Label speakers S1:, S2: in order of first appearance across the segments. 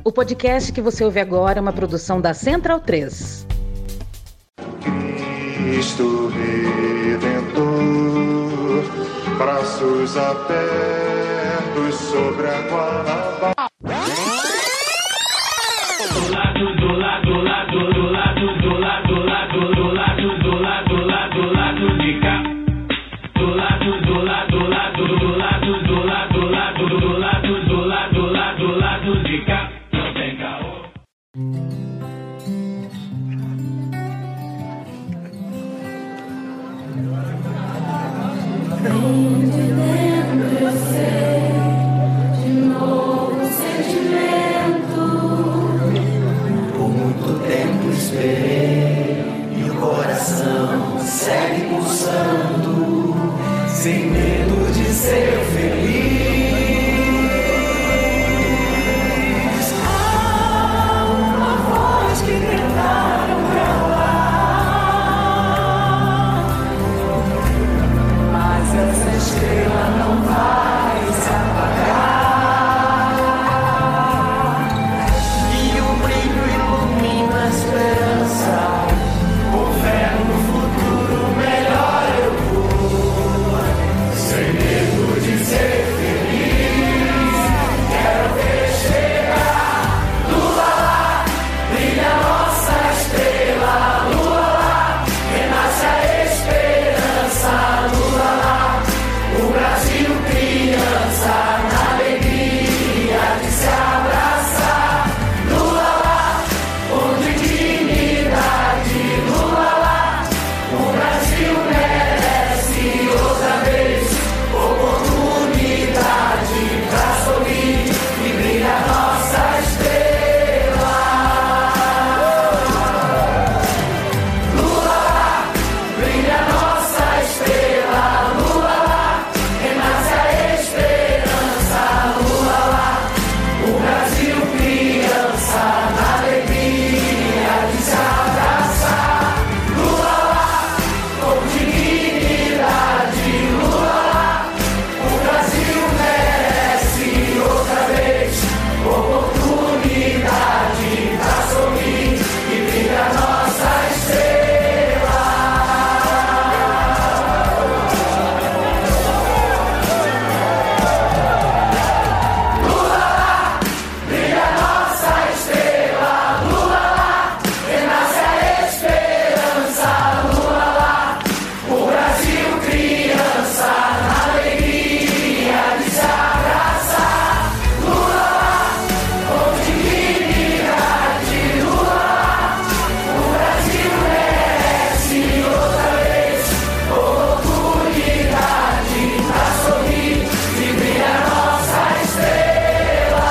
S1: O podcast que você ouve agora é uma produção da Central 3.
S2: Cristo Redentor, braços abertos sobre a Guanabara.
S3: Segue pulsando, sem medo de ser feliz. Há uma voz que tentaram calar, mas essa estrela não vai se apagar. E o brilho ilumina a esperança, com fé no futuro melhor eu vou, sem medo de ser feliz. Quero ver chegar, lua lá, brilha nossa estrela, lua lá, renasce a esperança, lua lá, o Brasil criança, na alegria de se abraçar, lua lá, com dignidade, lua lá. O Brasil merece outra vez oportunidade pra sorrir e brilhar nossa estrela. Lua lá, brilha nossa estrela, lua lá, renasce a esperança, lua lá, o Brasil criança, na alegria de se abraçar, lua lá, com dignidade, lua lá, o Brasil merece outra vez oportunidade pra sorrir e brilhar nossa estrela. Lua lá, brilha nossa estrela, lua lá, renasce a esperança, lua lá, o Brasil criança, na alegria de se abraçar, lua lá, com dignidade, lua lá, o Brasil merece outra vez oportunidade pra sorrir e brilhar nossa estrela.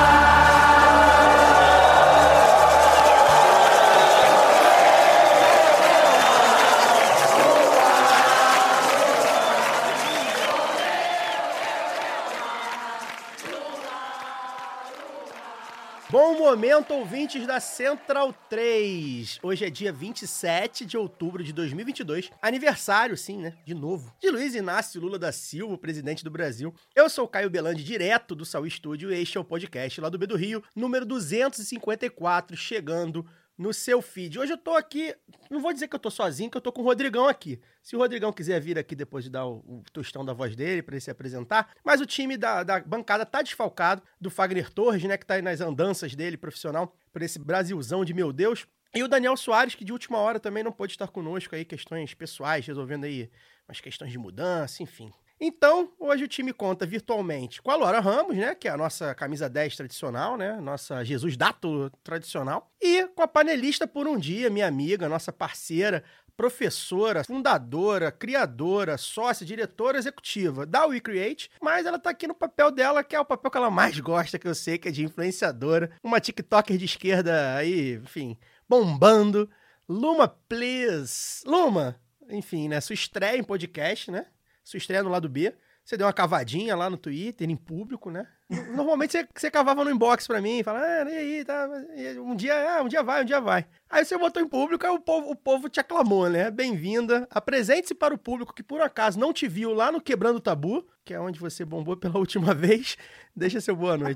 S4: Bom momento, ouvintes da Central 3. Hoje é dia 27 de outubro de 2022. Aniversário, sim, né? De novo. De Luiz Inácio Lula da Silva, presidente do Brasil. Eu sou o Caio Belandi, direto do Saúl Studio, e este é o podcast lá do B do Rio, número 254, chegando no seu feed. Hoje eu tô aqui, não vou dizer que eu tô sozinho, que eu tô com o Rodrigão aqui. Se o Rodrigão quiser vir aqui depois de dar o tostão da voz dele pra ele se apresentar, mas o time da bancada tá desfalcado, do Fagner Torres, né, que tá aí nas andanças dele, profissional, por esse Brasilzão de meu Deus, e o Daniel Soares, que de última hora também não pôde estar conosco aí, questões pessoais, resolvendo aí umas questões de mudança, enfim. Então, hoje o time conta virtualmente com a Laura Ramos, né, que é a nossa camisa 10 tradicional, né, nossa Jesus Dato tradicional, e com a panelista por um dia, minha amiga, nossa parceira, professora, fundadora, criadora, sócia, diretora executiva da WeCreate, mas ela tá aqui no papel dela, que é o papel que ela mais gosta, que eu sei, que é de influenciadora, uma tiktoker de esquerda aí, enfim, bombando. Luma, please. Luma, enfim, né, sua estreia em podcast, né? Sua estreia no lado B. Você deu uma cavadinha lá no Twitter, em público, né? Normalmente você cavava no inbox pra mim, falava, e aí, tá, um dia vai. Aí você botou em público, aí o povo te aclamou, né? Bem-vinda. Apresente-se para o público que, por acaso, não te viu lá no Quebrando o Tabu, que é onde você bombou pela última vez. Deixa seu boa noite aí.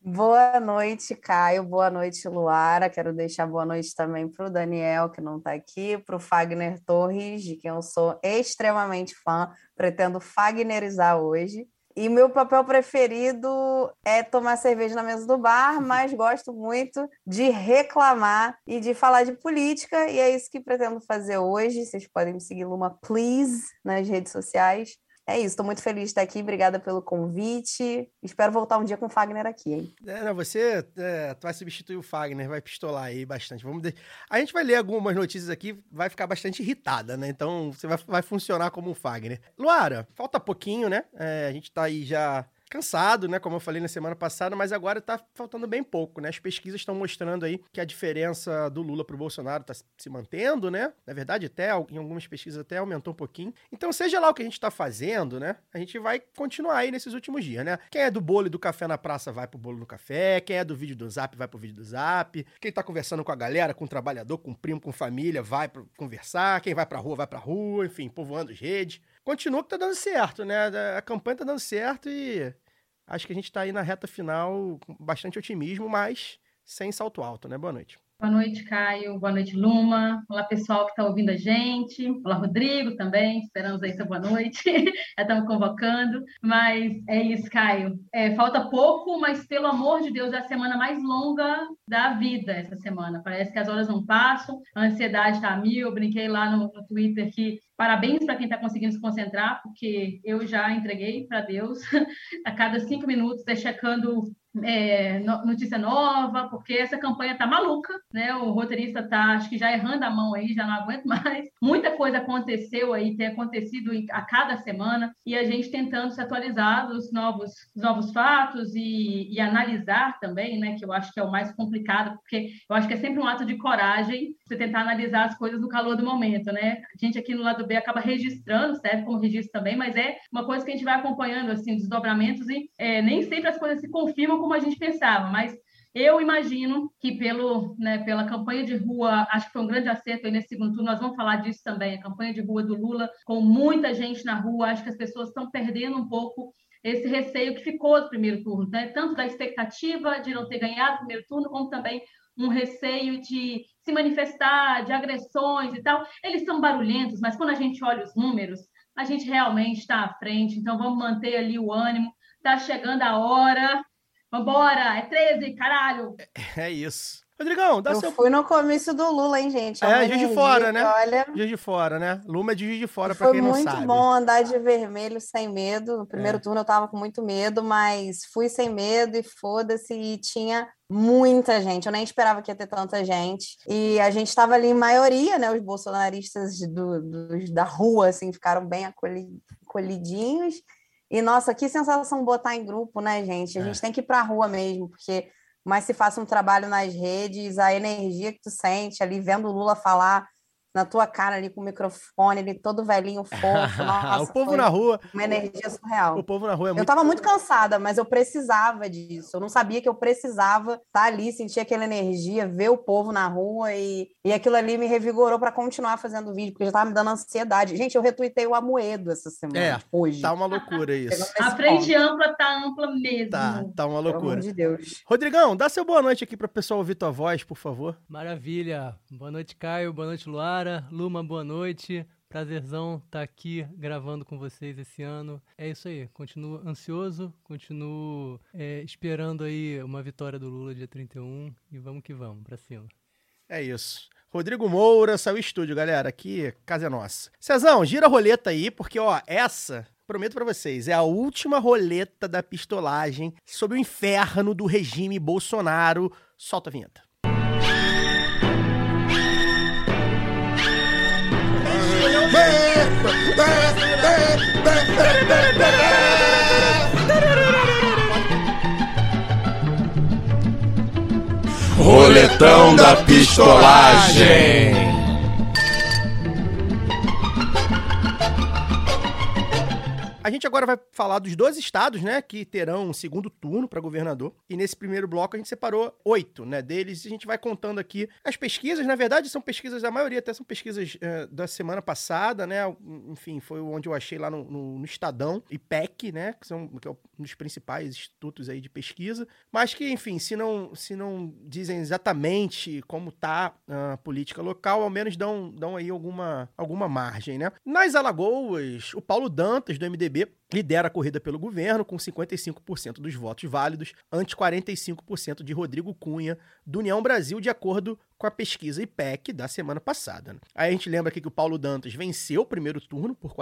S5: Boa noite, Caio. Boa noite, Luara. Quero deixar boa noite também para o Daniel, que não está aqui, para o Fagner Torres, de quem eu sou extremamente fã. Pretendo fagnerizar hoje. E meu papel preferido é tomar cerveja na mesa do bar, mas gosto muito de reclamar e de falar de política, e é isso que pretendo fazer hoje. Vocês podem me seguir, Luma, please, nas redes sociais. É isso, estou muito feliz de estar aqui, obrigada pelo convite. Espero voltar um dia com o Fagner aqui, hein?
S4: Você tu vai substituir o Fagner, vai pistolar aí bastante. A gente vai ler algumas notícias aqui, vai ficar bastante irritada, né? Então você vai funcionar como o Fagner. Luara, falta pouquinho, né? A gente tá aí já cansado, né? Como eu falei na semana passada, mas agora tá faltando bem pouco, né? As pesquisas estão mostrando aí que a diferença do Lula pro Bolsonaro tá se mantendo, né? Na verdade, até em algumas pesquisas até aumentou um pouquinho. Então, seja lá o que a gente tá fazendo, né? A gente vai continuar aí nesses últimos dias, né? Quem é do bolo e do café na praça vai pro bolo no café, quem é do vídeo do Zap vai pro vídeo do Zap, quem tá conversando com a galera, com o trabalhador, com o primo, com família, vai conversar, quem vai pra rua, enfim, povoando as redes. Continua que tá dando certo, né? A campanha tá dando certo e acho que a gente tá aí na reta final com bastante otimismo, mas sem salto alto, né? Boa noite.
S6: Boa noite, Caio. Boa noite, Luma. Olá, pessoal que está ouvindo a gente. Olá, Rodrigo também. Esperamos aí sua boa noite. Já estamos convocando. Mas é isso, Caio. Falta pouco, mas pelo amor de Deus, é a semana mais longa da vida essa semana. Parece que as horas não passam, a ansiedade está a mil. Eu brinquei lá no Twitter que parabéns para quem está conseguindo se concentrar, porque eu já entreguei para Deus. A cada 5 minutos, checando notícia nova, porque essa campanha tá maluca, né? O roteirista tá, acho que já errando a mão aí, já não aguento mais. Muita coisa aconteceu aí, tem acontecido a cada semana, e a gente tentando se atualizar dos novos fatos e analisar também, né? Que eu acho que é o mais complicado, porque eu acho que é sempre um ato de coragem você tentar analisar as coisas no calor do momento, né? A gente aqui no lado B acaba registrando, serve como registro também, mas é uma coisa que a gente vai acompanhando, assim, desdobramentos, e nem sempre as coisas se confirmam como a gente pensava, mas eu imagino que pela campanha de rua, acho que foi um grande acerto aí nesse segundo turno, nós vamos falar disso também, a campanha de rua do Lula, com muita gente na rua, acho que as pessoas estão perdendo um pouco esse receio que ficou do primeiro turno, né? Tanto da expectativa de não ter ganhado o primeiro turno, como também um receio de se manifestar, de agressões e tal. Eles são barulhentos, mas quando a gente olha os números, a gente realmente está à frente, então vamos manter ali o ânimo. Tá chegando a hora. Vambora, é 13, caralho.
S4: É isso. Rodrigão,
S5: Eu fui no comício do Lula, hein, gente?
S4: Juiz de Fora, né?
S5: Olha...
S4: Juiz de Fora, né? Luma é de Juiz de Fora, pra quem não sabe.
S5: Foi muito bom andar de vermelho sem medo. No primeiro turno eu tava com muito medo, mas fui sem medo e foda-se. E tinha muita gente. Eu nem esperava que ia ter tanta gente. E a gente tava ali em maioria, né? Os bolsonaristas da rua, assim, ficaram bem acolhidinhos. E, nossa, que sensação botar em grupo, né, gente? A gente tem que ir pra rua mesmo, porque mais se faça um trabalho nas redes, a energia que tu sente ali, vendo o Lula falar na tua cara ali com o microfone, ele todo velhinho, fofo. Nossa,
S4: o povo na rua.
S5: Uma energia surreal.
S4: O povo na rua é muito...
S5: Eu tava muito cansada, mas eu precisava disso. Eu não sabia que eu precisava estar ali, sentir aquela energia, ver o povo na rua e aquilo ali me revigorou para continuar fazendo vídeo, porque já tava me dando ansiedade. Gente, eu retuitei o Amoedo essa semana, hoje.
S4: Tá uma loucura isso.
S6: A frente ampla tá ampla mesmo.
S4: Tá uma loucura.
S5: Pelo amor de Deus.
S4: Rodrigão, dá seu boa noite aqui para o pessoal ouvir tua voz, por favor.
S7: Maravilha. Boa noite, Caio. Boa noite, Luara. Luma, boa noite. Prazerzão estar aqui gravando com vocês esse ano. É isso aí, continuo ansioso, continuo esperando aí uma vitória do Lula dia 31 e vamos que vamos, pra cima.
S4: É isso. Rodrigo Moura, saiu estúdio, galera, aqui, casa é nossa. Cezão, gira a roleta aí, porque essa, prometo pra vocês, é a última roleta da pistolagem sobre o inferno do regime Bolsonaro. Solta a vinheta.
S2: Roletão da pistolagem.
S4: A gente agora vai falar dos 12 estados, né, que terão um segundo turno para governador. E nesse primeiro bloco a gente separou 8, né, deles. A gente vai contando aqui as pesquisas. Na verdade, são pesquisas, a maioria até são pesquisas da semana passada, né. Enfim, foi onde eu achei lá no Estadão, IPEC, né, que é um dos principais institutos aí de pesquisa. Mas que, enfim, se não dizem exatamente como tá a política local, ao menos dão aí alguma margem, né. Nas Alagoas, o Paulo Dantas, do MDB, lidera a corrida pelo governo com 55% dos votos válidos, ante 45% de Rodrigo Cunha, do União Brasil, de acordo com a pesquisa IPEC da semana passada. Aí a gente lembra aqui que o Paulo Dantas venceu o primeiro turno por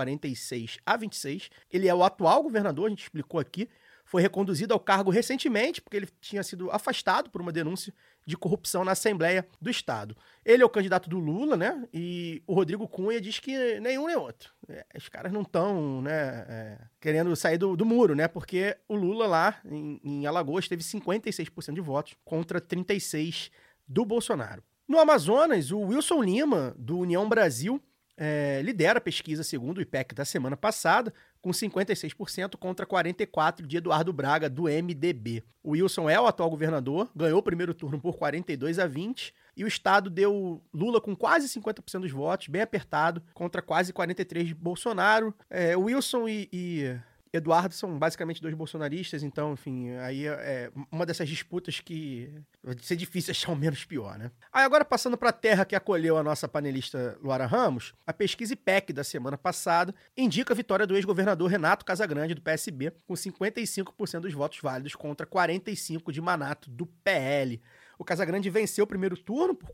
S4: 46-26. Ele é o atual governador, a gente explicou aqui, foi reconduzido ao cargo recentemente, porque ele tinha sido afastado por uma denúncia de corrupção na Assembleia do Estado. Ele é o candidato do Lula, né? E o Rodrigo Cunha diz que nenhum nem outro. Os caras não estão, né, querendo sair do muro, né? Porque o Lula lá em Alagoas teve 56% de votos contra 36% do Bolsonaro. No Amazonas, o Wilson Lima, do União Brasil, lidera a pesquisa segundo o IPEC da semana passada, com 56% contra 44% de Eduardo Braga, do MDB. O Wilson é o atual governador, ganhou o primeiro turno por 42-20, e o estado deu Lula com quase 50% dos votos, bem apertado, contra quase 43% de Bolsonaro. O Wilson e Eduardo são basicamente dois bolsonaristas, então, enfim, aí é uma dessas disputas que vai ser difícil achar o menos pior, né? Aí agora, passando para a terra que acolheu a nossa panelista Luara Ramos, a pesquisa IPEC da semana passada indica a vitória do ex-governador Renato Casagrande, do PSB, com 55% dos votos válidos contra 45% de Manato, do PL. O Casagrande venceu o primeiro turno por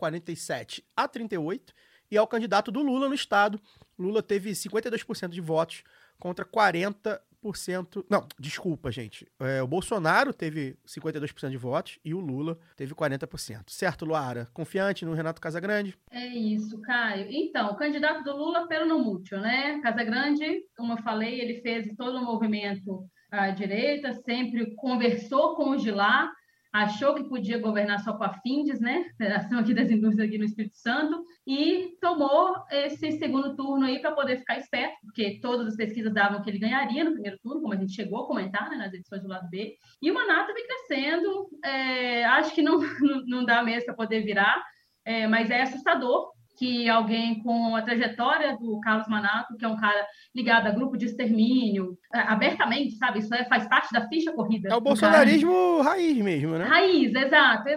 S4: 47-38 e é o candidato do Lula no estado. Lula teve 52% de votos contra 40%. Não, desculpa, gente. O Bolsonaro teve 52% de votos e o Lula teve 40%. Certo, Luara? Confiante no Renato Casagrande?
S6: É isso, Caio. Então, o candidato do Lula pelo não mútil, né? Casagrande, como eu falei, ele fez todo o movimento à direita, sempre conversou com o de lá, achou que podia governar só com a Findes, né? Federação aqui das Indústrias aqui no Espírito Santo, e tomou esse segundo turno aí para poder ficar esperto, porque todas as pesquisas davam que ele ganharia no primeiro turno, como a gente chegou a comentar, né, nas edições do lado B. E o Manato vem crescendo, acho que não dá mesmo para poder virar, mas é assustador que alguém com a trajetória do Carlos Manato, que é um cara ligado a grupo de extermínio, abertamente, sabe? Isso faz parte da ficha corrida.
S4: É o bolsonarismo raiz mesmo, né?
S6: Raiz, exato.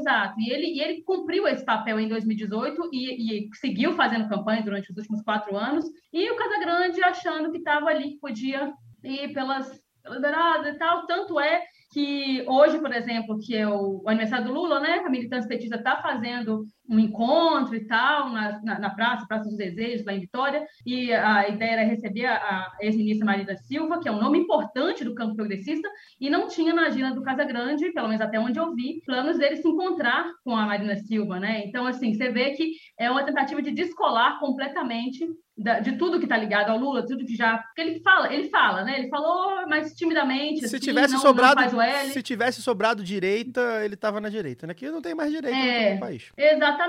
S6: E ele cumpriu esse papel em 2018 e seguiu fazendo campanha durante os últimos 4 anos. E o Casagrande achando que estava ali, que podia ir pelas beiradas e tal. Tanto é que hoje, por exemplo, que é o aniversário do Lula, né? A militância petista está fazendo um encontro e tal, na Praça dos Desejos, lá em Vitória, e a ideia era receber a ex-ministra Marina Silva, que é um nome importante do campo progressista, e não tinha na agenda do Casagrande, pelo menos até onde eu vi, planos dele se encontrar com a Marina Silva, né? Então, assim, você vê que é uma tentativa de descolar completamente de tudo que está ligado ao Lula, tudo que já... Porque ele fala, né? Ele falou, mas timidamente,
S4: se
S6: assim,
S4: tivesse
S6: não
S4: sobrado,
S6: faz o L.
S4: Se tivesse sobrado direita, ele estava na direita, né? Aqui não tem mais direita no país.
S6: Exatamente.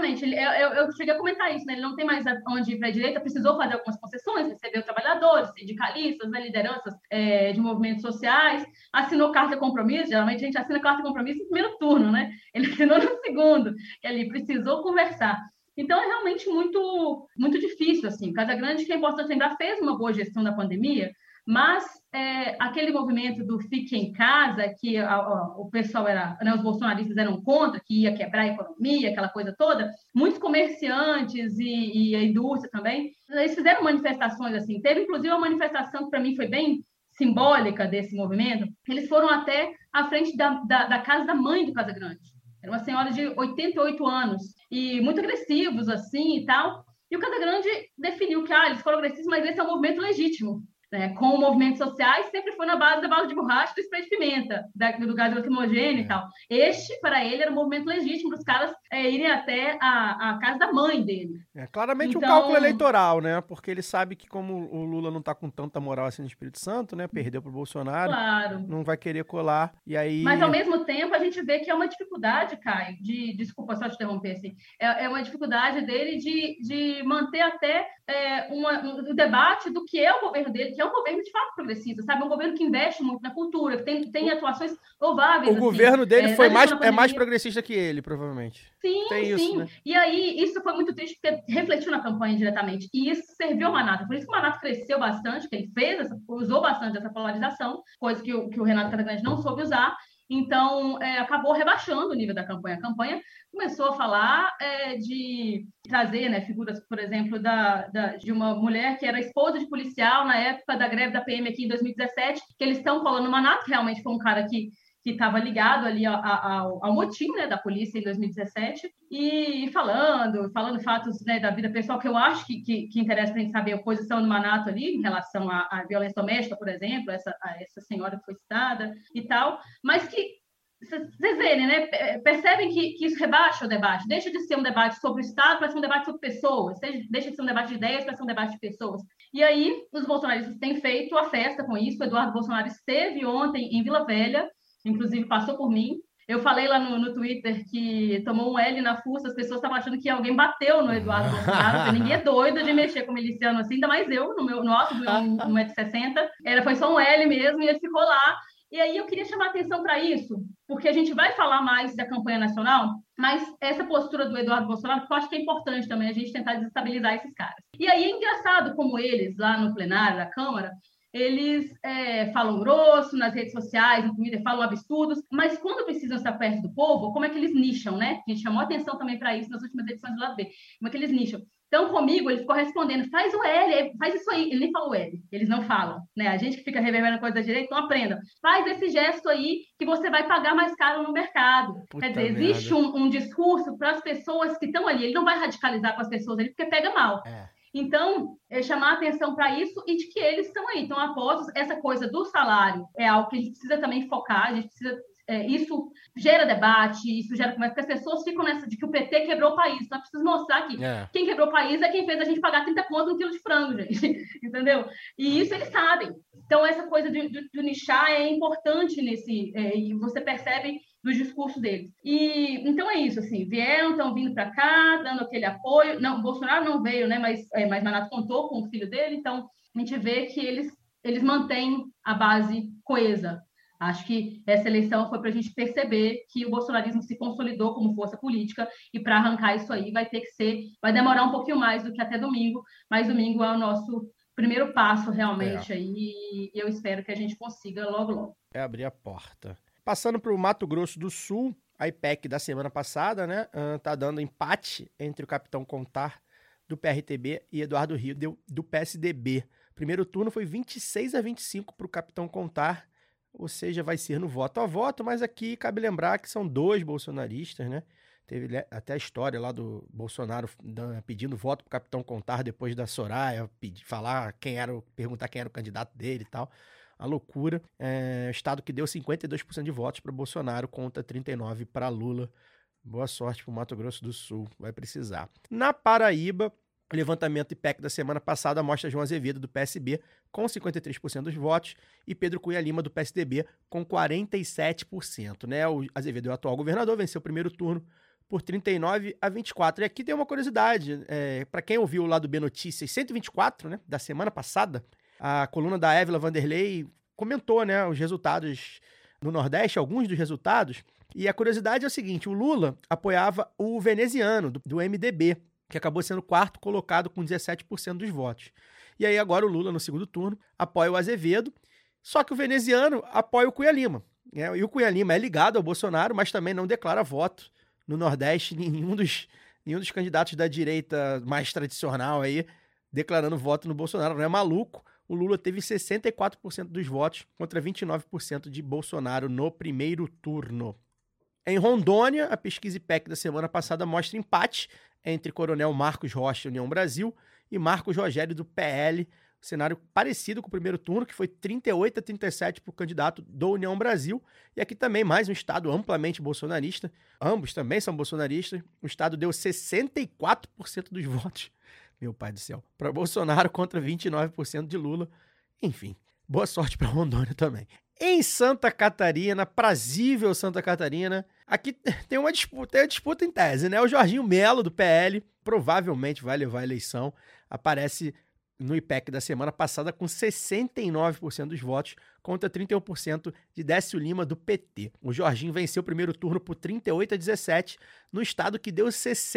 S6: Eu cheguei a comentar isso, né? Ele não tem mais onde ir para a direita, precisou fazer algumas concessões, recebeu trabalhadores, sindicalistas, né? Lideranças de movimentos sociais, assinou carta de compromisso, geralmente a gente assina carta de compromisso no primeiro turno, né? Ele assinou no segundo, ele precisou conversar. Então, é realmente muito, muito difícil, assim. Casagrande, que é importante lembrar, fez uma boa gestão da pandemia, mas aquele movimento do fique em casa, que o pessoal né, os bolsonaristas eram contra, que ia quebrar a economia, aquela coisa toda, muitos comerciantes e a indústria também, eles fizeram manifestações assim. Teve, inclusive, uma manifestação que, para mim, foi bem simbólica desse movimento. Eles foram até a frente da casa da mãe do Casagrande. Era uma senhora de 88 anos, e muito agressivos, assim, e tal. E o Casagrande definiu que eles foram agressivos, mas esse é um movimento legítimo. Né, com movimentos sociais, sempre foi na base da bala de borracha, do spray de pimenta, do gás lacrimogêneo e tal. Para ele, era um movimento legítimo dos caras irem até a casa da mãe dele.
S4: Claramente
S6: Então,
S4: um cálculo eleitoral, né? Porque ele sabe que como o Lula não tá com tanta moral assim no Espírito Santo, né? Perdeu pro Bolsonaro,
S6: claro.
S4: não vai querer colar, e aí...
S6: Mas, ao mesmo tempo, a gente vê que é uma dificuldade, Caio, desculpa só te interromper, assim, é uma dificuldade dele de manter até o debate do que é o governo dele, que é um governo de fato progressista, sabe? Um governo que investe muito na cultura, que tem atuações louváveis.
S4: O governo dele é mais
S6: progressista
S4: progressista que ele, provavelmente.
S6: Sim,
S4: tem
S6: sim.
S4: Isso, né?
S6: E aí, isso foi muito triste, porque refletiu na campanha diretamente. E isso serviu ao Manato. Por isso que o Manato cresceu bastante, que ele usou bastante essa polarização, coisa que o Renato Casagrande não soube usar. Então, acabou rebaixando o nível da campanha. A campanha começou a falar de trazer, né, figuras, por exemplo, de uma mulher que era esposa de policial na época da greve da PM aqui em 2017, que eles estão colando o Manato, realmente foi um cara que estava ligado ali ao motim, né, da polícia em 2017, e falando fatos, né, da vida pessoal, que eu acho que interessa a gente saber a posição do Manato ali em relação à violência doméstica, por exemplo, essa senhora que foi citada e tal, mas que vocês verem, né, percebem que isso rebaixa o debate, deixa de ser um debate sobre o Estado para ser um debate sobre pessoas, deixa de ser um debate de ideias para ser um debate de pessoas. E aí, os bolsonaristas têm feito a festa com isso. O Eduardo Bolsonaro esteve ontem em Vila Velha, inclusive passou por mim. Eu falei lá no Twitter que tomou um L na fuça, as pessoas estavam achando que alguém bateu no Eduardo Bolsonaro, ninguém é doido de mexer com miliciano assim, ainda mais eu, no alto de 1,60m. Foi só um L mesmo, e ele ficou lá. E aí eu queria chamar a atenção para isso, porque a gente vai falar mais da campanha nacional, mas essa postura do Eduardo Bolsonaro, que eu acho que é importante também a gente tentar desestabilizar esses caras. E aí é engraçado como eles, lá no plenário da Câmara, eles falam grosso nas redes sociais, no Twitter, falam absurdos, mas quando precisam estar perto do povo, como é que eles nicham, né? A gente chamou atenção também para isso nas últimas edições do Lado B. Como é que eles nicham? Então, comigo, ele ficou respondendo, faz o L, faz isso aí. Ele nem falou L, eles não falam, né? A gente que fica reverberando coisa da direita, então aprendam. Faz esse gesto aí que você vai pagar mais caro no mercado.
S4: Puta
S6: Quer dizer, existe um discurso para as pessoas que estão ali. Ele não vai radicalizar com as pessoas ali, porque pega mal. Então, chamar atenção para isso e de que eles estão aí, estão apostos. Essa coisa do salário é algo que a gente precisa também focar, a gente precisa... isso gera debate, isso gera conversa, porque as pessoas ficam nessa de que o PT quebrou o país. Então, é preciso mostrar que quem quebrou o país é quem fez a gente pagar 30 conto no quilo de frango, gente. Entendeu? E isso eles sabem. Então, essa coisa de nichar é importante e você percebe dos discursos deles. E então é isso, assim, estão vindo para cá, dando aquele apoio. Não, o Bolsonaro não veio, né? Mas Manato contou com o filho dele, então a gente vê que eles mantêm a base coesa. Acho que essa eleição foi para a gente perceber que o bolsonarismo se consolidou como força política, e para arrancar isso aí vai demorar um pouquinho mais do que até domingo, mas domingo é o nosso primeiro passo realmente aí, e eu espero que a gente consiga logo, logo.
S4: Abrir a porta. Passando para o Mato Grosso do Sul, a IPEC da semana passada, né, tá dando empate entre o Capitão Contar do PRTB e Eduardo Rio do PSDB. Primeiro turno foi 26-25 para o Capitão Contar, ou seja, vai ser no voto a voto, mas aqui cabe lembrar que são dois bolsonaristas, né? Teve até a história lá do Bolsonaro pedindo voto pro Capitão Contar depois da Soraya, perguntar quem era o candidato dele e tal. A loucura. O estado que deu 52% de votos para Bolsonaro contra 39% para Lula. Boa sorte pro Mato Grosso do Sul, vai precisar. Na Paraíba, o levantamento IPEC da semana passada mostra João Azevedo, do PSB, com 53% dos votos, e Pedro Cunha Lima, do PSDB, com 47%. Né? O Azevedo é o atual governador, venceu o primeiro turno por 39-24. E aqui tem uma curiosidade, para quem ouviu lá do B Notícias 124, né, da semana passada, a coluna da Évila Vanderlei comentou, né, os resultados no Nordeste, alguns dos resultados, e a curiosidade é o seguinte: o Lula apoiava o veneziano, do MDB, que acabou sendo o quarto colocado com 17% dos votos. E aí agora o Lula, no segundo turno, apoia o Azevedo, só que o veneziano apoia o Cunha Lima. E o Cunha Lima é ligado ao Bolsonaro, mas também não declara voto no Nordeste, nenhum dos candidatos da direita mais tradicional aí declarando voto no Bolsonaro. Não é maluco? O Lula teve 64% dos votos contra 29% de Bolsonaro no primeiro turno. Em Rondônia, a pesquisa IPEC da semana passada mostra empate entre Coronel Marcos Rocha, União Brasil, e Marcos Rogério, do PL, cenário parecido com o primeiro turno, que foi 38-37 para o candidato do União Brasil. E aqui também mais um estado amplamente bolsonarista. Ambos também são bolsonaristas. O estado deu 64% dos votos, meu pai do céu, para Bolsonaro contra 29% de Lula. Enfim, boa sorte para Rondônia também. Em Santa Catarina, prazível Santa Catarina, aqui tem uma disputa em tese, né? O Jorginho Melo, do PL, provavelmente vai levar a eleição, aparece no IPEC da semana passada com 69% dos votos contra 31% de Décio Lima, do PT. O Jorginho venceu o primeiro turno por 38-17 no estado que deu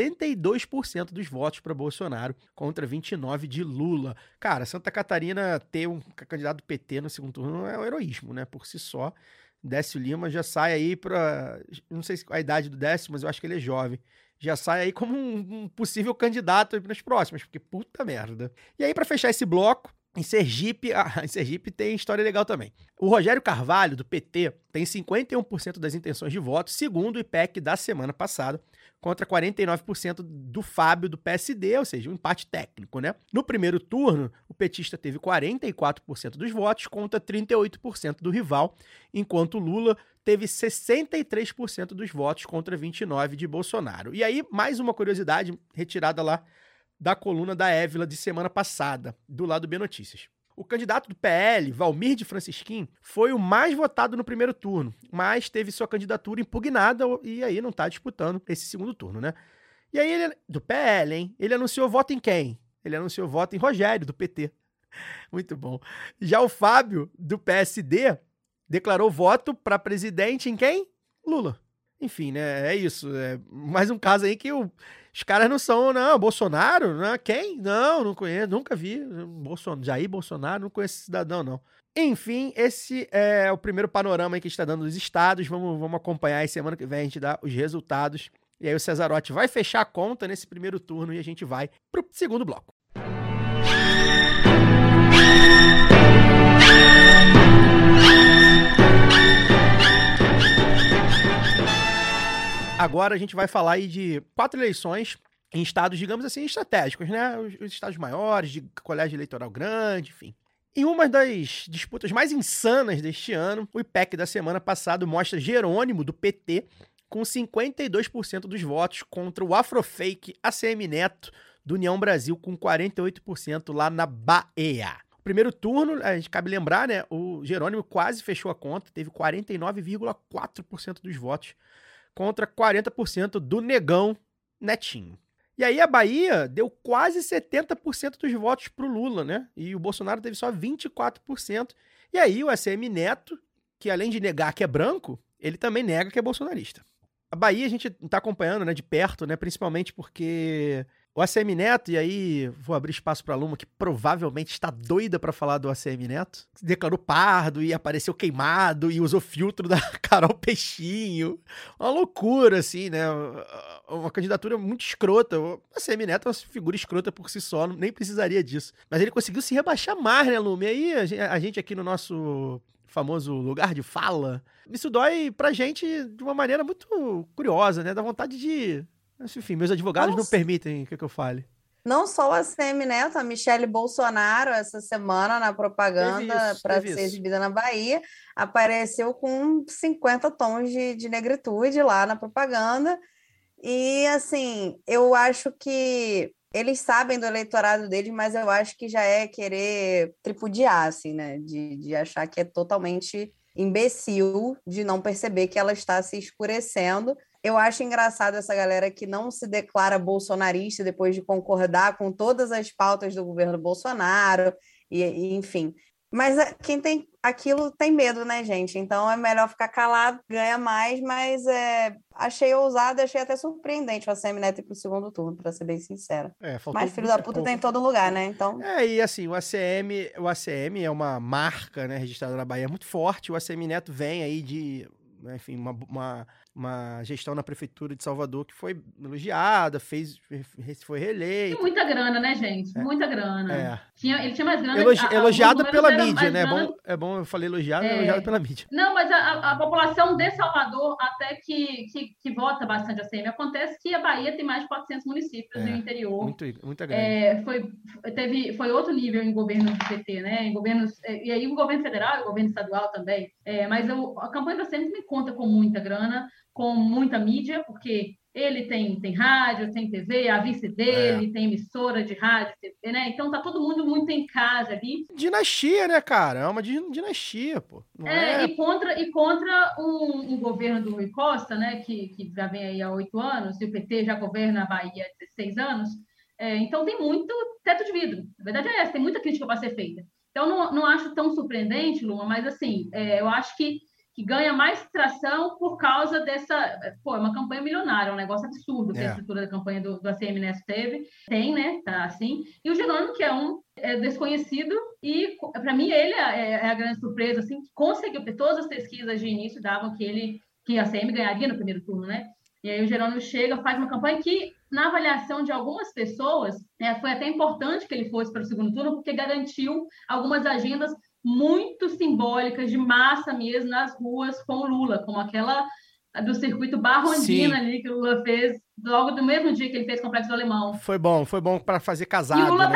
S4: 62% dos votos para Bolsonaro contra 29% de Lula. Cara, Santa Catarina ter um candidato do PT no segundo turno é um heroísmo, né? Por si só. Décio Lima já sai aí para... Não sei a idade do Décio, mas eu acho que ele é jovem. Já sai aí como um possível candidato para as próximas, porque puta merda. E aí, para fechar esse bloco, em Sergipe tem história legal também. O Rogério Carvalho, do PT, tem 51% das intenções de voto, segundo o IPEC da semana passada, contra 49% do Fábio, do PSD, ou seja, um empate técnico, né? No primeiro turno, o petista teve 44% dos votos contra 38% do rival, enquanto o Lula teve 63% dos votos contra 29% de Bolsonaro. E aí, mais uma curiosidade retirada lá da coluna da Évila de semana passada, do lado B Notícias. O candidato do PL, Valmir de Francisquim, foi o mais votado no primeiro turno, mas teve sua candidatura impugnada e aí não está disputando esse segundo turno, né? E aí ele, do PL, hein? Ele anunciou voto em quem? Ele anunciou voto em Rogério, do PT. Muito bom. Já o Fábio, do PSD, declarou voto para presidente em quem? Lula. Enfim, né? É isso. É mais um caso aí que os caras não são, não, Bolsonaro, não, quem? Não conheço, nunca vi. Jair Bolsonaro, não conheço esse cidadão, não. Enfim, esse é o primeiro panorama aí que a gente está dando dos estados. Vamos acompanhar aí semana que vem, a gente dá os resultados. E aí o Cesarotti vai fechar a conta nesse primeiro turno e a gente vai pro segundo bloco. Agora a gente vai falar aí de 4 eleições em estados, digamos assim, estratégicos, né? Os estados maiores, de colégio eleitoral grande, enfim. Em uma das disputas mais insanas deste ano, o IPEC da semana passada mostra Jerônimo, do PT, com 52% dos votos contra o afrofake ACM Neto, do União Brasil, com 48% lá na Bahia. Primeiro turno, a gente cabe lembrar, né? O Jerônimo quase fechou a conta, teve 49,4% dos votos contra 40% do negão Netinho. E aí a Bahia deu quase 70% dos votos pro Lula, né? E o Bolsonaro teve só 24%. E aí o ACM Neto, que além de negar que é branco, ele também nega que é bolsonarista. A Bahia a gente tá acompanhando, né, de perto, né? Principalmente porque o ACM Neto, e aí vou abrir espaço pra Luma, que provavelmente está doida pra falar do ACM Neto, se declarou pardo e apareceu queimado e usou filtro da Carol Peixinho. Uma loucura, assim, né? Uma candidatura muito escrota. O ACM Neto é uma figura escrota por si só, nem precisaria disso. Mas ele conseguiu se rebaixar mais, né, Luma? E aí a gente aqui no nosso famoso lugar de fala, isso dói pra gente de uma maneira muito curiosa, né? Dá vontade de... Enfim, meus advogados não permitem que eu fale.
S5: Não só o ACM Neto, a Michele Bolsonaro, essa semana, na propaganda para ser exibida na Bahia, apareceu com 50 tons de negritude lá na propaganda. E, assim, eu acho que eles sabem do eleitorado deles, mas eu acho que já é querer tripudiar, assim, né? De achar que é totalmente imbecil de não perceber que ela está se escurecendo. Eu acho engraçado essa galera que não se declara bolsonarista depois de concordar com todas as pautas do governo Bolsonaro, e enfim. Mas quem tem aquilo tem medo, né, gente? Então é melhor ficar calado, ganha mais, mas achei ousado, achei até surpreendente o ACM Neto ir pro segundo turno, para ser bem sincera. Mas filho da puta tem em todo lugar, né? Então...
S4: e assim, o ACM é uma marca, né, registrada na Bahia muito forte. O ACM Neto vem aí de... Enfim, uma gestão na prefeitura de Salvador que foi elogiada, foi reeleito.
S6: E muita grana, né, gente? Muita grana. Ele tinha mais grana.
S4: Elogiado pela mídia, né? É bom, eu falei elogiado pela mídia.
S6: Não, mas a população de Salvador até que vota bastante a ACM. Acontece que a Bahia tem mais de 400 municípios no interior.
S4: Muita grande.
S6: Foi outro nível em governo do PT, né? Em governos, e aí o governo federal e o governo estadual também. Mas a campanha da ACM me conta com muita grana, com muita mídia, porque ele tem rádio, tem TV, a vice dele tem emissora de rádio, TV, né? Então tá todo mundo muito em casa ali.
S4: Dinastia, né, cara? É uma dinastia, pô.
S6: E contra um governo do Rui Costa, né, que já vem aí há 8 anos, e o PT já governa a Bahia há 16 anos. Então tem muito teto de vidro. A verdade é essa, tem muita crítica para ser feita. Então não acho tão surpreendente, Luma, mas assim, eu acho que ganha mais tração por causa dessa... é uma campanha milionária, é um negócio absurdo que a estrutura da campanha do ACM Neto tem, né, tá assim. E o Jerônimo, que é um desconhecido, e para mim ele é a grande surpresa, assim, que conseguiu, porque todas as pesquisas de início davam que a ACM ganharia no primeiro turno, né? E aí o Jerônimo chega, faz uma campanha que, na avaliação de algumas pessoas, foi até importante que ele fosse para o segundo turno, porque garantiu algumas agendas muito simbólicas, de massa mesmo, nas ruas com o Lula, como aquela do circuito Barrondina ali, que o Lula fez logo do mesmo dia que ele fez o Complexo do Alemão.
S4: Foi bom para fazer casado.
S6: E o Lula
S4: né?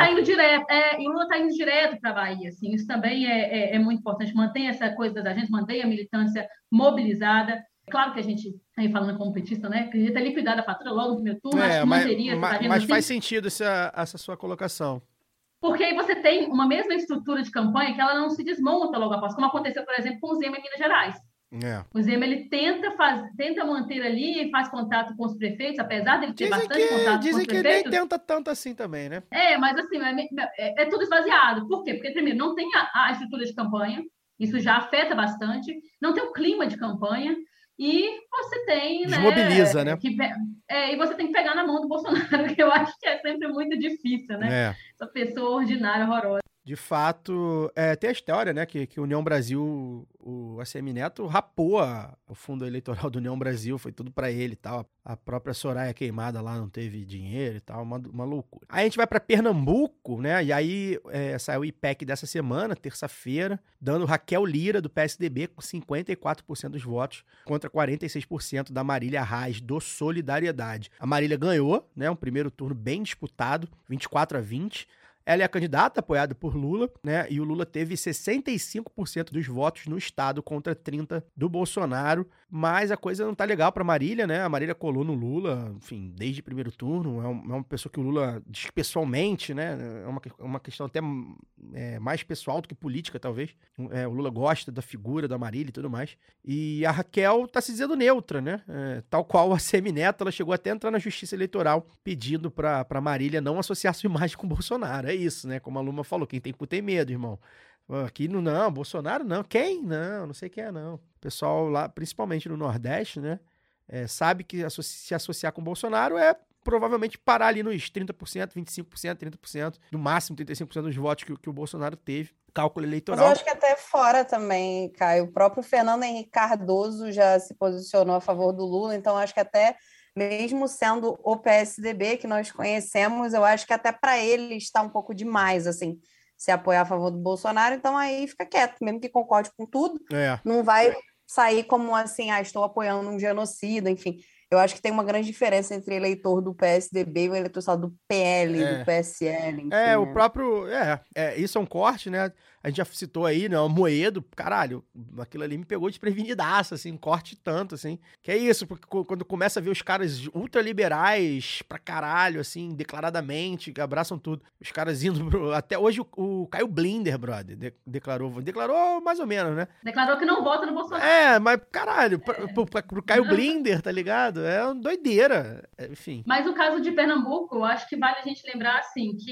S6: tá indo direto para a Bahia, assim, isso também é muito importante, mantém essa coisa da gente, mantém a militância mobilizada. Claro que a gente, aí falando como petista, né, acredita liquidar a fatura logo no primeiro turno, acho que manteria essa agenda.
S4: Mas faz sentido essa sua colocação.
S6: Porque aí você tem uma mesma estrutura de campanha que ela não se desmonta logo após, como aconteceu, por exemplo, com o Zema em Minas Gerais. O Zema, ele tenta manter ali, faz contato com os prefeitos, apesar dele ter bastante contato com os prefeitos.
S4: Dizem que ele nem tenta tanto assim também, né?
S6: Mas assim, é tudo esvaziado. Por quê? Porque, primeiro, não tem a estrutura de campanha, isso já afeta bastante, não tem o clima de campanha, e você tem...
S4: Desmobiliza, né?
S6: E você tem que pegar na mão do Bolsonaro, que eu acho que é sempre muito difícil, né? Essa pessoa ordinária, horrorosa.
S4: De fato, tem a história, né, que o União Brasil, o ACM Neto rapou o fundo eleitoral do União Brasil, foi tudo pra ele e tal. A própria Soraya Queimada lá não teve dinheiro e tal, uma loucura. Aí a gente vai pra Pernambuco, né, e aí saiu o IPEC dessa semana, terça-feira, dando Raquel Lira, do PSDB, com 54% dos votos, contra 46% da Marília Reis, do Solidariedade. A Marília ganhou, né, um primeiro turno bem disputado, 24-20, Ela é a candidata apoiada por Lula, né? E o Lula teve 65% dos votos no estado contra 30% do Bolsonaro. Mas a coisa não tá legal pra Marília, né? A Marília colou no Lula, enfim, desde o primeiro turno. É uma pessoa que o Lula diz que pessoalmente, né? É uma questão até mais pessoal do que política, talvez. O Lula gosta da figura da Marília e tudo mais. E a Raquel tá se dizendo neutra, né? Tal qual a ACM Neto, ela chegou até a entrar na Justiça Eleitoral pedindo pra Marília não associar sua imagem com o Bolsonaro. É isso, né? Como a Luma falou, quem tem cu tem medo, irmão. Aqui não, Bolsonaro não. Quem? Não sei quem é, não. O pessoal lá, principalmente no Nordeste, né? Sabe que se associar com o Bolsonaro é provavelmente parar ali nos 30%, 25%, 30%, no máximo 35% dos votos que o Bolsonaro teve. Cálculo eleitoral.
S5: Mas eu acho que até fora também, Caio. O próprio Fernando Henrique Cardoso já se posicionou a favor do Lula, então acho que até mesmo sendo o PSDB que nós conhecemos, eu acho que até para ele está um pouco demais, assim, se apoiar a favor do Bolsonaro, então aí fica quieto, mesmo que concorde com tudo, não vai sair como assim, estou apoiando um genocida, enfim. Eu acho que tem uma grande diferença entre eleitor do PSDB e o eleitor só do PL, do PSL, enfim,
S4: o próprio... isso é um corte, né? A gente já citou aí, né? O Moedo, caralho, aquilo ali me pegou desprevenidaço, assim, um corte tanto, assim. Que é isso, porque quando começa a ver os caras ultraliberais pra caralho, assim, declaradamente, que abraçam tudo. Os caras indo pro... Até hoje o Caio Blinder, brother, declarou mais ou menos, né?
S6: Declarou que não vota no Bolsonaro.
S4: Mas, caralho, pro Caio Blinder, tá ligado? É uma doideira, enfim.
S6: Mas o caso de Pernambuco, eu acho que vale a gente lembrar, assim, que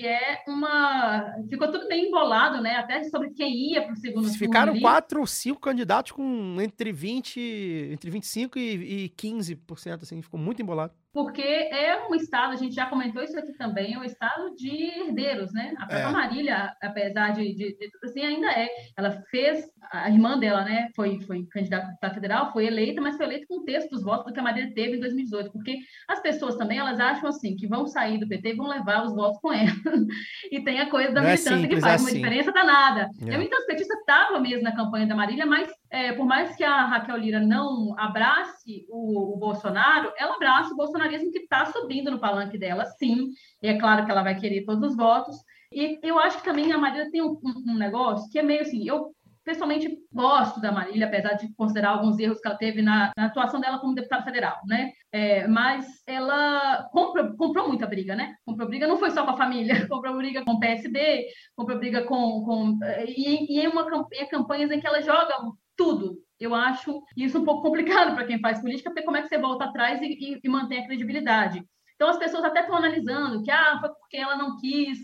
S6: ficou tudo bem embolado, né? Até sobre quem ia pro segundo turno.
S4: Ficaram 4 ou 5 candidatos com entre 25% e 15%, assim, ficou muito embolado.
S6: porque é um estado, a gente já comentou isso aqui também, é um estado de herdeiros, né? A própria Marília, apesar de tudo assim, ainda é. Ela fez, a irmã dela, né, foi candidata a federal, foi eleita, mas foi eleita com um terço dos votos do que a Marília teve em 2018, porque as pessoas também, elas acham assim, que vão sair do PT e vão levar os votos com ela. E tem a coisa da militância que faz uma diferença danada. A militância petista estava mesmo na campanha da Marília, mas por mais que a Raquel Lira não abrace o Bolsonaro, ela abraça o bolsonarismo que está subindo no palanque dela, sim. E é claro que ela vai querer todos os votos. E eu acho que também a Marília tem um negócio que é meio assim, eu pessoalmente gosto da Marília, apesar de considerar alguns erros que ela teve na atuação dela como deputada federal, né? Mas ela comprou muita briga, né? Comprou briga não foi só com a família, comprou briga com o PSD, comprou briga e em campanhas em que ela joga tudo. Eu acho isso um pouco complicado para quem faz política, porque como é que você volta atrás e mantém a credibilidade? Então, as pessoas até estão analisando que foi porque ela não quis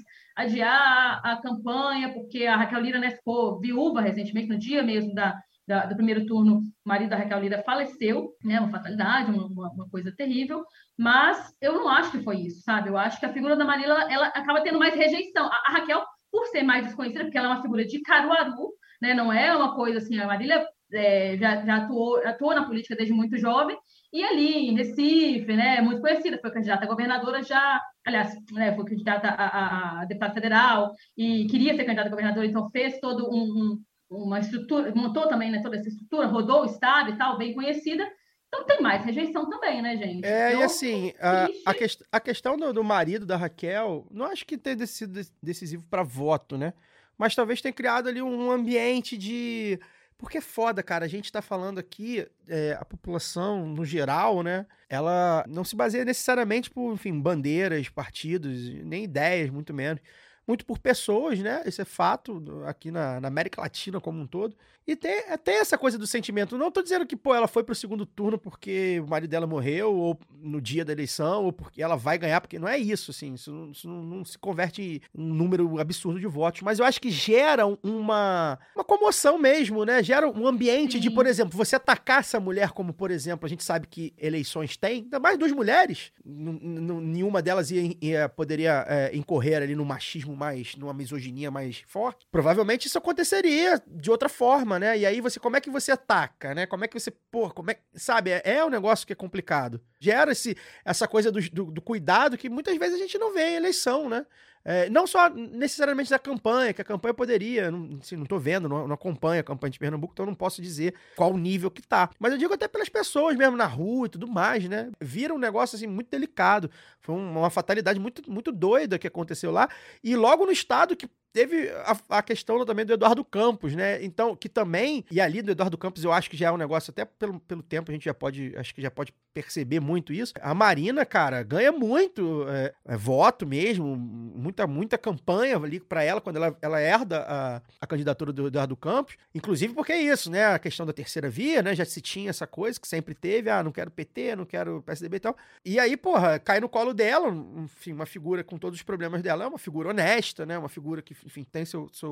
S6: adiar a campanha, porque a Raquel Lira, né, ficou viúva recentemente, no dia mesmo do primeiro turno, o marido da Raquel Lira faleceu, né, uma fatalidade, uma coisa terrível, mas eu não acho que foi isso, sabe? Eu acho que a figura da Marília, ela acaba tendo mais rejeição. A Raquel, por ser mais desconhecida, porque ela é uma figura de Caruaru, né, não é uma coisa assim, a Marília já atuou na política desde muito jovem, e ali em Recife, né, muito conhecida, foi candidata a governadora já, aliás, né, foi candidata a deputada federal, e queria ser candidata a governadora, então fez todo uma estrutura, montou também, né, toda essa estrutura, rodou o estado e tal, bem conhecida. Então tem mais rejeição também, né, gente?
S4: E assim, a questão do marido da Raquel, não acho que tenha sido decisivo para voto, né? Mas talvez tenha criado ali um ambiente de... Porque é foda, cara, a gente tá falando aqui, a população, no geral, né, ela não se baseia necessariamente por, enfim, bandeiras, partidos, nem ideias, muito menos. Muito por pessoas, né, esse é fato, aqui na América Latina como um todo. E tem essa coisa do sentimento. Não tô dizendo que, ela foi pro segundo turno porque o marido dela morreu, ou no dia da eleição, ou porque ela vai ganhar, porque não é isso, assim, isso não se converte em um número absurdo de votos, mas eu acho que gera uma comoção mesmo, né, gera um ambiente de, por exemplo, você atacar essa mulher como, por exemplo, a gente sabe que eleições tem, ainda mais duas mulheres, nenhuma delas poderia incorrer ali no machismo mais, numa misoginia mais forte, provavelmente isso aconteceria de outra forma, né? E aí como é que você ataca, né? Como é que você, sabe? É um negócio que é complicado. Gera essa coisa do cuidado que muitas vezes a gente não vê em eleição, né? Não só necessariamente da campanha, que a campanha poderia, não tô vendo, não acompanho a campanha de Pernambuco, então não posso dizer qual o nível que tá. Mas eu digo até pelas pessoas mesmo na rua e tudo mais, né? Vira um negócio assim muito delicado. Foi uma fatalidade muito, muito doida que aconteceu lá. E logo no estado que teve a questão também do Eduardo Campos, né? Então, que também, e ali do Eduardo Campos eu acho que já é um negócio, até pelo tempo a gente acho que já pode perceber muito isso. A Marina, cara, ganha muito voto mesmo, muita campanha ali pra ela, quando ela herda a candidatura do Eduardo Campos, inclusive porque é isso, né? A questão da terceira via, né? Já se tinha essa coisa que sempre teve, não quero PT, não quero PSDB e tal. E aí, cai no colo dela, enfim, uma figura com todos os problemas dela, é uma figura honesta, né? Uma figura que, enfim, tem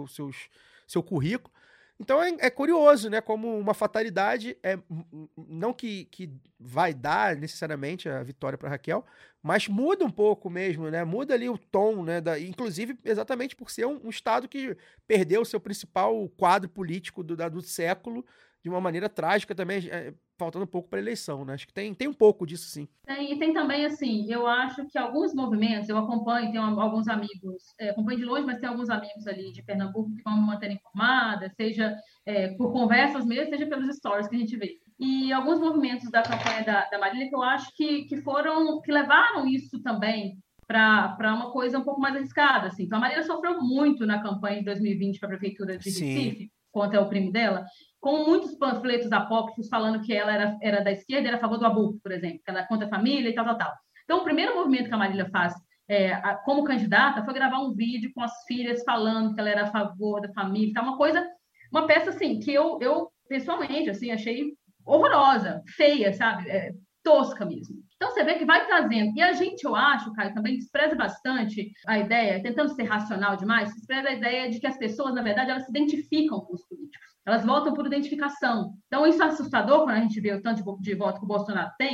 S4: seu currículo. Então é curioso, né, como uma fatalidade, não que vai dar necessariamente a vitória para Raquel, mas muda um pouco mesmo, né, muda ali o tom, né, inclusive exatamente por ser um estado que perdeu o seu principal quadro político do século de uma maneira trágica também, faltando um pouco para a eleição, né? Acho que tem um pouco disso, sim.
S6: E tem também, assim, eu acho que alguns movimentos, eu acompanho, tenho alguns amigos, acompanho de longe, mas tem alguns amigos ali de Pernambuco que vão me manter informada, seja por conversas mesmo, seja pelos stories que a gente vê. E alguns movimentos da campanha da Marília que eu acho que levaram isso também para uma coisa um pouco mais arriscada, assim. Então, a Marília sofreu muito na campanha de 2020 para a Prefeitura de Recife, contra o primo dela, com muitos panfletos apócrifos falando que ela era da esquerda, era a favor do aborto, por exemplo, que ela é contra a família e tal. Então, o primeiro movimento que a Marília faz como candidata foi gravar um vídeo com as filhas falando que ela era a favor da família, tá? Uma peça, assim, que eu pessoalmente, assim, achei horrorosa, feia, sabe? Tosca mesmo. Então, você vê que vai trazendo. E a gente, eu acho, Caio, também despreza bastante a ideia, tentando ser racional demais, despreza a ideia de que as pessoas, na verdade, elas se identificam com os políticos. Elas votam por identificação. Então, isso é assustador quando a gente vê o tanto de voto que o Bolsonaro tem,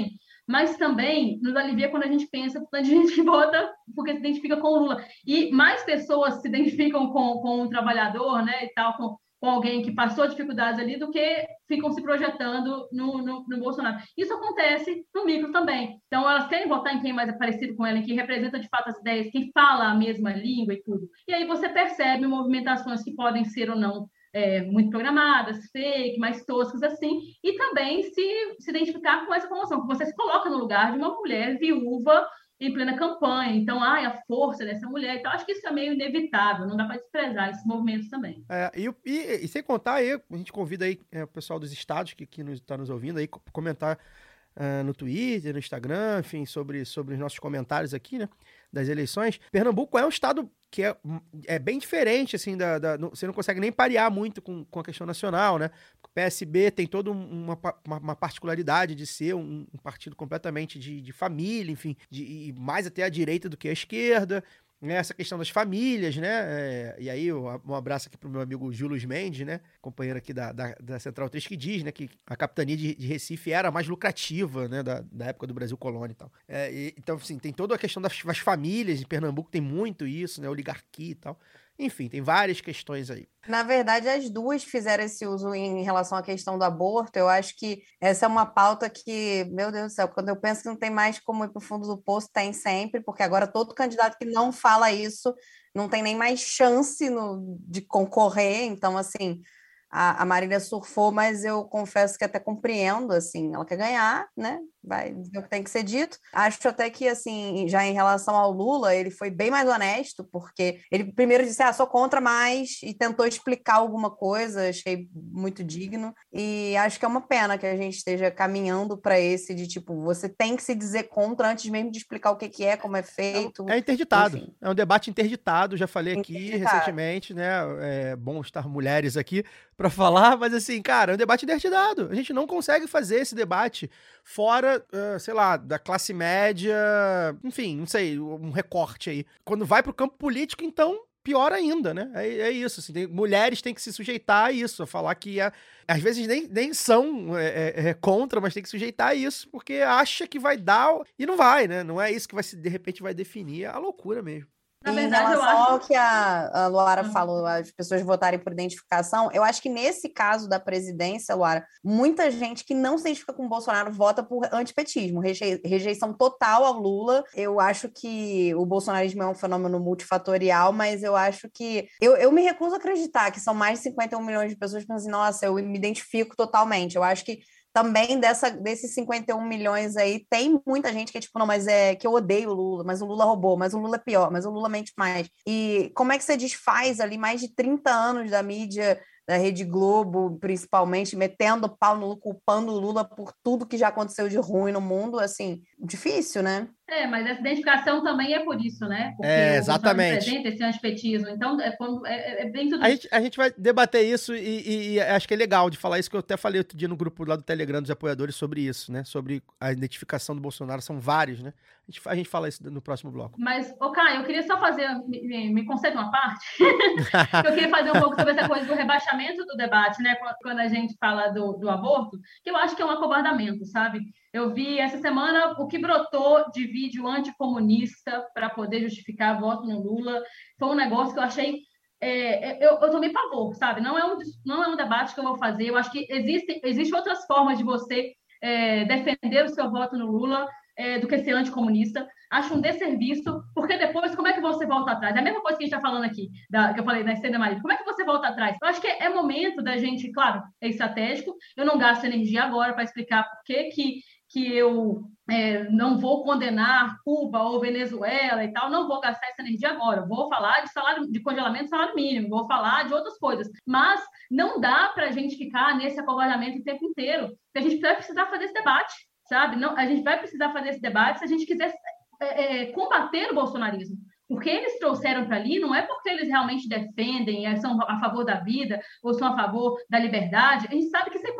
S6: mas também nos alivia quando a gente pensa que a gente vota porque se identifica com o Lula. E mais pessoas se identificam com um trabalhador, né, e tal, com alguém que passou dificuldades ali, do que ficam se projetando no Bolsonaro. Isso acontece no micro também. Então, elas querem votar em quem mais é parecido com ela, em quem representa de fato as ideias, quem fala a mesma língua e tudo. E aí você percebe movimentações que podem ser ou não muito programadas, fake, mais toscas assim, e também se identificar com essa comoção, que você se coloca no lugar de uma mulher viúva em plena campanha. Então, a força dessa mulher. Então, acho que isso é meio inevitável, não dá para desprezar esses movimentos também.
S4: E sem contar aí, a gente convida aí o pessoal dos estados que está nos ouvindo aí, comentar no Twitter, no Instagram, enfim, sobre os nossos comentários aqui, né, das eleições. Pernambuco é um estado que é bem diferente, assim, você não consegue nem parear muito com a questão nacional, né? O PSB tem toda uma particularidade de ser um partido completamente de família, enfim, e mais até à direita do que à esquerda, né? Essa questão das famílias, né? E aí, um abraço aqui pro meu amigo Júlio Mendes, né? Companheiro aqui da Central 3, que diz, né, que a capitania de Recife era a mais lucrativa, né, da época do Brasil colônia e tal. Então, assim, tem toda a questão das famílias, em Pernambuco tem muito isso, né? Oligarquia e tal. Enfim, tem várias questões aí.
S5: Na verdade, as duas fizeram esse uso em relação à questão do aborto. Eu acho que essa é uma pauta que, meu Deus do céu, quando eu penso que não tem mais como ir para o fundo do poço, tem sempre, porque agora todo candidato que não fala isso não tem nem mais chance de concorrer. Então, assim, a Marília surfou, mas eu confesso que até compreendo, assim, ela quer ganhar, né? Vai dizer o que tem que ser dito. Acho até que, assim, já em relação ao Lula, ele foi bem mais honesto, porque ele primeiro disse, sou contra, mas, e tentou explicar alguma coisa, achei muito digno, e acho que é uma pena que a gente esteja caminhando para esse de, tipo, você tem que se dizer contra antes mesmo de explicar o que é, como é feito.
S4: É interditado, enfim. É um debate interditado, já falei aqui recentemente, né, é bom estar mulheres aqui para falar, mas assim, cara, é um debate interditado, a gente não consegue fazer esse debate fora, sei lá, da classe média, enfim, não sei, um recorte aí. Quando vai pro campo político, então, pior ainda, né? É isso, assim, mulheres têm que se sujeitar a isso, a falar que às vezes nem são contra, mas tem que sujeitar a isso, porque acha que vai dar e não vai, né? Não é isso que de repente vai definir a loucura mesmo.
S6: Na verdade,
S5: eu acho... ao que a Luara falou, as pessoas votarem por identificação, eu acho que nesse caso da presidência, Luara, muita gente que não se identifica com o Bolsonaro vota por antipetismo, rejeição total ao Lula. Eu acho que o bolsonarismo é um fenômeno multifatorial, mas eu acho que... Eu me recuso a acreditar que são mais de 51 milhões de pessoas que pensam assim, nossa, eu me identifico totalmente. Eu acho que também desses 51 milhões aí, tem muita gente que é tipo, não, mas que eu odeio o Lula, mas o Lula roubou, mas o Lula é pior, mas o Lula mente mais. E como é que você desfaz ali mais de 30 anos da mídia, da Rede Globo, principalmente, metendo pau no Lula, culpando o Lula por tudo que já aconteceu de ruim no mundo, assim, difícil, né?
S6: Mas essa identificação também é por isso, né? Porque
S4: exatamente.
S6: O representa esse antipetismo. Então, é bem tudo
S4: isso. A gente vai debater isso e acho que é legal de falar isso, que eu até falei outro dia no grupo lá do Telegram dos apoiadores sobre isso, né? Sobre a identificação do Bolsonaro, são vários, né? A gente fala isso no próximo bloco.
S6: Mas, Caio, eu queria só fazer... Me concede uma parte? Eu queria fazer um pouco sobre essa coisa do rebaixamento do debate, né? Quando a gente fala do aborto, que eu acho que é um acobardamento, sabe? Eu vi essa semana o que brotou de vídeo anticomunista para poder justificar voto no Lula. Foi um negócio que eu achei... eu tomei pavor, sabe? Não é um debate que eu vou fazer. Eu acho que existem outras formas de você defender o seu voto no Lula do que ser anticomunista. Acho um desserviço, porque depois, como é que você volta atrás? É a mesma coisa que a gente está falando aqui, que eu falei da Estênia Maria. Como é que você volta atrás? Eu acho que é momento da gente, claro, é estratégico. Eu não gasto energia agora para explicar por que eu não vou condenar Cuba ou Venezuela e tal, não vou gastar essa energia agora. Eu vou falar de congelamento de salário mínimo, vou falar de outras coisas. Mas não dá para a gente ficar nesse acovardamento o tempo inteiro, porque a gente vai precisar fazer esse debate, sabe? Não, a gente vai precisar fazer esse debate se a gente quiser combater o bolsonarismo. Porque eles trouxeram para ali, não é porque eles realmente defendem, são a favor da vida, ou são a favor da liberdade. A gente sabe que isso é hipocrisia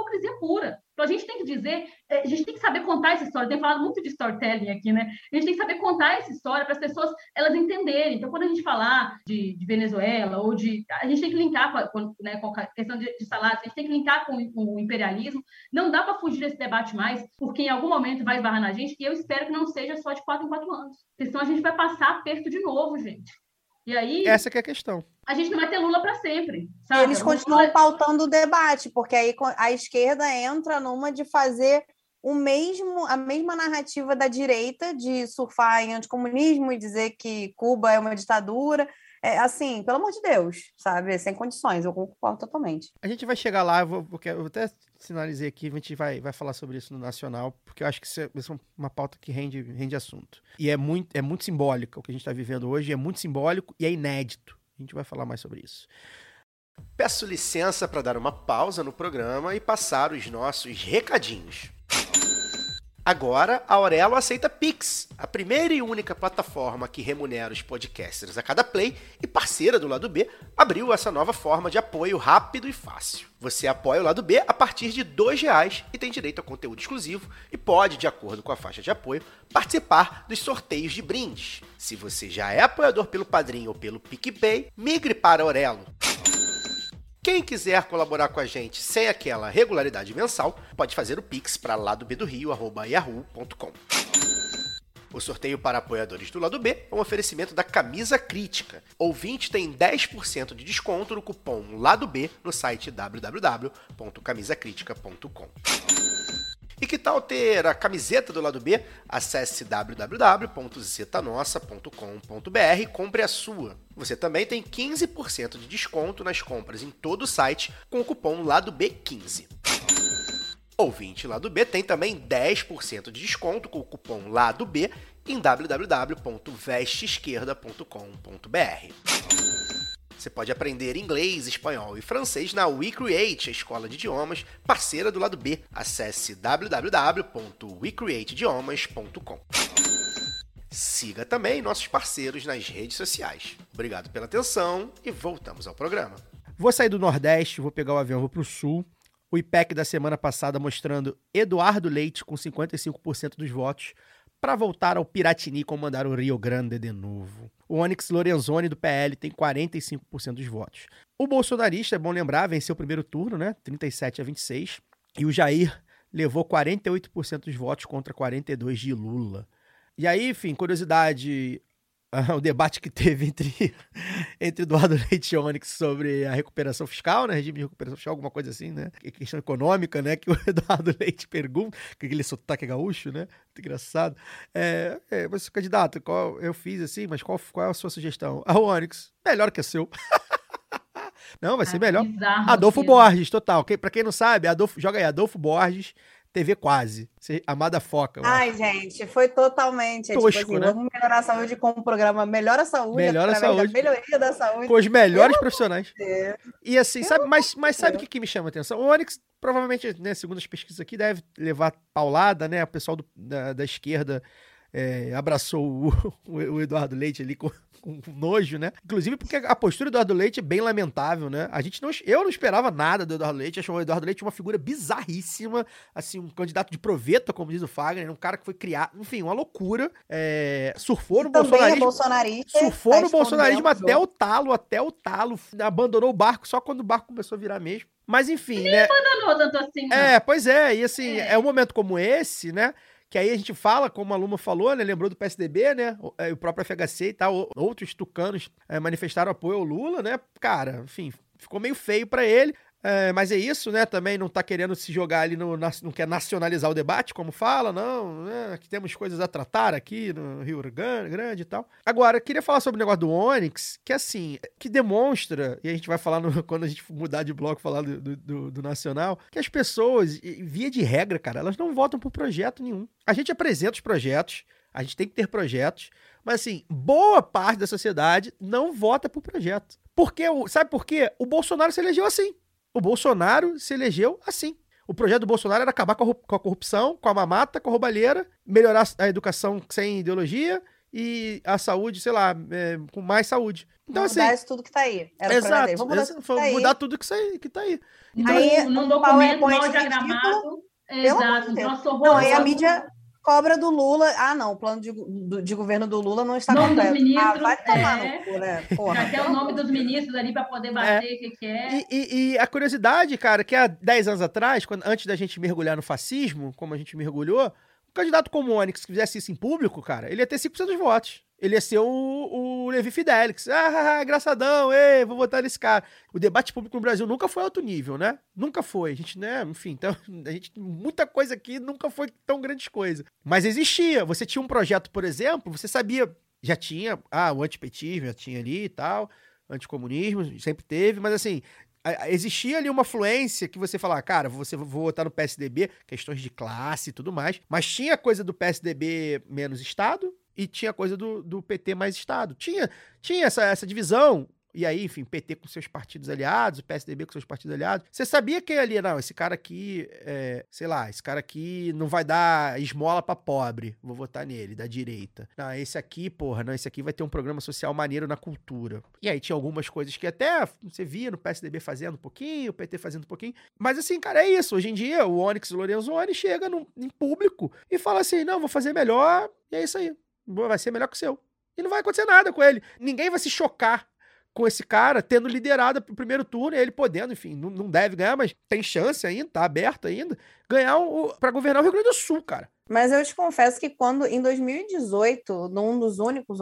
S6: loucura. Então, a gente tem que dizer, a gente tem que saber contar essa história. Eu tenho falado muito de storytelling aqui, né? A gente tem que saber contar essa história para as pessoas elas entenderem. Então, quando a gente falar de Venezuela, ou a gente tem que linkar com a questão de salários, a gente tem que linkar com o imperialismo. Não dá para fugir desse debate mais, porque em algum momento vai esbarrar na gente, e eu espero que não seja só de 4 em 4 anos. Porque senão a gente vai passar aperto de novo, gente. E aí...
S4: Essa que é a questão.
S6: A gente não vai ter Lula para sempre, sabe?
S5: Eles continuam pautando o debate, porque aí a esquerda entra numa de fazer a mesma narrativa da direita, de surfar em anticomunismo e dizer que Cuba é uma ditadura. Assim, pelo amor de Deus, sabe? Sem condições, eu concordo totalmente.
S4: A gente vai chegar lá, eu até sinalizei aqui, a gente vai falar sobre isso no Nacional, porque eu acho que isso é uma pauta que rende assunto. E é muito simbólico o que a gente está vivendo hoje, é muito simbólico e é inédito. A gente vai falar mais sobre isso. Peço licença para dar uma pausa no programa e passar os nossos recadinhos. Agora, a Aurelo aceita Pix, a primeira e única plataforma que remunera os podcasters a cada play e parceira do Lado B, abriu essa nova forma de apoio rápido e fácil. Você apoia o Lado B a partir de R$2 e tem direito a conteúdo exclusivo e pode, de acordo com a faixa de apoio, participar dos sorteios de brindes. Se você já é apoiador pelo Padrim ou pelo PicPay, migre para a Aurelo. Quem quiser colaborar com a gente sem aquela regularidade mensal, pode fazer o Pix para ladobedorio@yahoo.com. O sorteio para apoiadores do Lado B é um oferecimento da Camisa Crítica. Ouvinte tem 10% de desconto no cupom Lado B no site www.camisacritica.com. E que tal ter a camiseta do Lado B? Acesse www.zetanossa.com.br e compre a sua. Você também tem 15% de desconto nas compras em todo o site com o cupom Lado B15. Ouvinte Lado B tem também 10% de desconto com o cupom Lado B em www.vesteesquerda.com.br. Você pode aprender inglês, espanhol e francês na WeCreate, a escola de idiomas parceira do Lado B. Acesse www.wecreateidiomas.com. Siga também nossos parceiros nas redes sociais. Obrigado pela atenção e voltamos ao programa. Vou sair do Nordeste, vou pegar o avião, vou para o Sul. O IPEC da semana passada mostrando Eduardo Leite com 55% dos votos para voltar ao Piratini comandar o Rio Grande de novo. O Onyx Lorenzoni, do PL, tem 45% dos votos. O bolsonarista, é bom lembrar, venceu o primeiro turno, né? 37-26. E o Jair levou 48% dos votos contra 42% de Lula. E aí, enfim, curiosidade, o debate que teve entre Eduardo Leite e Onyx sobre a recuperação fiscal, né? Regime de recuperação fiscal, alguma coisa assim, né? Questão econômica, né? Que o Eduardo Leite pergunta, que aquele sotaque gaúcho, né? Muito engraçado. Mas, candidato, eu fiz assim, mas qual é a sua sugestão? O Onyx, melhor que a seu. Não, vai ser melhor.
S6: Bizarro,
S4: Adolfo Borges, total. Pra quem não sabe, joga aí, Adolfo Borges, TV Quase. Amada Foca.
S5: Ai, gente, foi totalmente.
S4: Tosco,
S5: tipo assim,
S4: né?
S5: vamos melhorar a saúde com o programa Melhora a Saúde.
S4: Melhora a Saúde.
S5: Da melhoria da saúde.
S4: Com os melhores profissionais.
S5: Deus.
S4: E assim, sabe, mas sabe o que me chama a atenção? O Onyx, provavelmente, né, segundo as pesquisas aqui, deve levar paulada, né? O pessoal da esquerda abraçou o Eduardo Leite ali com nojo, né? Inclusive porque a postura do Eduardo Leite é bem lamentável, né? Eu não esperava nada do Eduardo Leite, achava o Eduardo Leite uma figura bizarríssima, assim, um candidato de proveta, como diz o Fagner, um cara que foi criado, enfim, uma loucura, surfou no bolsonarismo, surfou no bolsonarismo até o talo, abandonou o barco só quando o barco começou a virar mesmo. Mas enfim,
S6: Ele
S4: né?
S6: abandonou tanto assim.
S4: Pois é, e assim, é um momento como esse, né? Que aí a gente fala, como a Luma falou, né? Lembrou do PSDB, né? O próprio FHC e tal, outros tucanos manifestaram apoio ao Lula, né? Cara, enfim, ficou meio feio pra ele. Mas é isso, né? Também não tá querendo se jogar ali, não quer nacionalizar o debate, como fala, não, né? Que temos coisas a tratar aqui no Rio Grande e tal. Agora, eu queria falar sobre o negócio do Onyx, que assim, que demonstra, e a gente vai falar quando a gente mudar de bloco, falar do Nacional, que as pessoas, via de regra, cara, elas não votam por projeto nenhum. A gente apresenta os projetos, a gente tem que ter projetos, mas assim, boa parte da sociedade não vota por projeto. Sabe por quê? O Bolsonaro se elegeu assim. O Bolsonaro se elegeu assim. O projeto do Bolsonaro era acabar com a corrupção, com a mamata, com a roubalheira, melhorar a educação sem ideologia e a saúde, sei lá, com mais saúde. Então,
S5: Vou
S4: assim...
S5: mudar isso tudo que tá aí. Era o
S4: Exato,
S5: dele. Vou mudar tudo que tá aí.
S4: mudar tudo que tá aí.
S6: Então,
S5: Aí,
S6: num
S5: um
S6: documento
S5: PowerPoint
S6: mal
S5: ridículo,
S6: diagramado,
S5: pelo amor
S6: exato,
S5: de
S6: um
S5: Deus.
S6: troço
S5: Não, aí a
S6: horroroso.
S5: mídia cobra do Lula. Ah, não, o plano de governo do Lula não está
S6: Nome dos
S5: completo.
S6: ministros,
S5: Vai tomar no cu, né? Porra,
S6: já quer o nome dos ministros ali para poder bater o que é.
S4: E a curiosidade, cara, que há 10 anos atrás, antes da gente mergulhar no fascismo, como a gente mergulhou, um candidato como o Onyx que fizesse isso em público, cara, ele ia ter 5% dos votos. Ele ia ser o Levi Fidelix. Engraçadão, vou votar nesse cara. O debate público no Brasil nunca foi alto nível, né? Nunca foi. A gente, né? Enfim, então, muita coisa aqui nunca foi tão grandes coisas. Mas existia. Você tinha um projeto, por exemplo, você sabia, já tinha, o antipetismo já tinha ali e tal, anticomunismo, sempre teve, mas assim, existia ali uma fluência que você falava, cara, vou votar no PSDB, questões de classe e tudo mais, mas tinha coisa do PSDB menos Estado, e tinha coisa do PT mais Estado. Tinha essa divisão. E aí, enfim, PT com seus partidos aliados, o PSDB com seus partidos aliados. Você sabia que ali, não, esse cara aqui, sei lá, esse cara aqui não vai dar esmola pra pobre. Vou votar nele, da direita. Não, esse aqui, esse aqui vai ter um programa social maneiro na cultura. E aí tinha algumas coisas que até você via no PSDB fazendo um pouquinho, o PT fazendo um pouquinho. Mas assim, cara, é isso. Hoje em dia, o Onyx Lorenzoni chega em público e fala assim, não, vou fazer melhor, e é isso aí. Vai ser melhor que o seu. E não vai acontecer nada com ele. Ninguém vai se chocar com esse cara tendo liderado pro primeiro turno e ele podendo, enfim, não deve ganhar, mas tem chance ainda, tá aberto ainda, ganhar pra governar o Rio Grande do Sul, cara.
S5: Mas eu te confesso que quando, em 2018, num dos únicos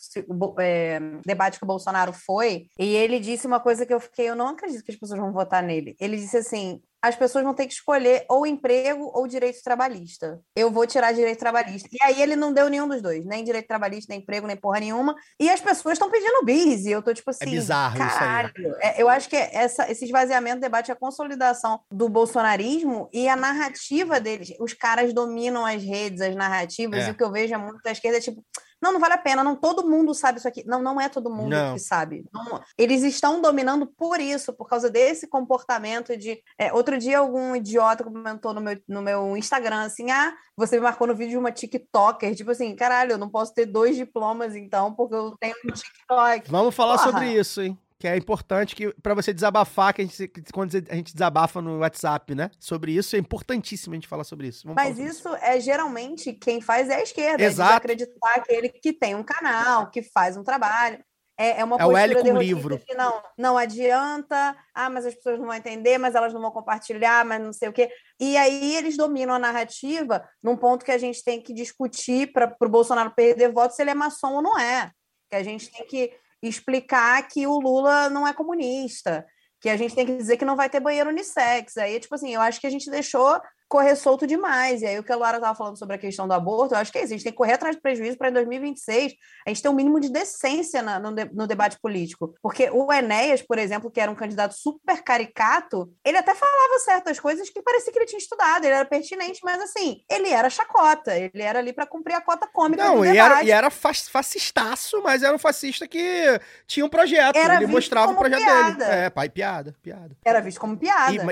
S5: debate que o Bolsonaro foi, e ele disse uma coisa que eu não acredito que as pessoas vão votar nele. Ele disse assim, as pessoas vão ter que escolher ou emprego ou direito trabalhista. Eu vou tirar direito trabalhista. E aí ele não deu nenhum dos dois, nem direito trabalhista, nem emprego, nem porra nenhuma. E as pessoas estão pedindo bis, e eu tô tipo assim,
S4: bizarro
S5: caralho.
S4: Isso aí.
S5: Eu acho que esse esvaziamento do debate é a consolidação do bolsonarismo e a narrativa deles. Os caras dominam as redes, as narrativas, e o que eu vejo é muito da esquerda, tipo, não vale a pena, não, todo mundo sabe isso aqui. Não é todo mundo que sabe. Não, eles estão dominando por isso, por causa desse comportamento de... outro dia algum idiota comentou no meu Instagram, assim, você me marcou no vídeo de uma TikToker, tipo assim, caralho, eu não posso ter 2 diplomas, então, porque eu tenho um TikTok.
S4: Vamos falar sobre isso, hein? Que é importante pra você desabafar, quando a gente desabafa no WhatsApp, né? Sobre isso, é importantíssimo a gente falar sobre isso.
S5: Mas isso geralmente quem faz é a esquerda.
S4: Exato.
S5: É desacreditar aquele que tem um canal, que faz um trabalho. É uma postura
S4: o L com livro.
S5: Que não adianta, mas as pessoas não vão entender, mas elas não vão compartilhar, mas não sei o quê. E aí eles dominam a narrativa num ponto que a gente tem que discutir para o Bolsonaro perder voto se ele é maçom ou não é. Que a gente tem que explicar que o Lula não é comunista, que a gente tem que dizer que não vai ter banheiro unissex. Aí, tipo assim, eu acho que a gente deixou correr solto demais. E aí o que a Laura estava falando sobre a questão do aborto, eu acho que é isso. A gente tem que correr atrás de prejuízo para em 2026 a gente ter um mínimo de decência no debate político. Porque o Enéas, por exemplo, que era um candidato super caricato, ele até falava certas coisas que parecia que ele tinha estudado, ele era pertinente, mas assim, ele era chacota, ele era ali para cumprir a cota cômica do debate.
S4: E era fascistaço, mas era um fascista que tinha um projeto, ele mostrava o projeto dele. Piada.
S5: Era visto como piada.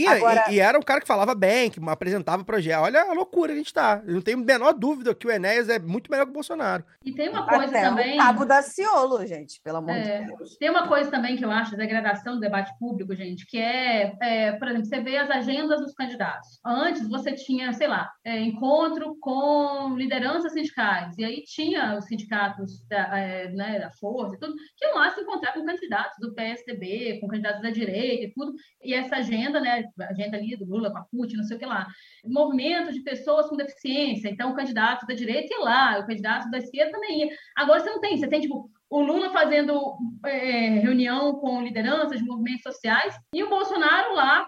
S4: E era um cara que falava bem, que apresentava o projeto. Olha a loucura que a gente tá. Eu não tenho a menor dúvida que o Enéas é muito melhor que o Bolsonaro.
S6: E tem uma coisa também...
S5: o Cabo Daciolo, gente, pelo amor de Deus.
S6: Tem uma coisa também que eu acho, da degradação do debate público, gente, que por exemplo, você vê as agendas dos candidatos. Antes você tinha, sei lá, encontro com lideranças sindicais, e aí tinha os sindicatos da Força e tudo, que iam lá se encontrar com candidatos do PSDB, com candidatos da direita e tudo, e essa agenda, né, a agenda ali do Lula com a Putin, não sei o que lá, movimento de pessoas com deficiência, então o candidato da direita ia lá, o candidato da esquerda também ia. Agora você tem tipo o Lula fazendo reunião com lideranças de movimentos sociais e o Bolsonaro lá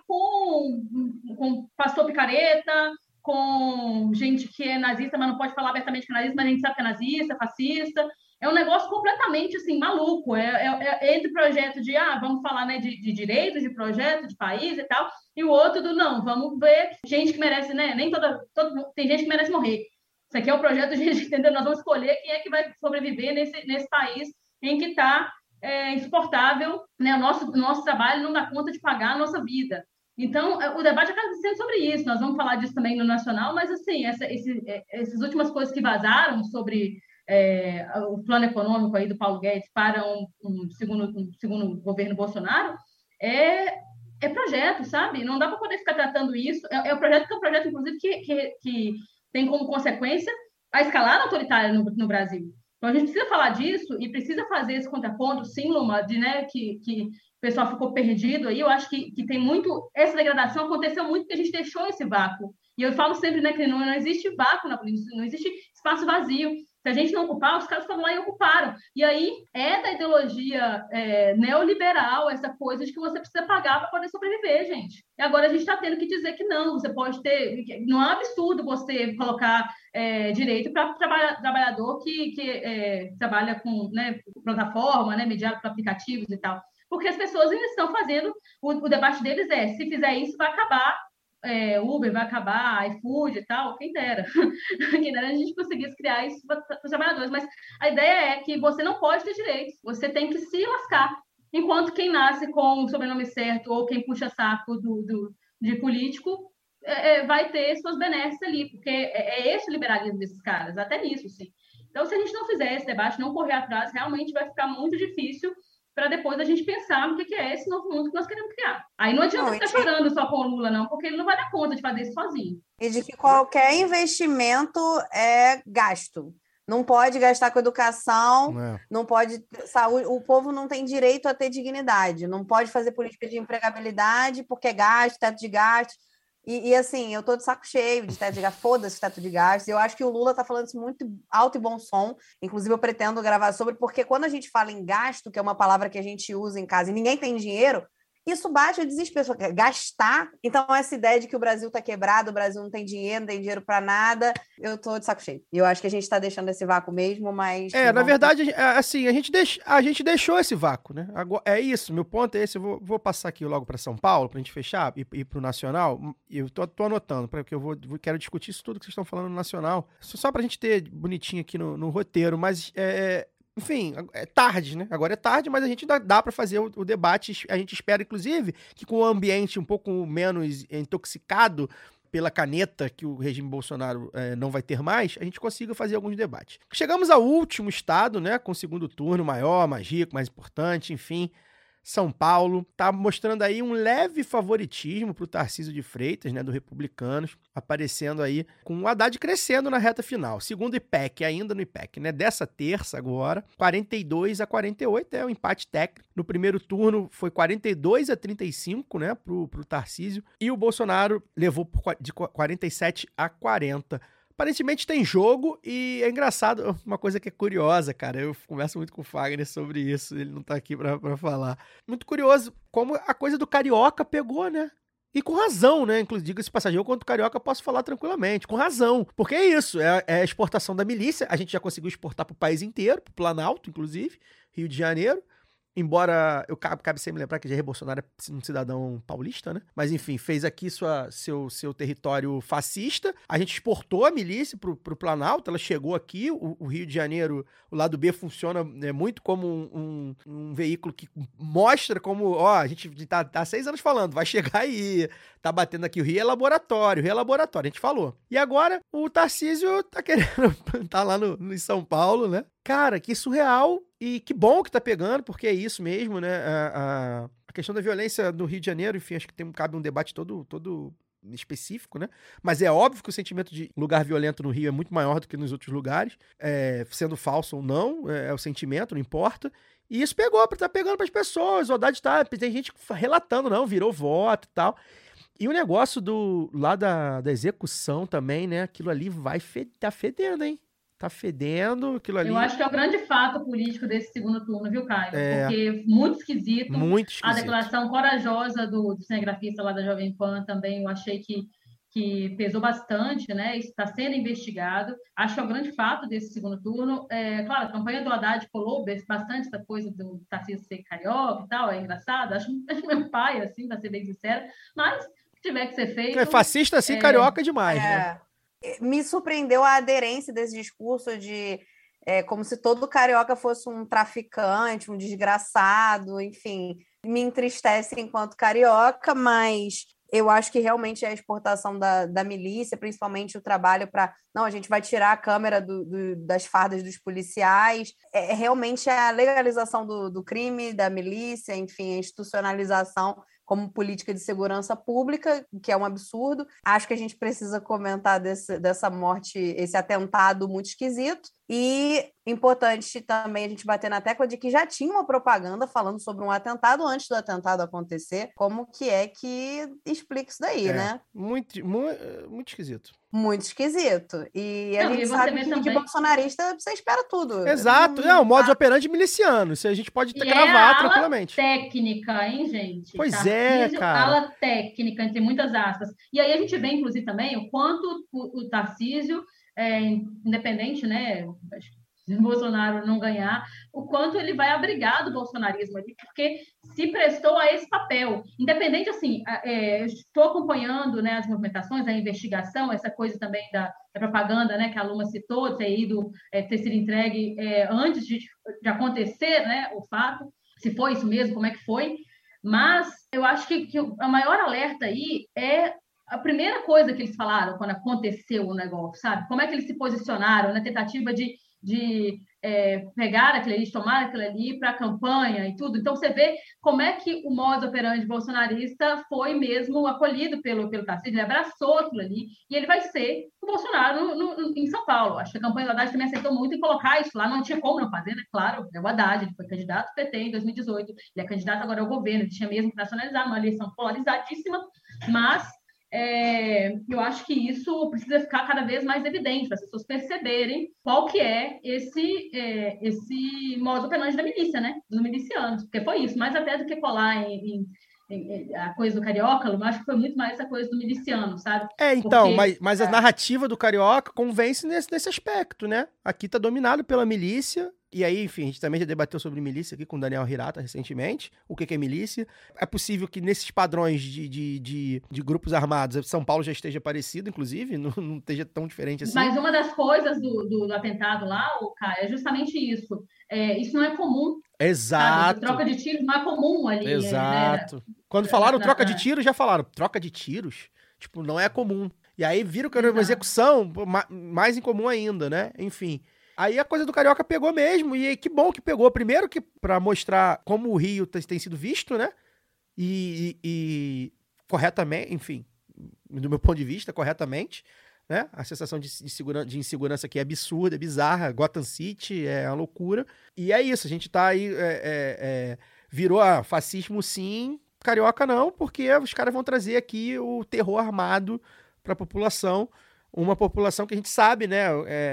S6: com pastor picareta, com gente que é nazista, mas não pode falar abertamente que é nazista, mas a gente sabe que é nazista, fascista. É um negócio completamente, assim, maluco. Entre projeto de, vamos falar, né, de direitos, de projeto, de país e tal, e o outro não, vamos ver gente que merece, né, tem gente que merece morrer. Isso aqui é um projeto de gente, entendeu? Nós vamos escolher quem é que vai sobreviver nesse país em que está insuportável, né? O nosso trabalho não dá conta de pagar a nossa vida. Então, o debate acaba sendo sobre isso. Nós vamos falar disso também no Nacional, mas, assim, essas últimas coisas que vazaram sobre o plano econômico aí do Paulo Guedes para um segundo governo Bolsonaro, é projeto, sabe? Não dá para poder ficar tratando isso. É um projeto que é um projeto, inclusive, que tem como consequência a escalada autoritária no Brasil. Então, a gente precisa falar disso e precisa fazer esse contraponto, sim, Luma, que o pessoal ficou perdido aí. Eu acho que tem muito... Essa degradação aconteceu muito porque a gente deixou esse vácuo. E eu falo sempre, né, que não existe vácuo na política, não existe espaço vazio. Se a gente não ocupar, os caras foram lá e ocuparam. E aí é da ideologia neoliberal essa coisa de que você precisa pagar para poder sobreviver, gente. E agora a gente está tendo que dizer que não, você pode ter... Não é um absurdo você colocar direito para trabalhador que trabalha com, né, plataforma, né, mediado por aplicativos e tal. Porque as pessoas ainda estão fazendo... O debate deles se fizer isso, vai acabar... Uber vai acabar, iFood e tal, quem dera. Quem dera a gente conseguisse criar isso para os trabalhadores. Mas a ideia é que você não pode ter direitos, você tem que se lascar. Enquanto quem nasce com o sobrenome certo ou quem puxa saco de político vai ter suas benesses ali, porque é esse o liberalismo desses caras, até nisso, sim. Então, se a gente não fizer esse debate, não correr atrás, realmente vai ficar muito difícil para depois a gente pensar no que é esse novo mundo que nós queremos criar. Aí não adianta ficar chorando só com o Lula, não, porque ele não vai dar conta de fazer isso sozinho.
S5: E de que qualquer investimento é gasto. Não pode gastar com educação, não pode... Saúde, o povo não tem direito a ter dignidade, não pode fazer política de empregabilidade porque é gasto, teto de gastos. E assim, eu tô de saco cheio de teto de gastos, foda-se teto de gastos. Eu acho que o Lula tá falando isso muito alto e bom som. Inclusive, eu pretendo gravar sobre, porque quando a gente fala em gasto, que é uma palavra que a gente usa em casa, e ninguém tem dinheiro, isso bate o desespero. Gastar. Então, essa ideia de que o Brasil tá quebrado, o Brasil não tem dinheiro para nada, eu tô de saco cheio. E eu acho que a gente tá deixando esse vácuo mesmo, mas...
S4: na verdade, assim, a gente deixou esse vácuo, né? Agora, é isso, meu ponto é esse. Eu vou passar aqui logo para São Paulo, pra gente fechar, e ir pro Nacional. Eu tô anotando, porque eu quero discutir isso tudo que vocês estão falando no Nacional. Só pra gente ter bonitinho aqui no roteiro, mas... Enfim, é tarde, né? Agora é tarde, mas a gente dá para fazer o debate. A gente espera, inclusive, que com o ambiente um pouco menos intoxicado pela caneta que o regime Bolsonaro não vai ter mais, a gente consiga fazer alguns debates. Chegamos ao último estado, né? Com o segundo turno maior, mais rico, mais importante, enfim... São Paulo, tá mostrando aí um leve favoritismo pro Tarcísio de Freitas, né, do Republicanos, aparecendo aí com o Haddad crescendo na reta final. Segundo IPEC, ainda no IPEC, né, dessa terça agora, 42-48 é o empate técnico. No primeiro turno foi 42-35, né, pro Tarcísio, e o Bolsonaro levou de 47-40. Aparentemente tem jogo e é engraçado, uma coisa que é curiosa, cara, eu converso muito com o Fagner sobre isso, ele não tá aqui pra falar. Muito curioso como a coisa do carioca pegou, né? E com razão, né? Inclusive, diga-se de passagem, eu quanto carioca posso falar tranquilamente, com razão. Porque é isso, é a exportação da milícia, a gente já conseguiu exportar pro país inteiro, pro Planalto, inclusive, Rio de Janeiro. Embora, cabe sempre lembrar que Jair Bolsonaro é um cidadão paulista, né? Mas enfim, fez aqui seu território fascista. A gente exportou a milícia pro Planalto, ela chegou aqui. O Rio de Janeiro, o lado B funciona muito como um veículo que mostra como, a gente tá há 6 anos falando, vai chegar aí, tá batendo aqui, o Rio é laboratório, a gente falou. E agora, o Tarcísio tá querendo tá lá no São Paulo, né? Cara, que surreal e que bom que tá pegando, porque é isso mesmo, né? A questão da violência no Rio de Janeiro, enfim, acho que cabe um debate todo específico, né? Mas é óbvio que o sentimento de lugar violento no Rio é muito maior do que nos outros lugares, sendo falso ou não, é o sentimento, não importa. E isso tá pegando pras pessoas, o Haddad tem gente relatando, não, virou voto e tal. E o negócio lá da execução também, né? Aquilo ali tá fedendo, hein? Tá fedendo, aquilo ali...
S6: Eu acho que é o grande fato político desse segundo turno, viu, Caio? Porque muito esquisito.
S4: Muito esquisito.
S6: A declaração corajosa do cinegrafista lá da Jovem Pan também, eu achei que pesou bastante, né? Isso está sendo investigado. Acho que é o grande fato desse segundo turno. Claro, a campanha do Haddad colou bastante essa coisa do Tarcísio ser carioca e tal, é engraçado. Acho meu pai, assim, para ser bem sincera. Mas, se tiver que ser feito...
S4: É fascista, assim, carioca demais, né?
S5: Me surpreendeu a aderência desse discurso de como se todo carioca fosse um traficante, um desgraçado, enfim. Me entristece enquanto carioca, mas Eu acho que realmente é a exportação da milícia, principalmente o trabalho para... Não, a gente vai tirar a câmera das fardas dos policiais. Realmente é a legalização do crime, da milícia, enfim, a institucionalização como política de segurança pública, que é um absurdo. Acho que a gente precisa comentar dessa morte, esse atentado muito esquisito. E importante também a gente bater na tecla de que já tinha uma propaganda falando sobre um atentado antes do atentado acontecer. Como que é que explica isso daí, né?
S4: Muito esquisito.
S5: Muito esquisito. E a gente sabe que
S6: também...
S5: de bolsonarista você espera tudo.
S4: Exato. O modus operandi miliciano. Isso a gente pode cravar tranquilamente.
S6: Técnica, hein, gente?
S4: Pois
S6: Tarcísio,
S4: cara.
S6: Ala técnica, entre muitas aspas. E aí a gente vê, inclusive, também o quanto o Tarcísio, independente, né? Se o Bolsonaro não ganhar, o quanto ele vai abrigar do bolsonarismo ali, porque se prestou a esse papel. Independente, assim, estou acompanhando, né, as movimentações, a investigação, essa coisa também da propaganda, né, que a Luma citou, ter sido entregue antes de acontecer, né, o fato, se foi isso mesmo, como é que foi. Mas eu acho que a maior alerta aí é a primeira coisa que eles falaram quando aconteceu o negócio, sabe? Como é que eles se posicionaram na tentativa de pegar aquilo ali, tomar aquilo ali para a campanha e tudo. Então, você vê como é que o modus operandi bolsonarista foi mesmo acolhido pelo Tarcísio, ele abraçou aquilo ali, e ele vai ser o Bolsonaro em São Paulo. Acho que a campanha do Haddad também aceitou muito em colocar isso lá, não tinha como não fazer, né? Claro, é o Haddad, ele foi candidato do PT em 2018, ele é candidato agora ao governo, ele tinha mesmo que nacionalizar, uma eleição polarizadíssima, mas... eu acho que isso precisa ficar cada vez mais evidente para as pessoas perceberem qual que é esse modus operandi da milícia, né? Dos milicianos, porque foi isso, mais até do que colar a coisa do carioca, eu acho que foi muito mais essa coisa do miliciano, sabe?
S4: Então, mas a narrativa do carioca convence nesse aspecto, né? Aqui tá dominado pela milícia. E aí, enfim, a gente também já debateu sobre milícia aqui com o Daniel Hirata recentemente. O que é milícia? É possível que nesses padrões de grupos armados, São Paulo já esteja parecido, inclusive, não esteja tão diferente assim.
S6: Mas uma das coisas do atentado lá, Caio, é justamente isso. Isso não é comum.
S4: Exato.
S6: Sabe? Troca de tiros não é comum ali.
S4: Exato. Né? Quando falaram troca de tiros, já falaram. Troca de tiros, tipo, não é comum. E aí viram que era uma execução mais incomum ainda, né? Enfim... Aí a coisa do carioca pegou mesmo, e que bom que pegou. Primeiro que para mostrar como o Rio tem sido visto, né? E corretamente, enfim, do meu ponto de vista, corretamente, né? A sensação de insegurança aqui é absurda, é bizarra. Gotham City é uma loucura. E é isso, a gente tá aí, virou fascismo sim, carioca não, porque os caras vão trazer aqui o terror armado para a população. Uma população que a gente sabe, né?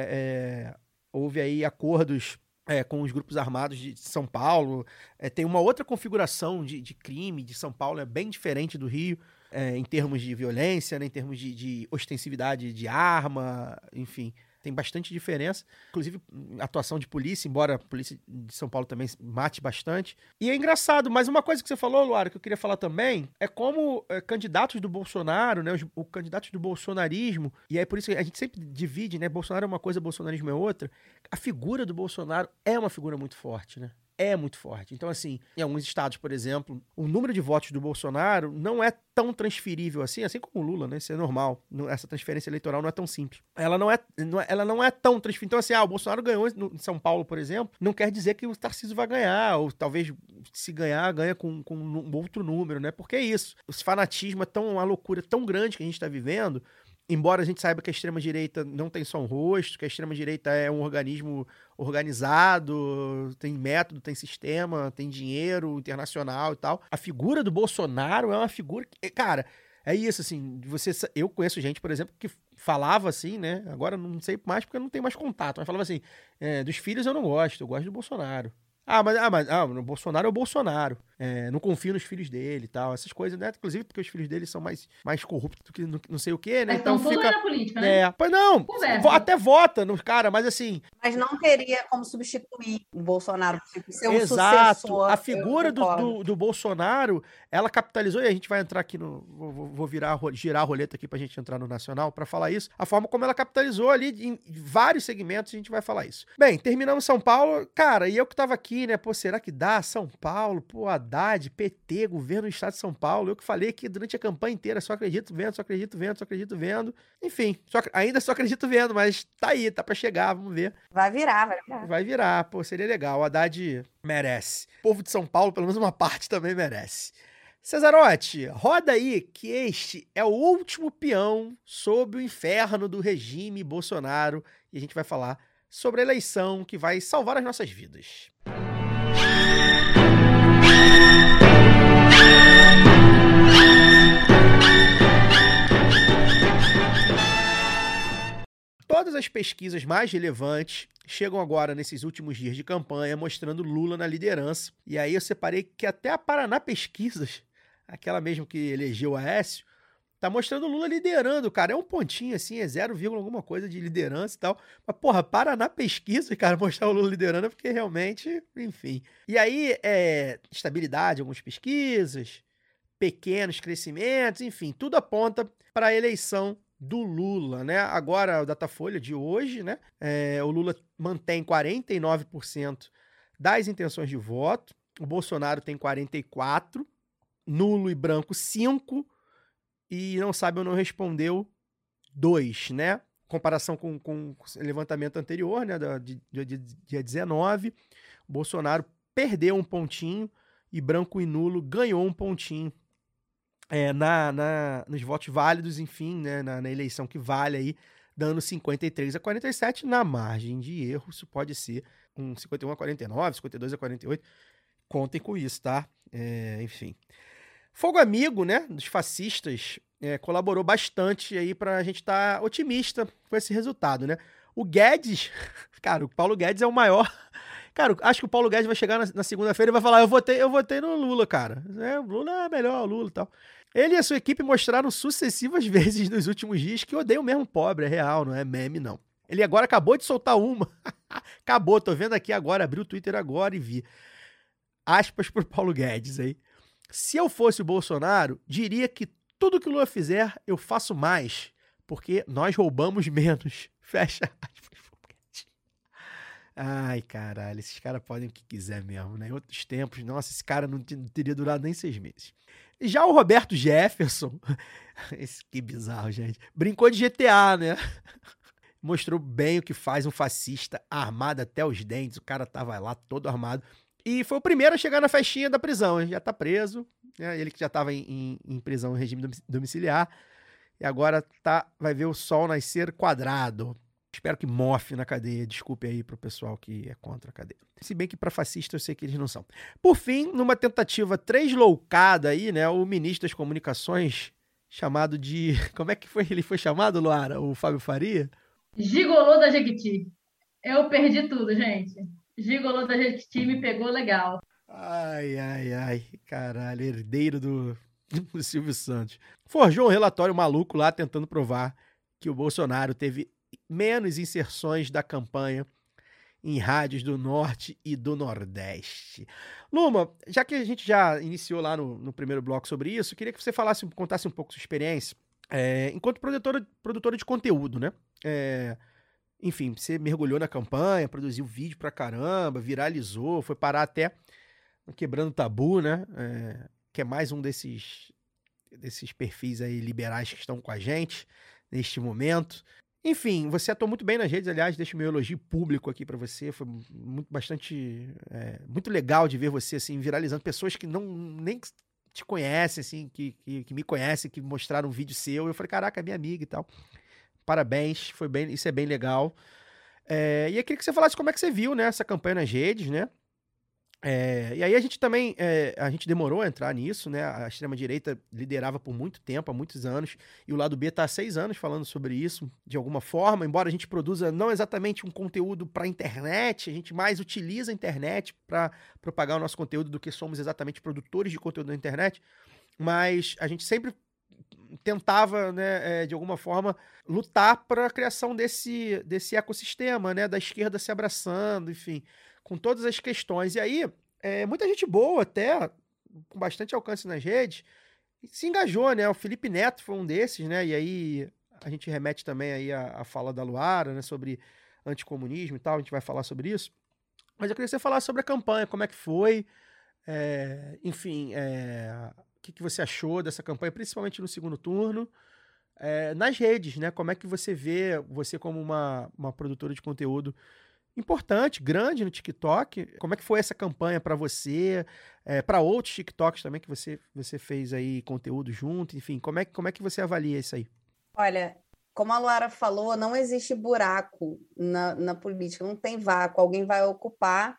S4: Houve aí acordos com os grupos armados de São Paulo. Tem uma outra configuração de crime de São Paulo, é bem diferente do Rio, em termos de violência, né, em termos de ostensividade de arma, enfim. Tem bastante diferença. Inclusive, atuação de polícia, embora a polícia de São Paulo também mate bastante. E é engraçado, mas uma coisa que você falou, Luara, que eu queria falar também, é como candidatos do Bolsonaro, né, os candidatos do bolsonarismo, e aí por isso a gente sempre divide, né, Bolsonaro é uma coisa, bolsonarismo é outra. A figura do Bolsonaro é uma figura muito forte, né? É muito forte. Então, assim, em alguns estados, por exemplo, o número de votos do Bolsonaro não é tão transferível assim como o Lula, né? Isso é normal. Essa transferência eleitoral não é tão simples. Ela não é tão transferível. Então, assim, o Bolsonaro ganhou em São Paulo, por exemplo, não quer dizer que o Tarcísio vai ganhar, ou talvez, se ganhar, ganha com um outro número, né? Porque é isso. Esse fanatismo é uma loucura tão grande que a gente está vivendo. Embora a gente saiba que a extrema-direita não tem só um rosto, que a extrema-direita é um organismo organizado, tem método, tem sistema, tem dinheiro internacional e tal. A figura do Bolsonaro é uma figura que, cara, é isso, assim, eu conheço gente, por exemplo, que falava assim, né, agora não sei mais porque eu não tenho mais contato, mas falava assim, dos filhos eu não gosto, eu gosto do Bolsonaro. O Bolsonaro é o Bolsonaro. Não confio nos filhos dele e tal. Essas coisas, né? Inclusive porque os filhos dele são mais corruptos do que não sei o quê, né?
S6: Mas então fica na política, né?
S4: Pois não. Até vota nos caras, mas assim...
S5: Mas não teria como substituir o Bolsonaro, tipo, ser um
S4: Exato.
S5: sucessor.
S4: A figura do Bolsonaro, ela capitalizou, e a gente vai entrar aqui vou girar a roleta aqui pra gente entrar no Nacional pra falar isso. A forma como ela capitalizou ali em vários segmentos, a gente vai falar isso. Bem, terminamos São Paulo. Cara, e eu que tava aqui aqui, né? Pô, será que dá? São Paulo, pô, Haddad, PT, governo do estado de São Paulo. Eu que falei aqui durante a campanha inteira, só acredito vendo, só acredito vendo, só acredito vendo. Enfim, ainda só acredito vendo, mas tá aí, tá pra chegar, vamos ver.
S5: Vai virar.
S4: Vai virar, pô, seria legal. O Haddad merece. O povo de São Paulo, pelo menos uma parte, também merece. Cesarotti, roda aí que este é o último peão sob o inferno do regime Bolsonaro e a gente vai falar sobre a eleição que vai salvar as nossas vidas. Todas as pesquisas mais relevantes chegam agora nesses últimos dias de campanha mostrando Lula na liderança. E aí eu separei que até a Paraná Pesquisas, aquela mesmo que elegeu o Aécio, tá mostrando o Lula liderando, cara. É um pontinho assim, é 0, alguma coisa de liderança e tal. Mas, porra, Paraná Pesquisa, cara, mostrar o Lula liderando, porque realmente, enfim. E aí, estabilidade em algumas pesquisas, pequenos crescimentos, enfim, tudo aponta para a eleição do Lula, né? Agora, o Datafolha de hoje, né? O Lula mantém 49% das intenções de voto, o Bolsonaro tem 44%, nulo e branco 5%, e não sabe ou não respondeu 2, né? Comparação com o levantamento anterior, né? Dia 19, o Bolsonaro perdeu um pontinho e branco e nulo ganhou um pontinho nos votos válidos, enfim, né? Na eleição que vale aí, dando 53-47, na margem de erro, isso pode ser um 51-49, 52-48, contem com isso, tá? Enfim. Fogo Amigo, né, dos fascistas, colaborou bastante aí pra gente estar otimista com esse resultado, né? O Guedes, cara, o Paulo Guedes é o maior. Cara, acho que o Paulo Guedes vai chegar na segunda-feira e vai falar, eu votei no Lula, cara. O Lula é melhor, o Lula e tal. Ele e a sua equipe mostraram sucessivas vezes nos últimos dias que odeiam mesmo pobre, é real, não é meme, não. Ele agora acabou de soltar uma. Acabou, tô vendo aqui agora, abri o Twitter agora e vi. Aspas pro Paulo Guedes aí. Se eu fosse o Bolsonaro, diria que tudo que o Lula fizer, eu faço mais, porque nós roubamos menos. Fecha aspas. Ai, caralho, esses caras podem o que quiser mesmo, né? Em outros tempos, nossa, esse cara não teria durado nem 6 meses. Já o Roberto Jefferson, que bizarro, gente, brincou de GTA, né? Mostrou bem o que faz um fascista armado até os dentes, o cara tava lá todo armado. E foi o primeiro a chegar na festinha da prisão, já tá preso, né? Ele que já tava em prisão em regime domiciliar, e agora vai ver o sol nascer quadrado. Espero que mofe na cadeia, desculpe aí pro pessoal que é contra a cadeia. Se bem que pra fascista eu sei que eles não são. Por fim, numa tentativa tresloucada aí, né, o ministro das Comunicações, chamado de... Como é que ele foi chamado, Luara? O Fábio Faria?
S6: Gigolô da Jequiti. Eu perdi tudo, gente. Gigolô da Jequiti me pegou legal.
S4: Ai, caralho, herdeiro do Silvio Santos. Forjou um relatório maluco lá tentando provar que o Bolsonaro teve menos inserções da campanha em rádios do Norte e do Nordeste. Luma, já que a gente já iniciou lá no primeiro bloco sobre isso, queria que você contasse um pouco sua experiência enquanto produtora de conteúdo, né? Enfim, você mergulhou na campanha, produziu vídeo pra caramba, viralizou, foi parar até Quebrando Tabu, né? Que é mais um desses perfis aí liberais que estão com a gente neste momento. Enfim, você atuou muito bem nas redes, aliás, deixo meu elogio público aqui pra você, foi muito legal de ver você, assim, viralizando, pessoas que nem te conhecem, assim, que me conhecem, que mostraram um vídeo seu, eu falei, caraca, é minha amiga e tal. Parabéns, isso é bem legal. E eu queria que você falasse como é que você viu, né, essa campanha nas redes, né? E aí a gente também, a gente demorou a entrar nisso, né? A extrema-direita liderava por muito tempo, há muitos anos, e o lado B está há 6 anos falando sobre isso, de alguma forma, embora a gente produza não exatamente um conteúdo para a internet, a gente mais utiliza a internet para propagar o nosso conteúdo do que somos exatamente produtores de conteúdo na internet, mas a gente sempre tentava, né, de alguma forma, lutar para a criação desse ecossistema, né, da esquerda se abraçando, enfim, com todas as questões. E aí, muita gente boa até, com bastante alcance nas redes, se engajou, né? O Felipe Neto foi um desses, né? E aí a gente remete também aí a fala da Luara, né? Sobre anticomunismo e tal, a gente vai falar sobre isso. Mas eu queria que você falasse sobre a campanha, como é que foi, enfim, o que você achou dessa campanha, principalmente no segundo turno, nas redes, né? Como é que você vê, você como uma produtora de conteúdo importante, grande no TikTok, como é que foi essa campanha para você, para outros TikToks também que você fez aí conteúdo junto, enfim, como é que você avalia isso aí?
S5: Olha, como a Luara falou, não existe buraco na política, não tem vácuo, alguém vai ocupar.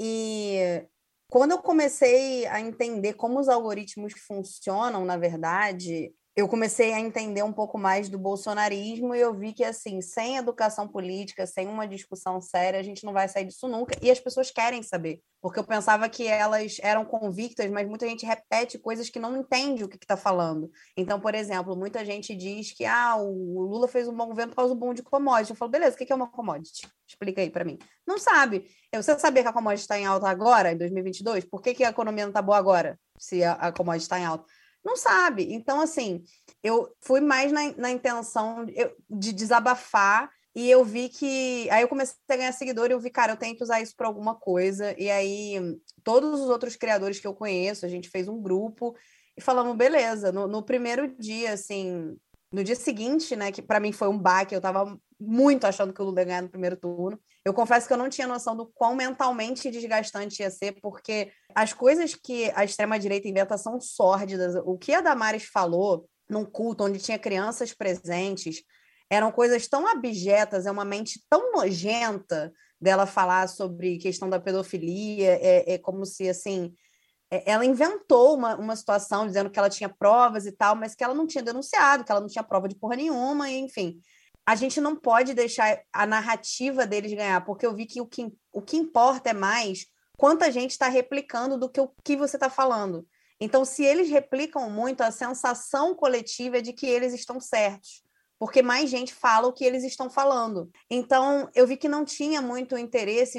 S5: E quando eu comecei a entender como os algoritmos funcionam, na verdade, eu comecei a entender um pouco mais do bolsonarismo e eu vi que, assim, sem educação política, sem uma discussão séria, a gente não vai sair disso nunca. E as pessoas querem saber, porque eu pensava que elas eram convictas, mas muita gente repete coisas que não entende o que está falando. Então, por exemplo, muita gente diz que o Lula fez um bom governo por causa do boom de commodity. Eu falo, beleza, o que é uma commodity? Explica aí para mim. Não sabe. Você sabia que a commodity está em alta agora, em 2022? Por que a economia não está boa agora, se a commodity está em alta? Não sabe. Então, assim, eu fui mais na intenção de desabafar e eu vi que... Aí eu comecei a ganhar seguidor e eu vi, cara, eu tenho que usar isso para alguma coisa. E aí, todos os outros criadores que eu conheço, a gente fez um grupo e falamos, beleza, no primeiro dia, assim... No dia seguinte, né, que para mim foi um baque, eu estava muito achando que o Lula ia ganhar no primeiro turno. Eu confesso que eu não tinha noção do quão mentalmente desgastante ia ser, porque as coisas que a extrema-direita inventa são sórdidas. O que a Damares falou num culto onde tinha crianças presentes eram coisas tão abjetas, é uma mente tão nojenta dela falar sobre questão da pedofilia, é como se, assim... Ela inventou uma situação dizendo que ela tinha provas e tal, mas que ela não tinha denunciado, que ela não tinha prova de porra nenhuma, e, enfim. A gente não pode deixar a narrativa deles ganhar, porque eu vi que o que importa é mais quanta gente está replicando do que o que você está falando. Então, se eles replicam muito, a sensação coletiva é de que eles estão certos, porque mais gente fala o que eles estão falando. Então, eu vi que não tinha muito interesse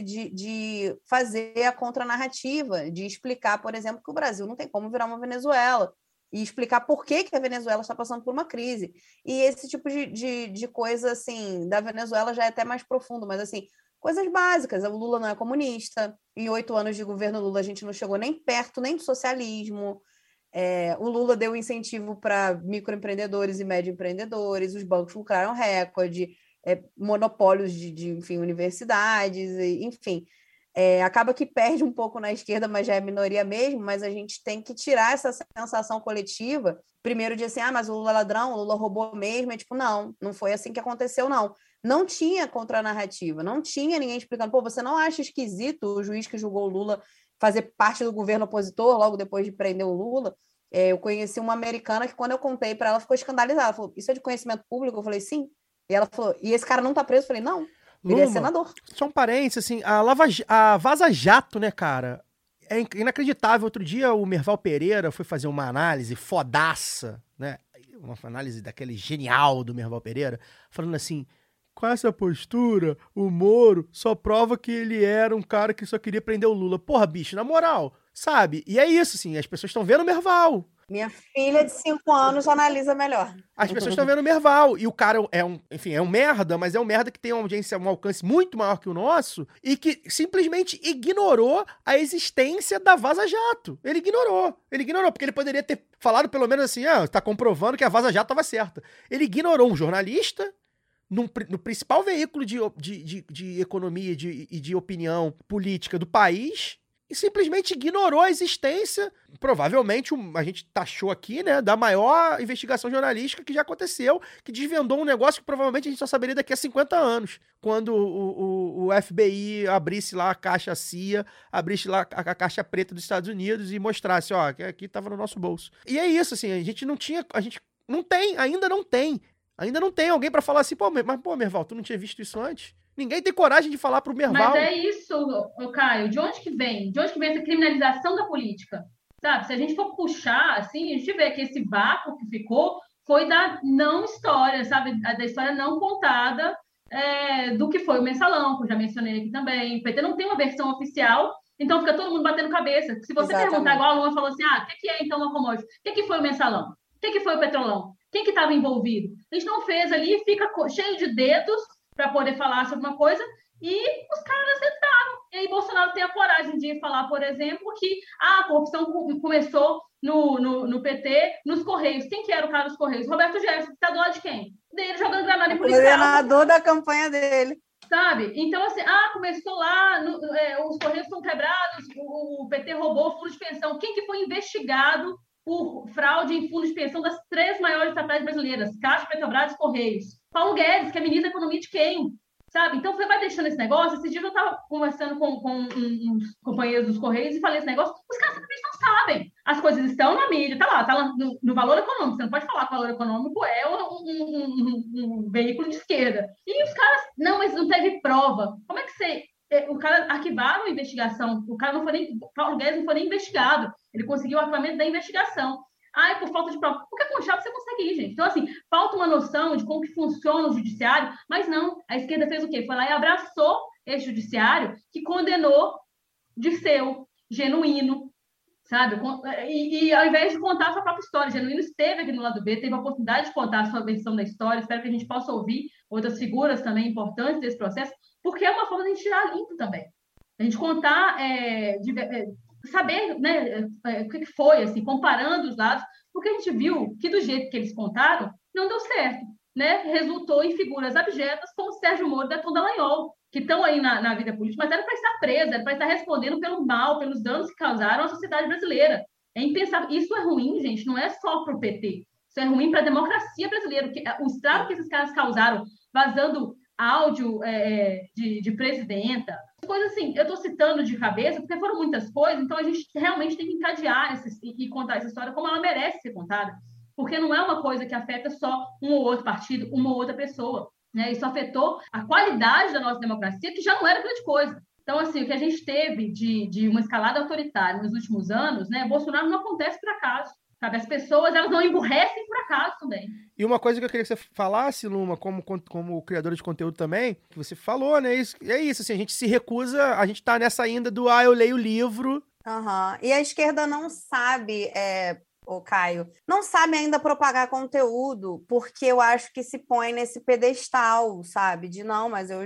S5: de fazer a contranarrativa, de explicar, por exemplo, que o Brasil não tem como virar uma Venezuela, e explicar por que a Venezuela está passando por uma crise. E esse tipo de coisa, assim, da Venezuela já é até mais profundo, mas, assim, coisas básicas. O Lula não é comunista, em 8 anos de governo Lula a gente não chegou nem perto nem do socialismo. O Lula deu incentivo para microempreendedores e médio empreendedores, os bancos lucraram recorde, monopólios de enfim, universidades, enfim. Acaba que perde um pouco na esquerda, mas já é minoria mesmo, mas a gente tem que tirar essa sensação coletiva. Primeiro de assim, mas o Lula é ladrão, o Lula roubou mesmo, tipo, não foi assim que aconteceu, não. Não tinha contranarrativa, não tinha ninguém explicando, você não acha esquisito o juiz que julgou o Lula fazer parte do governo opositor logo depois de prender o Lula? Eu conheci uma americana que, quando eu contei para ela, ficou escandalizada. Ela falou, isso é de conhecimento público? Eu falei, sim. E ela falou, e esse cara não tá preso? Eu falei, não, ele é senador.
S4: Só um parênteses, assim, a Vaza Jato, né, cara, é inacreditável. Outro dia o Merval Pereira foi fazer uma análise fodaça, né, uma análise daquele genial do Merval Pereira, falando assim, com essa postura, o Moro só prova que ele era um cara que só queria prender o Lula. Porra, bicho, na moral, sabe? E é isso, assim, as pessoas estão vendo o Merval.
S5: Minha filha de 5 anos analisa melhor.
S4: As pessoas estão vendo o Merval. E o cara é um merda, mas é um merda que tem uma audiência, um alcance muito maior que o nosso e que simplesmente ignorou a existência da Vaza Jato. Ele ignorou, porque ele poderia ter falado pelo menos assim, tá comprovando que a Vaza Jato estava certa. Ele ignorou um jornalista no principal veículo de economia e de opinião política do país e simplesmente ignorou a existência, provavelmente, a gente taxou aqui, né, da maior investigação jornalística que já aconteceu, que desvendou um negócio que provavelmente a gente só saberia daqui a 50 anos, quando o FBI abrisse lá a caixa CIA, abrisse lá a caixa preta dos Estados Unidos e mostrasse, que aqui estava no nosso bolso. E é isso, assim, ainda não tem alguém pra falar assim, Merval, tu não tinha visto isso antes? Ninguém tem coragem de falar pro Merval.
S6: Mas é isso, Caio, de onde que vem? De onde que vem essa criminalização da política? Sabe, se a gente for puxar, assim, a gente vê que esse vácuo que ficou foi da não história, sabe, da história não contada do que foi o mensalão, que eu já mencionei aqui também. O PT não tem uma versão oficial, então fica todo mundo batendo cabeça. Se você perguntar, igual a Lua falou assim, o que é então uma commodity? O que foi o mensalão? O que foi o petrolão? Quem que estava envolvido? A gente não fez ali, fica cheio de dedos para poder falar sobre uma coisa, E os caras entraram. E aí Bolsonaro tem a coragem de falar, por exemplo, que a corrupção começou no PT, nos Correios. Quem que era o cara dos Correios? Roberto Jefferson, tá do lado de quem? Dele jogando granada em policial.
S5: O coordenador da campanha dele.
S6: Sabe? Então, assim, começou lá, os Correios são quebrados, o PT roubou o fundo de pensão. Quem que foi investigado por fraude em fundo de pensão das 3 maiores estatais brasileiras? Caixa, Petrobras e Correios. Paulo Guedes, que é ministro da Economia de quem? Sabe? Então, você vai deixando esse negócio. Esses dias eu estava conversando com uns companheiros dos Correios e falei esse negócio. Os caras simplesmente não sabem. As coisas estão na mídia, tá lá no valor econômico. Você não pode falar que o valor econômico é um veículo de esquerda. E os caras, não, mas não teve prova. Como é que você... O cara arquivaram a investigação. Paulo Guedes não foi nem investigado. Ele conseguiu o arquivamento da investigação. Por falta de prova. Porque com chave você consegue ir, gente. Então, assim, falta uma noção de como que funciona o judiciário, mas não. A esquerda fez o quê? Foi lá e abraçou esse judiciário que condenou de seu, genuíno, sabe? E ao invés de contar a sua própria história, Genuíno esteve aqui no lado B, teve a oportunidade de contar a sua versão da história. Espero que a gente possa ouvir outras figuras também importantes desse processo, porque é uma forma de a gente tirar limpo também. A gente contar... saber, né, o que foi, assim, comparando os dados, porque a gente viu que do jeito que eles contaram, não deu certo, né? Resultou em figuras abjetas como Sérgio Moro e Berton Dallagnol, que estão aí na vida política, mas era para estar presa, era para estar respondendo pelo mal, pelos danos que causaram à sociedade brasileira. É impensável. Isso é ruim, gente, não é só para o PT. Isso é ruim para a democracia brasileira. O estrago que esses caras causaram, vazando áudio de presidenta, coisas assim, eu estou citando de cabeça, porque foram muitas coisas, então a gente realmente tem que encadear e contar essa história como ela merece ser contada, porque não é uma coisa que afeta só um ou outro partido, uma ou outra pessoa, né? Isso afetou a qualidade da nossa democracia, que já não era grande coisa. Então, assim, o que a gente teve de uma escalada autoritária nos últimos anos, né? Bolsonaro não acontece por acaso. Sabe, as pessoas, elas não emburrecem por acaso também.
S4: E uma coisa que eu queria que você falasse, Luma, como criadora de conteúdo também, que você falou, né? É isso, assim, a gente se recusa, a gente tá nessa ainda do, eu leio o livro.
S5: E a esquerda não sabe, Caio, não sabe ainda propagar conteúdo, porque eu acho que se põe nesse pedestal, sabe? De não, mas eu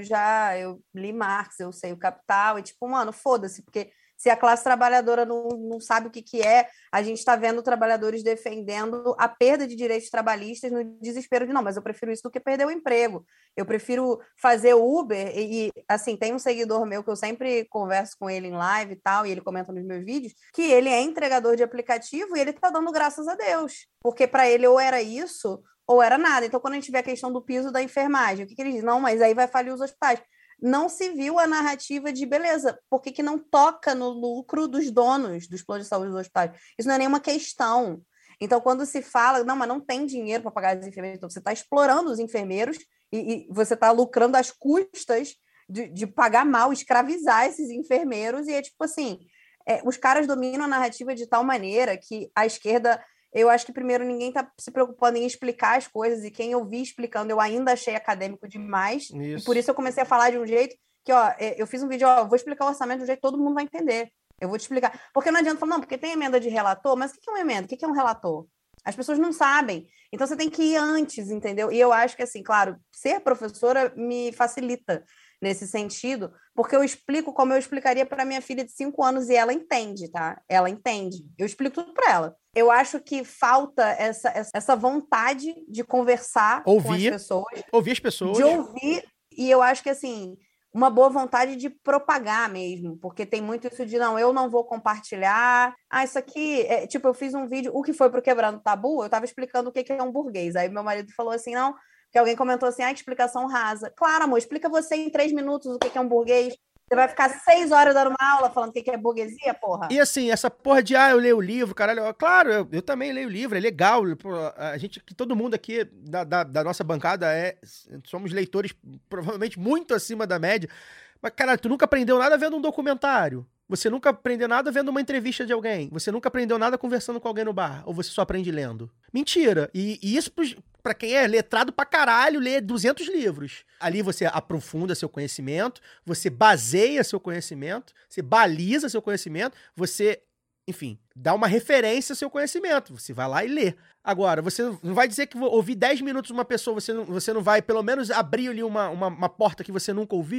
S5: li Marx, eu sei o Capital, e tipo, mano, foda-se, porque... Se a classe trabalhadora não sabe o que é, a gente está vendo trabalhadores defendendo a perda de direitos trabalhistas no desespero de, não, mas eu prefiro isso do que perder o emprego. Eu prefiro fazer Uber e assim, tem um seguidor meu que eu sempre converso com ele em live e tal, e ele comenta nos meus vídeos, que ele é entregador de aplicativo e ele está dando graças a Deus. Porque para ele ou era isso ou era nada. Então, quando a gente vê a questão do piso da enfermagem, o que ele diz? Não, mas aí vai falir os hospitais. Não se viu a narrativa de, beleza, por que não toca no lucro dos donos dos planos de saúde dos hospitais? Isso não é nenhuma questão. Então, quando se fala, não, mas não tem dinheiro para pagar os enfermeiros, então você está explorando os enfermeiros e você está lucrando às custas de pagar mal, escravizar esses enfermeiros, e é tipo assim, os caras dominam a narrativa de tal maneira que a esquerda... Eu acho que, primeiro, ninguém está se preocupando em explicar as coisas, e quem eu vi explicando eu ainda achei acadêmico demais. Isso. E por isso eu comecei a falar de um jeito que, eu fiz um vídeo, eu vou explicar o orçamento de um jeito que todo mundo vai entender. Eu vou te explicar. Porque não adianta falar, não, porque tem emenda de relator, mas o que é uma emenda? O que é um relator? As pessoas não sabem. Então, você tem que ir antes, entendeu? E eu acho que, assim, claro, ser professora me facilita nesse sentido, porque eu explico como eu explicaria para minha filha de 5 anos e ela entende, tá? Ela entende. Eu explico tudo para ela. Eu acho que falta essa vontade de conversar com as pessoas.
S4: Ouvir as pessoas.
S5: De ouvir, e eu acho que, assim, uma boa vontade de propagar mesmo, porque tem muito isso de, não, eu não vou compartilhar. Isso aqui, eu fiz um vídeo, o que foi pro Quebrando Tabu, eu tava explicando o que é um burguês. Aí meu marido falou assim, não... que alguém comentou assim, que explicação rasa. Claro, amor, explica você em 3 minutos o que é um burguês. Você vai ficar 6 horas dando uma aula falando o que é burguesia, porra?
S4: E assim, essa porra de, eu leio o livro, caralho. Claro, eu também leio o livro, é legal. A gente, todo mundo aqui da nossa bancada somos leitores provavelmente muito acima da média. Mas, caralho, tu nunca aprendeu nada vendo um documentário? Você nunca aprendeu nada vendo uma entrevista de alguém? Você nunca aprendeu nada conversando com alguém no bar? Ou você só aprende lendo? Mentira! E isso, pra quem é letrado pra caralho, lê 200 livros. Ali você aprofunda seu conhecimento, você baseia seu conhecimento, você baliza seu conhecimento, você, enfim, dá uma referência ao seu conhecimento. Você vai lá e lê. Agora, você não vai dizer que ouvir 10 minutos uma pessoa, você não vai pelo menos abrir ali uma porta que você nunca ouviu?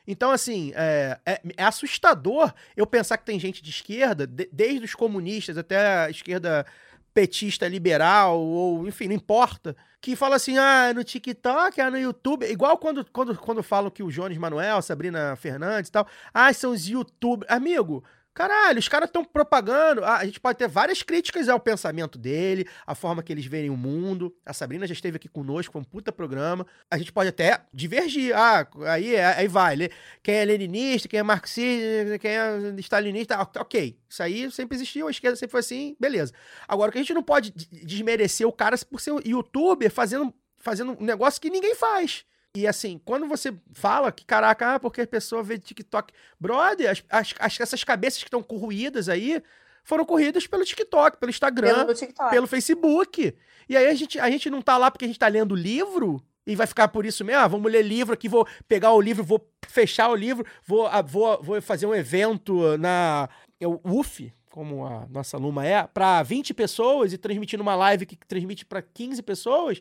S4: Então, assim, é assustador eu pensar que tem gente de esquerda, desde os comunistas até a esquerda petista liberal, ou enfim, não importa, que fala assim, no TikTok, no YouTube, igual quando falam que o Jones Manuel, Sabrina Fernandes e tal, são os youtubers. Amigo, caralho, os caras estão propagando. A gente pode ter várias críticas ao pensamento dele, a forma que eles veem o mundo. A Sabrina já esteve aqui conosco, foi um puta programa. A gente pode até divergir. Aí vai. Quem é leninista, quem é marxista, quem é stalinista. Ok, isso aí sempre existiu, a esquerda sempre foi assim, beleza. Agora, que a gente não pode desmerecer o cara por ser um youtuber fazendo um negócio que ninguém faz. E assim, quando você fala que, caraca, porque a pessoa vê TikTok... Brother, essas cabeças que estão corroídas aí foram corridas pelo TikTok, pelo Instagram, pelo Facebook. E aí a gente não tá lá porque a gente tá lendo livro e vai ficar por isso mesmo. Vamos ler livro aqui, vou pegar o livro, vou fechar o livro, vou fazer um evento na UF, como a nossa Luma para 20 pessoas e transmitir numa live que transmite para 15 pessoas,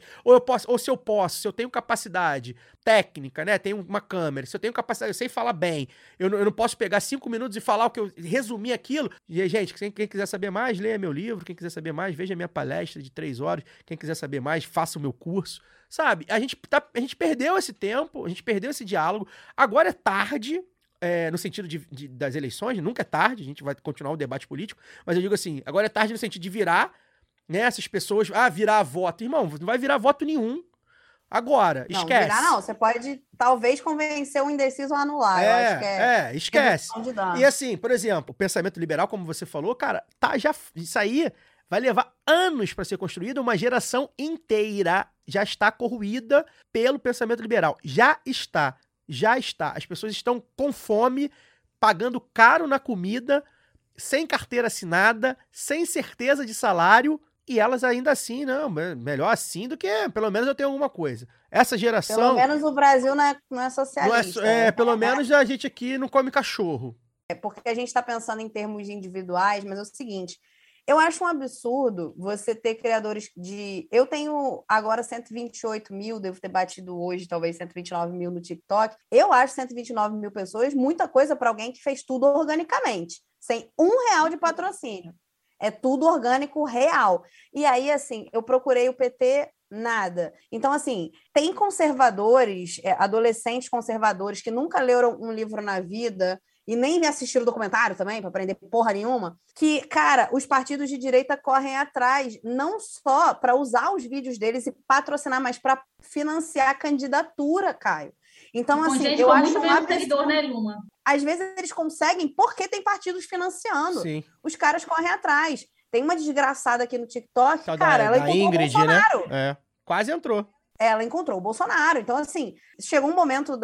S4: se eu tenho capacidade técnica, né, tenho uma câmera, se eu tenho capacidade, eu sei falar bem, eu não posso pegar 5 minutos e falar o que eu resumir aquilo. E, gente, quem quiser saber mais, leia meu livro, quem quiser saber mais, veja minha palestra de 3 horas, quem quiser saber mais, faça o meu curso, sabe? A gente perdeu esse tempo, a gente perdeu esse diálogo, agora é tarde. No sentido das eleições, nunca é tarde, a gente vai continuar o debate político, mas eu digo assim, agora é tarde no sentido de virar, né, essas pessoas, virar voto. Irmão, não vai virar voto nenhum agora,
S5: não,
S4: esquece.
S5: Virar não, você pode talvez convencer o indeciso a anular, eu acho que
S4: esquece. E assim, por exemplo, o pensamento liberal, como você falou, cara, isso aí vai levar anos para ser construído, uma geração inteira já está corroída pelo pensamento liberal, já está. As pessoas estão com fome, pagando caro na comida, sem carteira assinada, sem certeza de salário, e elas ainda assim, não, melhor assim do que pelo menos eu tenho alguma coisa. Essa geração...
S5: Pelo menos o Brasil não é socialista.
S4: Pelo menos a gente aqui não come cachorro.
S5: É porque a gente está pensando em termos individuais, mas é o seguinte... Eu acho um absurdo você ter criadores de... Eu tenho agora 128 mil, devo ter batido hoje talvez 129 mil no TikTok. Eu acho 129 mil pessoas muita coisa para alguém que fez tudo organicamente, sem R$1 de patrocínio. É tudo orgânico real. E aí, assim, eu procurei o PT, nada. Então, assim, tem conservadores, adolescentes conservadores que nunca leram um livro na vida... e nem assistiram o documentário também, para aprender porra nenhuma, que, cara, os partidos de direita correm atrás, não só para usar os vídeos deles e patrocinar, mas para financiar a candidatura, Caio. Então, assim, eu acho um absurdo.
S6: Né, Luma?
S5: Às vezes eles conseguem porque tem partidos financiando.
S4: Sim.
S5: Os caras correm atrás. Tem uma desgraçada aqui no TikTok, cara, ela encontrou
S4: Ingrid,
S5: o Bolsonaro.
S4: Né? Quase entrou.
S5: Ela encontrou o Bolsonaro. Então, assim, chegou um momento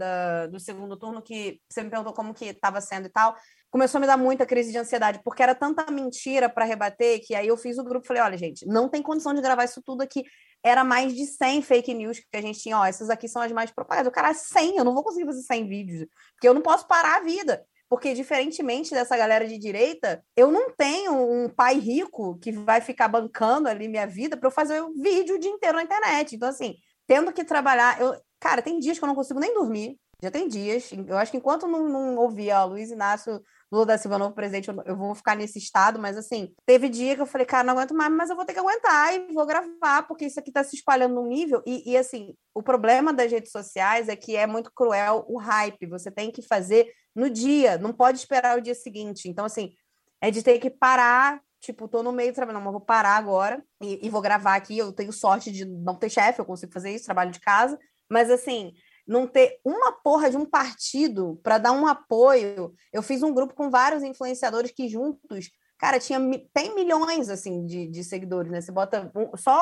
S5: do segundo turno que você me perguntou como que estava sendo e tal, começou a me dar muita crise de ansiedade, porque era tanta mentira para rebater, que aí eu fiz o grupo e falei, olha, gente, não tem condição de gravar isso tudo aqui. Era mais de 100 fake news que a gente tinha, essas aqui são as mais propagadas. O cara, 100, eu não vou conseguir fazer 100 vídeos, porque eu não posso parar a vida. Porque, diferentemente dessa galera de direita, eu não tenho um pai rico que vai ficar bancando ali minha vida para eu fazer um vídeo o dia inteiro na internet. Então, assim, tendo que trabalhar... Cara, tem dias que eu não consigo nem dormir. Já tem dias. Eu acho que enquanto não ouvir a Luiz Inácio Lula da Silva, novo presidente, eu vou ficar nesse estado. Mas, assim, teve dia que eu falei, cara, não aguento mais, mas eu vou ter que aguentar e vou gravar, porque isso aqui tá se espalhando num nível. E assim, o problema das redes sociais é que é muito cruel o hype. Você tem que fazer no dia, não pode esperar o dia seguinte. Então, assim, é de ter que parar, tipo, tô no meio do trabalho, não, mas vou parar agora e vou gravar aqui. Eu tenho sorte de não ter chefe, eu consigo fazer isso, trabalho de casa. Mas, assim, não ter uma porra de um partido para dar um apoio. Eu fiz um grupo com vários influenciadores que juntos, cara, tem milhões, assim, de seguidores, né? Você bota...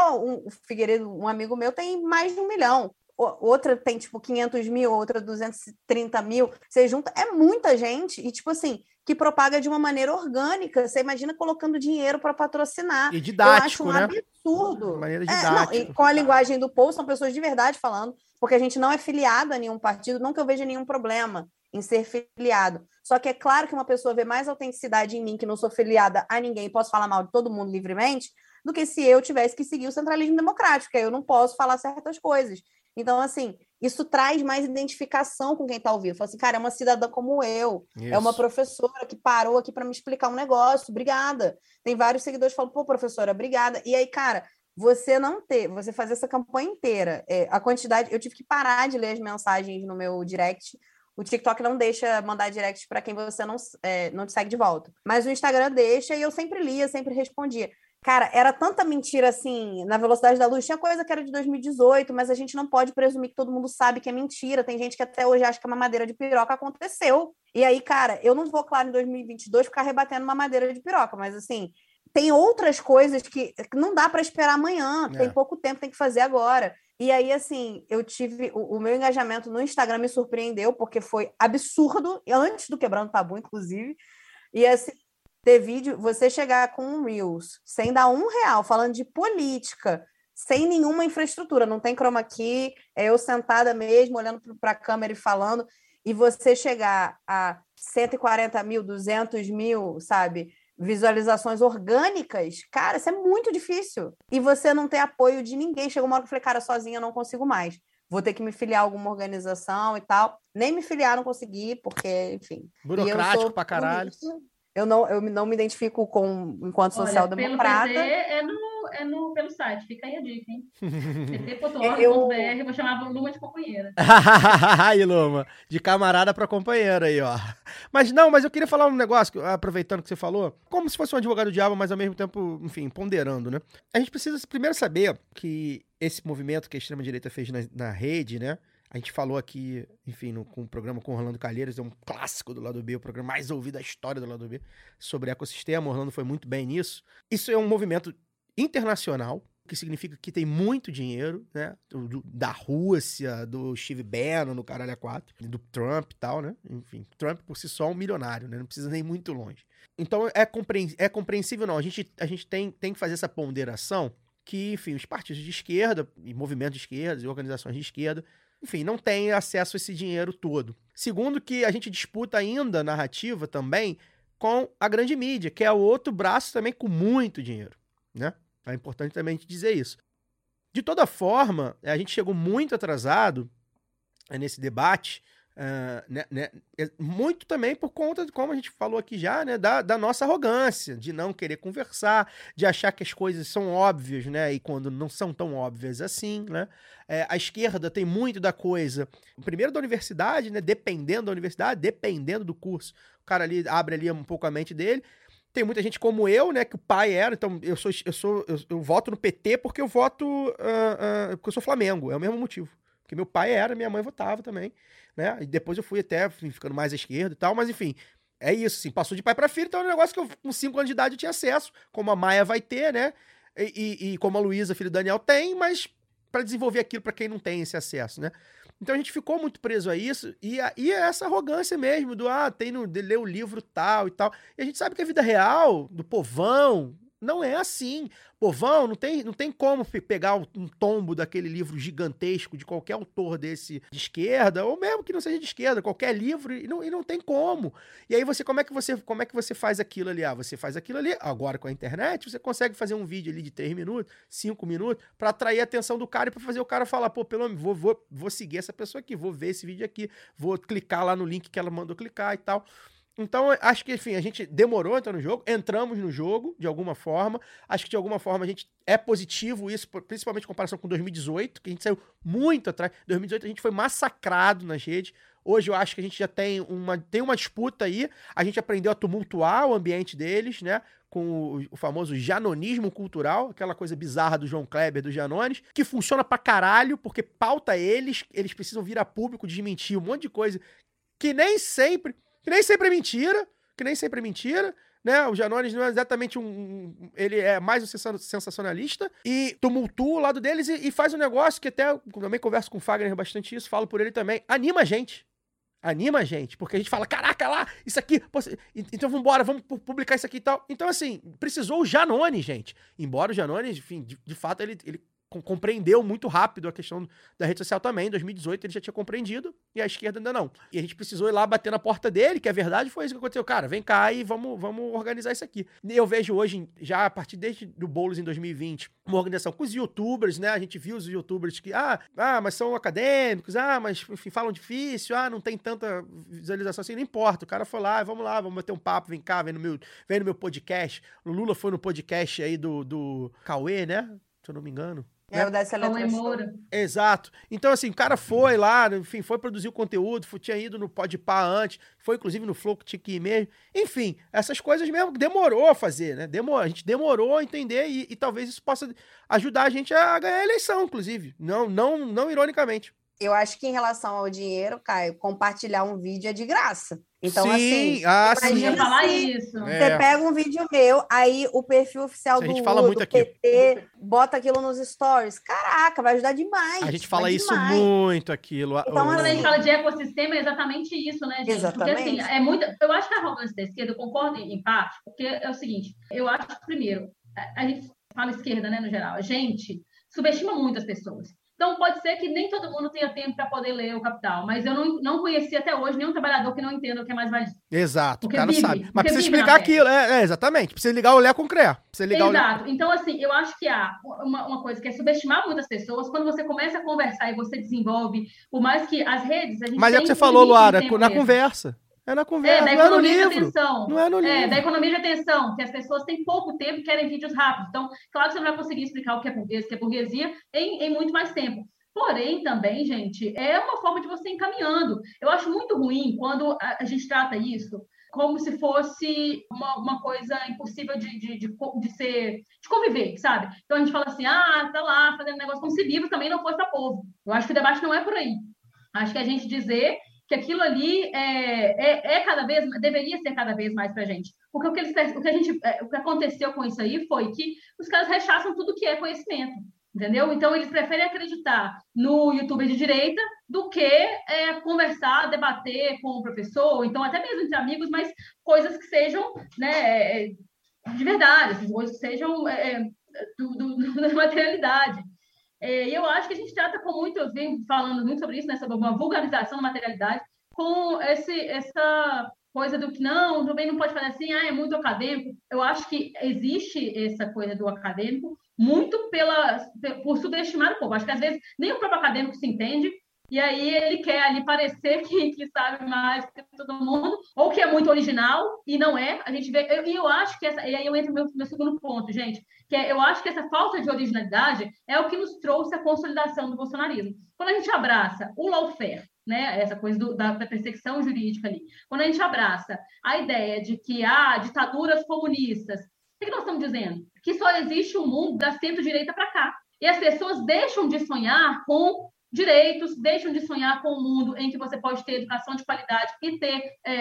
S5: o Figueiredo, um amigo meu, tem mais de 1 milhão. Outra tem, tipo, 500 mil, outra 230 mil. Você junta... É muita gente e, tipo assim, que propaga de uma maneira orgânica. Você imagina colocando dinheiro para patrocinar.
S4: E didático,
S5: eu acho um absurdo.
S4: De maneira didática.
S5: E com a linguagem do povo, são pessoas de verdade falando, porque a gente não é filiado a nenhum partido, não que eu veja nenhum problema em ser filiado. Só que é claro que uma pessoa vê mais autenticidade em mim, que não sou filiada a ninguém, posso falar mal de todo mundo livremente, do que se eu tivesse que seguir o centralismo democrático, aí eu não posso falar certas coisas. Então, assim, isso traz mais identificação com quem tá ouvindo. Fala assim, cara, é uma cidadã como eu, é uma professora que parou aqui para me explicar um negócio, obrigada. Tem vários seguidores que falam, pô, professora, obrigada. E aí, cara, você fazer essa campanha inteira, a quantidade, eu tive que parar de ler as mensagens no meu direct. O TikTok não deixa mandar direct para quem você não te segue de volta. Mas o Instagram deixa e eu sempre lia, sempre respondia. Cara, era tanta mentira assim, na velocidade da luz. Tinha coisa que era de 2018, mas a gente não pode presumir que todo mundo sabe que é mentira. Tem gente que até hoje acha que uma mamadeira de piroca aconteceu. E aí, cara, eu não vou, claro, em 2022 ficar rebatendo uma madeira de piroca, mas assim, tem outras coisas que não dá para esperar amanhã. Tem pouco tempo, tem que fazer agora. E aí, assim, eu tive... O meu engajamento no Instagram me surpreendeu, porque foi absurdo, antes do Quebrando Tabu, inclusive. E, assim, ter vídeo, você chegar com um Reels, sem dar R$1, falando de política, sem nenhuma infraestrutura, não tem chroma key, eu sentada mesmo, olhando para a câmera e falando, e você chegar a 140 mil, 200 mil, sabe... visualizações orgânicas, cara, isso é muito difícil. E você não ter apoio de ninguém. Chegou uma hora que eu falei, cara, sozinha eu não consigo mais. Vou ter que me filiar a alguma organização e tal. Nem me filiar não consegui, porque, enfim...
S4: burocrático pra caralho.
S5: Eu não me identifico enquanto social-democrata.
S6: Pelo PT pelo site, fica aí a dica, hein? pt.org.br, vou chamar Luma de companheira.
S4: Aí, Luma, de camarada pra companheira aí, ó. Mas eu queria falar um negócio, aproveitando que você falou, como se fosse um advogado do diabo, mas ao mesmo tempo, enfim, ponderando, né? A gente precisa primeiro saber que esse movimento que a extrema-direita fez na rede, né? A gente falou aqui, enfim, com o programa com o Orlando Calheiros, é um clássico do Lado B, o programa mais ouvido da história do Lado B, sobre ecossistema. O Orlando foi muito bem nisso. Isso é um movimento internacional, que significa que tem muito dinheiro, né? Da Rússia, do Steve Bannon, no caralho A4, do Trump e tal, né? Enfim, Trump por si só é um milionário, né? Não precisa nem muito longe. Então é compreensível, não. A gente tem que fazer essa ponderação que, enfim, os partidos de esquerda, e movimentos de esquerda, e organizações de esquerda, enfim, não têm acesso a esse dinheiro todo. Segundo, que a gente disputa ainda a narrativa também com a grande mídia, que é o outro braço também com muito dinheiro, né? É importante também a gente dizer isso. De toda forma, a gente chegou muito atrasado nesse debate, muito também por conta de, como a gente falou aqui já, né, da nossa arrogância, de não querer conversar, de achar que as coisas são óbvias, né, e quando não são tão óbvias assim, né. A esquerda tem muito da coisa, primeiro da universidade, né, dependendo da universidade, dependendo do curso, o cara ali abre ali um pouco a mente dele. Tem muita gente como eu, né, que o pai era, então eu voto no PT porque eu voto porque eu sou Flamengo, é o mesmo motivo. Porque meu pai era, minha mãe votava também, né, e depois eu fui até ficando mais à esquerda e tal, mas enfim, é isso, assim, passou de pai pra filho, então é um negócio que eu com 5 anos de idade eu tinha acesso, como a Maia vai ter, né, e como a Luísa, filho do Daniel, tem, mas pra desenvolver aquilo pra quem não tem esse acesso, né. Então a gente ficou muito preso a isso, e é essa arrogância mesmo, de ler o livro tal e tal. E a gente sabe que a vida real do povão não é assim. Povão, não tem como pegar um tombo daquele livro gigantesco de qualquer autor desse de esquerda, ou mesmo que não seja de esquerda, qualquer livro, e não tem como. E aí como é que você faz aquilo ali? Você faz aquilo ali, agora com a internet, você consegue fazer um vídeo ali de 3 minutos, 5 minutos, pra atrair a atenção do cara e pra fazer o cara falar, pô, pelo menos vou seguir essa pessoa aqui, vou ver esse vídeo aqui, vou clicar lá no link que ela mandou clicar e tal. Então, acho que, enfim, a gente demorou a entrar no jogo, entramos no jogo, de alguma forma. Acho que, de alguma forma, a gente é positivo isso, principalmente em comparação com 2018, que a gente saiu muito atrás. Em 2018, a gente foi massacrado nas redes. Hoje, eu acho que a gente já tem uma disputa aí. A gente aprendeu a tumultuar o ambiente deles, né? Com o famoso janonismo cultural, aquela coisa bizarra do João Kleber, do Janones, que funciona pra caralho, porque pauta eles precisam vir a público, desmentir um monte de coisa que nem sempre é mentira, né? O Janones não é exatamente ele é mais um sensacionalista e tumultua o lado deles e faz um negócio que até, também converso com o Fagner bastante isso, falo por ele também, anima a gente, porque a gente fala, caraca lá, isso aqui, então vamos publicar isso aqui e tal. Então, assim, precisou o Janones, gente. Embora o Janones, enfim, de fato, ele compreendeu muito rápido a questão da rede social também. Em 2018 ele já tinha compreendido e a esquerda ainda não. E a gente precisou ir lá bater na porta dele, que é verdade, foi isso que aconteceu. Cara, vem cá e vamos organizar isso aqui. Eu vejo hoje, já a partir desde do Boulos em 2020, uma organização com os youtubers, né? A gente viu os youtubers que, mas são acadêmicos, mas, enfim, falam difícil, não tem tanta visualização assim, não importa. O cara foi lá, vamos bater um papo, vem cá, vem no meu podcast. O Lula foi no podcast aí do Cauê, né? Se eu não me engano.
S5: O da Moura.
S4: Exato. Então, assim, o cara foi lá, enfim, foi produzir o conteúdo, tinha ido no Podpah antes, foi inclusive no Flow que tinha que ir mesmo. Enfim, essas coisas mesmo demorou a fazer, né? A gente demorou a entender e talvez isso possa ajudar a gente a ganhar a eleição, inclusive. Não ironicamente.
S5: Eu acho que em relação ao dinheiro, Caio, compartilhar um vídeo é de graça. Então,
S4: sim,
S5: imagina
S6: falar isso.
S5: Você pega um vídeo meu, aí o perfil oficial do PT bota aquilo nos stories. Caraca, vai ajudar demais.
S4: A gente fala isso muito, aquilo.
S6: Então, quando a gente fala de ecossistema, é exatamente isso, né, gente?
S5: Exatamente.
S6: Porque, assim, eu acho que a arrogância da esquerda, eu concordo em parte, porque é o seguinte, eu acho que, primeiro, a gente fala esquerda, né, no geral, a gente subestima muito as pessoas. Então, pode ser que nem todo mundo tenha tempo para poder ler o Capital, mas eu não conheci até hoje nenhum trabalhador que não entenda o que é mais-valia.
S4: Exato, porque o cara sabe. Mas precisa explicar aquilo, exatamente. Precisa ligar o Lé com o CREA.
S6: Exato. Então, assim, eu acho que há uma coisa que é subestimar muitas pessoas, quando você começa a conversar e você desenvolve, por mais que as redes...
S4: Mas é o que você falou, Luara, na conversa. É na conversa,
S6: da
S4: não é no
S6: economia
S4: livro.
S6: De atenção.
S4: Não é no livro.
S6: Da economia de atenção, que as pessoas têm pouco tempo e querem vídeos rápidos. Então, claro que você não vai conseguir explicar o que é burguês, o que é burguesia, em muito mais tempo. Porém, também, gente, é uma forma de você ir encaminhando. Eu acho muito ruim quando a gente trata isso como se fosse uma coisa impossível de conviver, sabe? Então a gente fala assim, tá lá fazendo negócio como se livro também não fosse para povo. Eu acho que o debate não é por aí. Acho que a gente dizer que aquilo ali deveria ser cada vez mais para a gente. Porque o que aconteceu com isso aí foi que os caras rechaçam tudo que é conhecimento. Entendeu? Então, eles preferem acreditar no youtuber de direita do que conversar, debater com o professor, então até mesmo entre amigos, mas coisas que sejam, né, de verdade, assim, coisas que sejam da materialidade. E eu acho que a gente trata com muito, eu venho falando muito sobre isso, né, sobre uma vulgarização da materialidade, com essa coisa do que também não pode fazer assim, é muito acadêmico. Eu acho que existe essa coisa do acadêmico muito por subestimar o povo. Acho que às vezes nem o próprio acadêmico se entende, e aí ele quer ali parecer que sabe mais que todo mundo, ou que é muito original, e não é. A gente vê, e eu acho que e aí eu entro no meu segundo ponto, gente, que eu acho que essa falta de originalidade é o que nos trouxe a consolidação do bolsonarismo. Quando a gente abraça o lawfare, né, essa coisa da perseguição jurídica ali, quando a gente abraça a ideia de que há ditaduras comunistas, o que nós estamos dizendo? Que só existe um mundo da centro-direita para cá. E as pessoas deixam de sonhar com direitos, deixam de sonhar com um mundo em que você pode ter educação de qualidade e ter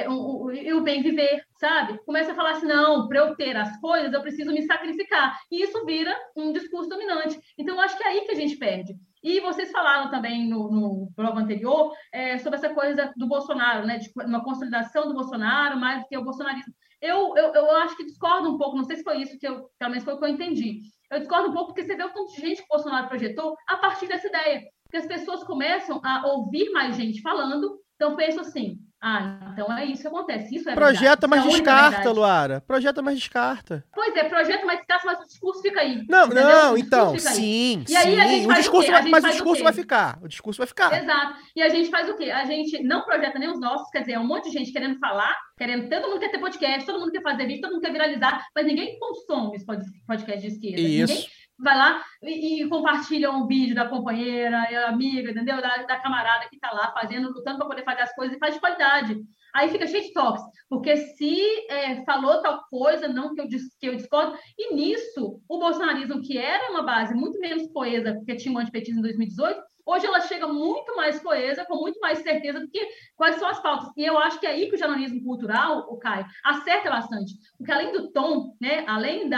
S6: o bem viver, sabe? Começa a falar assim, não, para eu ter as coisas, eu preciso me sacrificar. E isso vira um discurso dominante. Então, eu acho que é aí que a gente perde. E vocês falaram também no blog anterior sobre essa coisa do Bolsonaro, né? De uma consolidação do Bolsonaro, mais do que o bolsonarismo. Eu acho que discordo um pouco, não sei se foi isso pelo menos foi o que eu entendi. Eu discordo um pouco porque você vê o tanto de gente que o Bolsonaro projetou a partir dessa ideia. Porque as pessoas começam a ouvir mais gente falando, então pensam assim, então é isso que acontece, isso é
S4: projeta,
S6: verdade,
S4: mas descarta, Luara. Projeta, mas descarta.
S6: Pois é, projeta, mas descarta, mas o discurso fica aí.
S4: Não, então, sim,
S6: e aí, a gente
S4: o discurso vai ficar. O discurso vai ficar.
S6: Exato. E a gente faz o quê? A gente não projeta nem os nossos, quer dizer, é um monte de gente querendo falar, todo mundo quer ter podcast, todo mundo quer fazer vídeo, todo mundo quer viralizar, mas ninguém consome esse podcast de esquerda.
S4: Isso.
S6: Ninguém vai lá e compartilha um vídeo da companheira, amiga, entendeu? Da camarada que está lá fazendo, lutando para poder fazer as coisas e faz de qualidade. Aí fica cheio de toques, porque se falou tal coisa, não que eu discordo, e nisso o bolsonarismo, que era uma base muito menos coesa, porque tinha um antipetismo em 2018, hoje ela chega muito mais coesa, com muito mais certeza do que quais são as pautas. E eu acho que é aí que o jornalismo cultural, o Caio, acerta bastante. Porque além do tom, né, além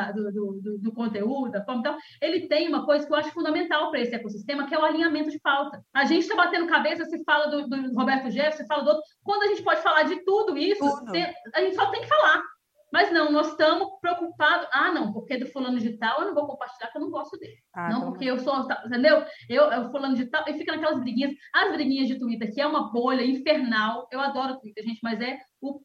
S6: do conteúdo, da forma e tal, ele tem uma coisa que eu acho fundamental para esse ecossistema, que é o alinhamento de pauta. A gente está batendo cabeça, se fala do Roberto Jefferson, se fala do outro. Quando a gente pode falar de tudo isso, a gente só tem que falar. Mas não, nós estamos preocupados. Ah, não, porque do fulano de tal eu não vou compartilhar, que eu não gosto dele. Não, porque eu sou, entendeu? Eu fulano de tal, e fica naquelas briguinhas. As briguinhas de Twitter, que é uma bolha infernal. Eu adoro Twitter, gente, mas é o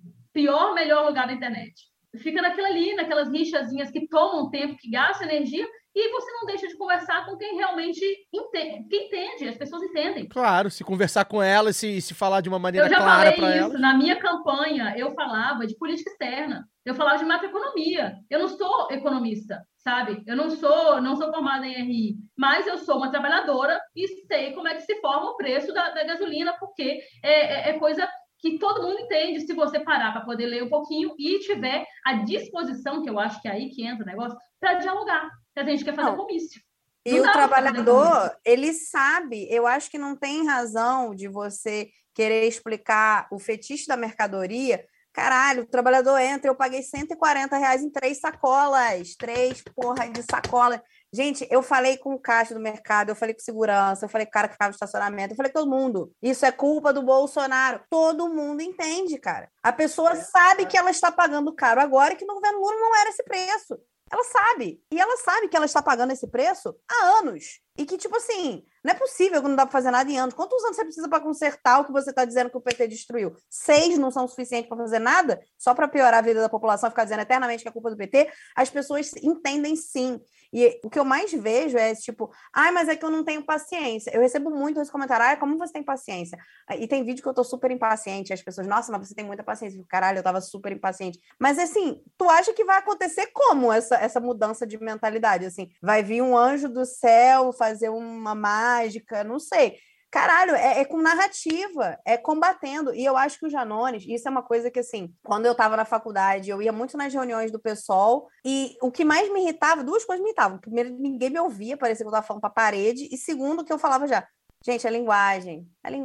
S6: melhor lugar da internet. Fica naquilo ali, naquelas rixazinhas que tomam tempo, que gastam energia, e você não deixa de conversar com quem realmente entende. Quem entende, as pessoas entendem.
S4: Claro, se conversar com elas, se falar de uma maneira clara para elas. Eu já
S6: falei isso, na minha campanha, eu falava de política externa, eu falava de macroeconomia. Eu não sou economista, sabe? Eu não sou formada em RI, mas eu sou uma trabalhadora e sei como é que se forma o preço da gasolina, porque é coisa que todo mundo entende, se você parar para poder ler um pouquinho e tiver a disposição, que eu acho que é aí que entra o negócio, para dialogar. A gente quer fazer comício.
S5: E o trabalhador, ele sabe, eu acho que não tem razão de você querer explicar o fetiche da mercadoria. Caralho, o trabalhador entra, eu paguei R$140 em 3 sacolas, 3 porra de sacola. Gente, eu falei com o caixa do mercado, eu falei com segurança, eu falei com o cara que ficava no estacionamento, eu falei com todo mundo. Isso é culpa do Bolsonaro. Todo mundo entende, cara. A pessoa sabe que ela está pagando caro agora e que no governo Lula não era esse preço. Ela sabe. E ela sabe que ela está pagando esse preço há anos. E que, tipo assim, não é possível que não dá para fazer nada em anos. Quantos anos você precisa para consertar o que você está dizendo que o PT destruiu? 6 não são suficientes para fazer nada? Só para piorar a vida da população e ficar dizendo eternamente que é culpa do PT? As pessoas entendem sim. E o que eu mais vejo é tipo, mas é que eu não tenho paciência. Eu recebo muito esse comentário, como você tem paciência? E tem vídeo que eu tô super impaciente. As pessoas, nossa, mas você tem muita paciência. Caralho, eu tava super impaciente. Mas assim, tu acha que vai acontecer como essa mudança de mentalidade? Assim, vai vir um anjo do céu fazer uma mágica, não sei. Caralho, é com narrativa, é combatendo. E eu acho que o Janones, isso é uma coisa que, assim, quando eu estava na faculdade, eu ia muito nas reuniões do PSOL, e o que mais me irritava, 2 coisas me irritavam. Primeiro, ninguém me ouvia, parecia que eu estava falando para a parede. E segundo, que eu falava já, gente, a linguagem,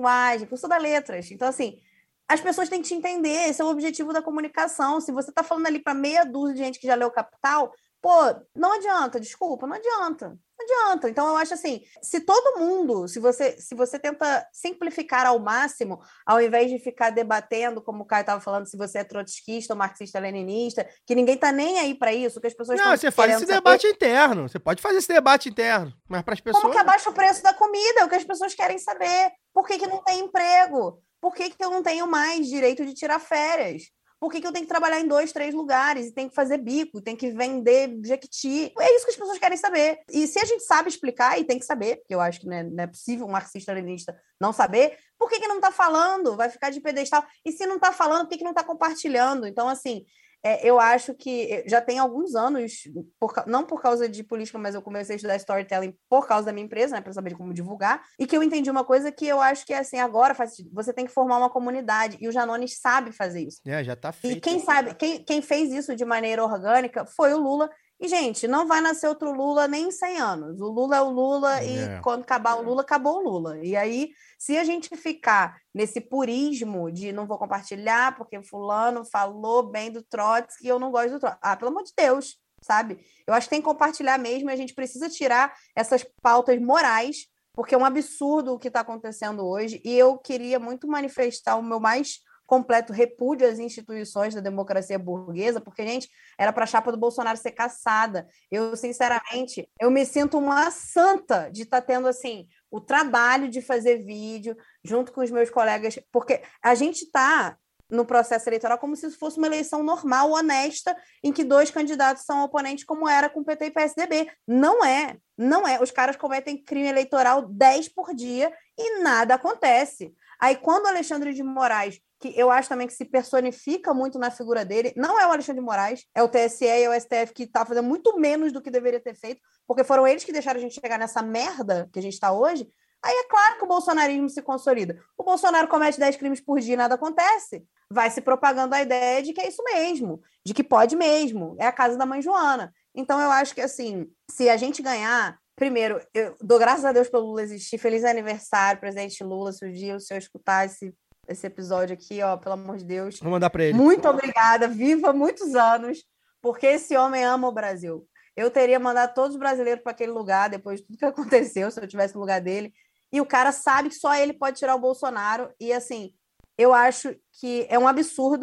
S5: eu sou da letras. Então, assim, as pessoas têm que te entender, esse é o objetivo da comunicação. Se você está falando ali para meia dúzia de gente que já leu Capital, pô, não adianta, desculpa, não adianta. Não adianta. Então, eu acho assim, se todo mundo, se você tenta simplificar ao máximo, ao invés de ficar debatendo, como o Caio estava falando, se você é trotskista ou marxista-leninista, que ninguém tá nem aí para isso, que as pessoas
S4: não, você faz esse debate interno, você pode fazer esse debate interno, mas para as pessoas...
S5: Como que abaixa o preço da comida? É o que as pessoas querem saber. Por que não tem emprego? Por que eu não tenho mais direito de tirar férias? Por que eu tenho que trabalhar em 2, 3 lugares e tenho que fazer bico, tenho que vender jequiti? É isso que as pessoas querem saber. E se a gente sabe explicar, e tem que saber, porque eu acho que não é possível um marxista-leninista não saber, por que não está falando? Vai ficar de pedestal. E se não está falando, por que não está compartilhando? Então, assim, eu acho que já tem alguns anos, não por causa de política, mas eu comecei a estudar storytelling por causa da minha empresa, né, para saber como divulgar, e que eu entendi uma coisa que eu acho que é assim, agora faz sentido. Você tem que formar uma comunidade, e o Janones sabe fazer isso.
S4: Já tá feito.
S5: E quem fez isso de maneira orgânica foi o Lula. E, gente, não vai nascer outro Lula nem em 100 anos. O Lula é o Lula e quando acabar o Lula, acabou o Lula. E aí, se a gente ficar nesse purismo de não vou compartilhar porque fulano falou bem do Trotsky e eu não gosto do Trotsky. Pelo amor de Deus, sabe? Eu acho que tem que compartilhar mesmo e a gente precisa tirar essas pautas morais, porque é um absurdo o que está acontecendo hoje. E eu queria muito manifestar o meu mais completo repúdio às instituições da democracia burguesa, porque, gente, era para a chapa do Bolsonaro ser caçada. Eu, sinceramente, eu me sinto uma santa de estar tendo, assim, o trabalho de fazer vídeo junto com os meus colegas, porque a gente está no processo eleitoral como se isso fosse uma eleição normal, honesta, em que 2 candidatos são oponentes, como era com PT e PSDB. Não é. Os caras cometem crime eleitoral 10 por dia e nada acontece. Aí, quando o Alexandre de Moraes, que eu acho também que se personifica muito na figura dele, não é o Alexandre de Moraes, é o TSE e o STF que está fazendo muito menos do que deveria ter feito, porque foram eles que deixaram a gente chegar nessa merda que a gente está hoje. Aí é claro que o bolsonarismo se consolida. O Bolsonaro comete 10 crimes por dia e nada acontece. Vai se propagando a ideia de que é isso mesmo, de que pode mesmo. É a casa da mãe Joana. Então eu acho que, assim, se a gente ganhar... Primeiro, eu dou graças a Deus pelo Lula existir. Feliz aniversário, presidente Lula. Se o senhor escutar esse episódio aqui, ó, pelo amor de Deus.
S4: Vou mandar para ele.
S5: Muito obrigada. Viva muitos anos, porque esse homem ama o Brasil. Eu teria mandado todos os brasileiros para aquele lugar depois de tudo que aconteceu, se eu tivesse no lugar dele. E o cara sabe que só ele pode tirar o Bolsonaro. E, assim, eu acho que é um absurdo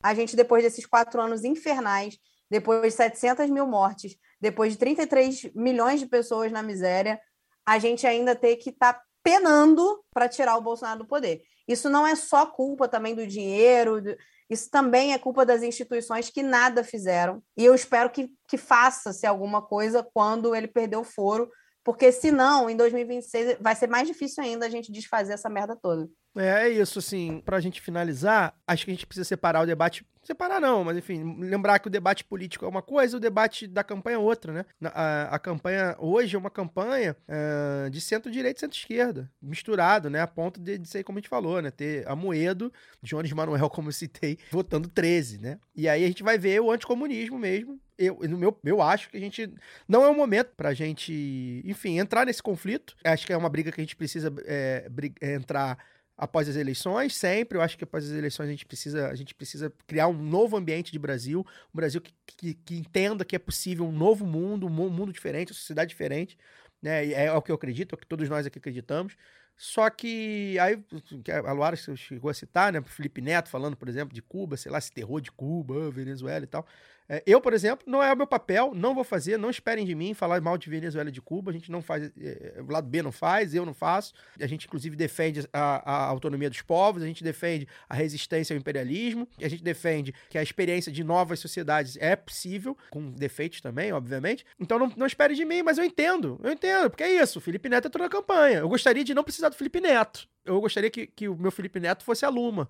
S5: a gente, depois desses 4 anos infernais, depois de 700 mil mortes, depois de 33 milhões de pessoas na miséria, a gente ainda ter que estar penando para tirar o Bolsonaro do poder. Isso não é só culpa também do dinheiro, isso também é culpa das instituições que nada fizeram. E eu espero que faça-se alguma coisa quando ele perder o foro, porque senão, em 2026, vai ser mais difícil ainda a gente desfazer essa merda toda.
S4: É isso, assim, pra gente finalizar, acho que a gente precisa separar o debate, separar não, mas enfim, lembrar que o debate político é uma coisa, o debate da campanha é outra, né? A campanha hoje é uma campanha de centro-direita e centro-esquerda, misturado, né? A ponto de ser, como a gente falou, né? Ter Amoedo, Jones Manuel, como eu citei, votando 13, né? E aí a gente vai ver o anticomunismo mesmo. Eu acho que a gente não é o momento pra gente, enfim, entrar nesse conflito. Acho que é uma briga que a gente precisa entrar após as eleições, sempre. Eu acho que após as eleições a gente precisa criar um novo ambiente de Brasil, um Brasil que entenda que é possível um novo mundo, um mundo diferente, uma sociedade diferente, né? É o que eu acredito, é o que todos nós aqui acreditamos. Só que aí a Luara chegou a citar, né, Felipe Neto falando, por exemplo, de Cuba, sei lá, esse terror de Cuba, Venezuela e tal. Eu, por exemplo, não é o meu papel, não vou fazer, não esperem de mim falar mal de Venezuela e de Cuba, a gente não faz, o lado B não faz, eu não faço, a gente inclusive defende a autonomia dos povos, a gente defende a resistência ao imperialismo, a gente defende que a experiência de novas sociedades é possível, com defeitos também, obviamente, então não esperem de mim, mas eu entendo, porque é isso, o Felipe Neto entrou na campanha, eu gostaria de não precisar do Felipe Neto. Eu gostaria que o meu Felipe Neto fosse a Luma.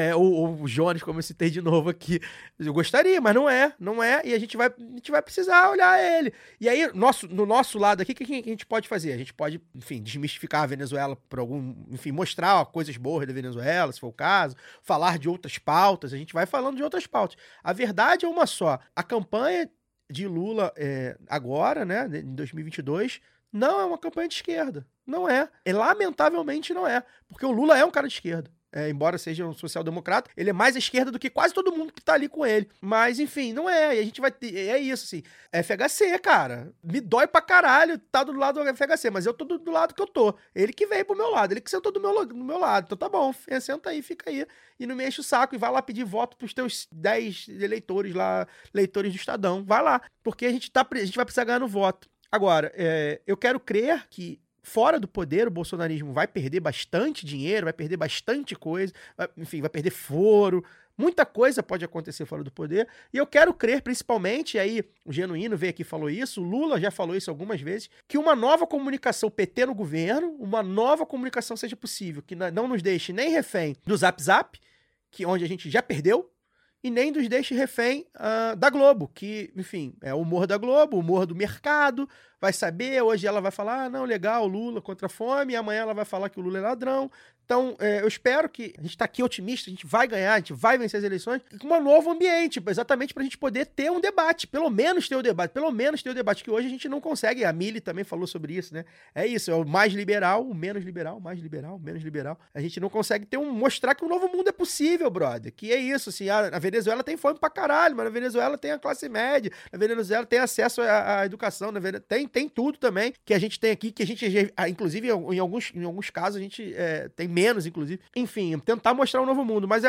S4: Ou o Jones, como eu citei de novo aqui. Eu gostaria, mas não é. E a gente vai precisar olhar ele. E aí, no nosso lado aqui, o que a gente pode fazer? A gente pode, enfim, desmistificar a Venezuela por enfim, mostrar coisas boas da Venezuela, se for o caso, falar de outras pautas. A gente vai falando de outras pautas. A verdade é uma só. A campanha de Lula agora, né, em 2022, não é uma campanha de esquerda. Não é. Lamentavelmente não é. Porque o Lula é um cara de esquerda. Embora seja um social-democrata, ele é mais à esquerda do que quase todo mundo que tá ali com ele. Mas, enfim, não é. E a gente vai ter... É isso, assim. FHC, cara. Me dói pra caralho tá do lado do FHC, mas eu tô do lado que eu tô. Ele que veio pro meu lado, ele que sentou do meu lado. Então tá bom, senta aí, fica aí. E não me enche o saco e vai lá pedir voto pros teus 10 eleitores lá, leitores do Estadão. Vai lá. Porque a gente vai precisar ganhar no voto. Agora, eu quero crer que fora do poder, o bolsonarismo vai perder bastante dinheiro, vai perder bastante coisa, vai perder foro, muita coisa pode acontecer fora do poder, e eu quero crer, principalmente, aí o Genuíno veio aqui e falou isso, o Lula já falou isso algumas vezes, que uma nova comunicação PT no governo, uma nova comunicação seja possível, que não nos deixe nem refém do Zap Zap, onde a gente já perdeu, e nem nos deixe refém da Globo, que, enfim, é o humor da Globo, o humor do mercado, vai saber, hoje ela vai falar, não, legal, Lula contra a fome, e amanhã ela vai falar que o Lula é ladrão. Então, eu espero que a gente tá aqui otimista, a gente vai ganhar, a gente vai vencer as eleições, com um novo ambiente, exatamente pra gente poder ter um debate, pelo menos ter o debate, que hoje a gente não consegue, a Mili também falou sobre isso, né? É isso, é o mais liberal, o menos liberal, mais liberal, menos liberal. A gente não consegue mostrar que um novo mundo é possível, brother, que é isso, assim, a Venezuela tem fome pra caralho, mas na Venezuela tem a classe média, na Venezuela tem acesso à educação, tem tudo também, que a gente tem aqui, que a gente, inclusive, em alguns casos, a gente tem menos, inclusive. Enfim, tentar mostrar um novo mundo. Mas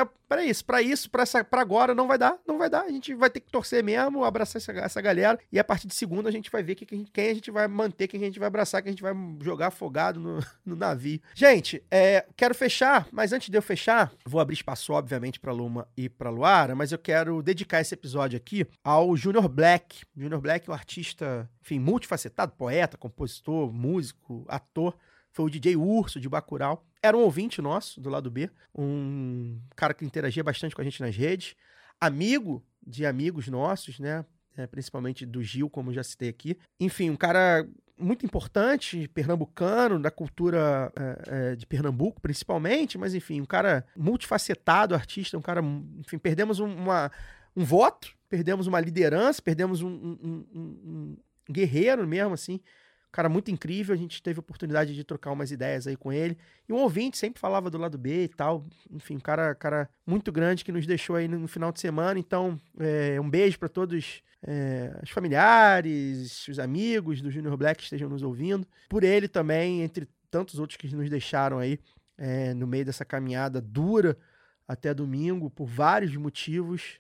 S4: pra agora, não vai dar. A gente vai ter que torcer mesmo, abraçar essa galera. E a partir de segunda a gente vai ver quem a gente vai manter, quem a gente vai abraçar, quem a gente vai jogar afogado no navio. Gente, quero fechar, mas antes de eu fechar, vou abrir espaço, obviamente, pra Luma e pra Luara, mas eu quero dedicar esse episódio aqui ao Junior Black. Junior Black é um artista, enfim, multifacetado, poeta, compositor, músico, ator. Foi o DJ Urso, de Bacurau. Era um ouvinte nosso, do lado B. Um cara que interagia bastante com a gente nas redes. Amigo de amigos nossos, né? Principalmente do Gil, como eu já citei aqui. Enfim, um cara muito importante, pernambucano, da cultura de Pernambuco, principalmente. Mas, enfim, um cara multifacetado, artista. Um cara... Enfim, perdemos um voto, perdemos uma liderança, perdemos um guerreiro mesmo, assim. Cara muito incrível, a gente teve a oportunidade de trocar umas ideias aí com ele. E um ouvinte sempre falava do lado B e tal. Enfim, um cara muito grande que nos deixou aí no final de semana. Então, um beijo para todos os familiares, os amigos do Junior Black que estejam nos ouvindo. Por ele também, entre tantos outros que nos deixaram aí no meio dessa caminhada dura até domingo, por vários motivos.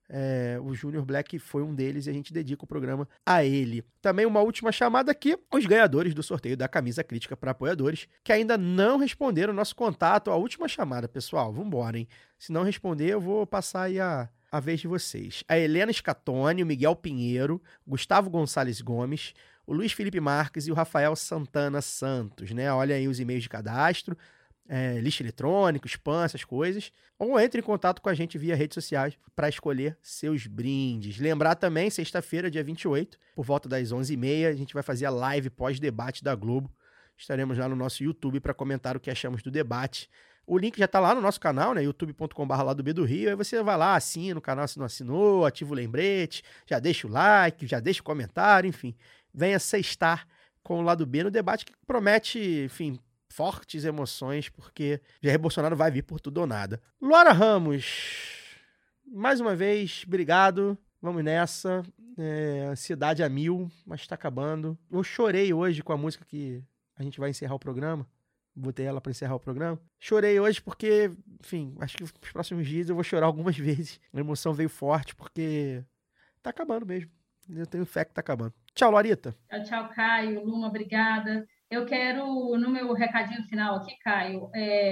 S4: O Junior Black foi um deles e a gente dedica o programa a ele. Também uma última chamada aqui, os ganhadores do sorteio da camisa crítica para apoiadores, que ainda não responderam o nosso contato. A última chamada, pessoal, vambora, hein? Se não responder, eu vou passar aí a vez de vocês. A Helena Scatoni, o Miguel Pinheiro, Gustavo Gonçalves Gomes, o Luiz Felipe Marques e o Rafael Santana Santos, né? Olha aí os e-mails de cadastro, lixo eletrônico, spam, essas coisas. Ou entre em contato com a gente via redes sociais para escolher seus brindes. Lembrar também, sexta-feira, dia 28, por volta das 11h30, a gente vai fazer a live pós-debate da Globo. Estaremos lá no nosso YouTube para comentar o que achamos do debate. O link já está lá no nosso canal, né? youtube.com/LadoBDoRio. Aí você vai lá, assina o canal se não assinou, ativa o lembrete, já deixa o like, já deixa o comentário, enfim. Venha sextar com o Lado B no debate que promete, enfim, fortes emoções, porque Jair Bolsonaro vai vir por tudo ou nada. Luara Ramos, mais uma vez, obrigado. Vamos nessa. Ansiedade a mil, mas está acabando. Eu chorei hoje com a música que a gente vai encerrar o programa. Botei ela para encerrar o programa. Chorei hoje porque, enfim, acho que nos próximos dias eu vou chorar algumas vezes. A emoção veio forte porque tá acabando mesmo. Eu tenho fé que tá acabando. Tchau, Larita.
S6: Tchau, Caio. Luma, obrigada. Eu quero, no meu recadinho final aqui, Caio,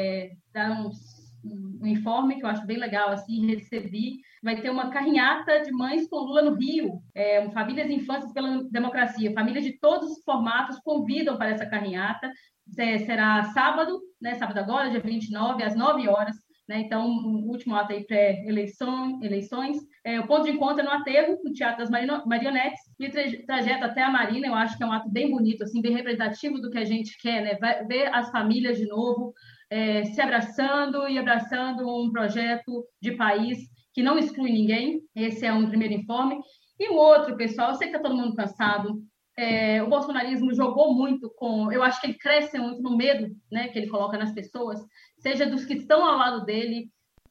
S6: dar um informe que eu acho bem legal, assim, recebi. Vai ter uma carreata de mães com Lula no Rio, Famílias e Infâncias pela Democracia. Famílias de todos os formatos convidam para essa carreata. Será sábado, né? Sábado agora, dia 29, às 9 horas. Né? Então, o último ato aí pré-eleições. O ponto de encontro é no Aterro, no Teatro das Marionetes, e o trajeto até a Marina, eu acho que é um ato bem bonito, assim, bem representativo do que a gente quer, né? Vai ver as famílias de novo se abraçando e abraçando um projeto de país que não exclui ninguém. Esse é um primeiro informe. E o outro, pessoal, eu sei que está todo mundo cansado. O bolsonarismo jogou muito eu acho que ele cresce muito no medo, né, que ele coloca nas pessoas, seja dos que estão ao lado deles,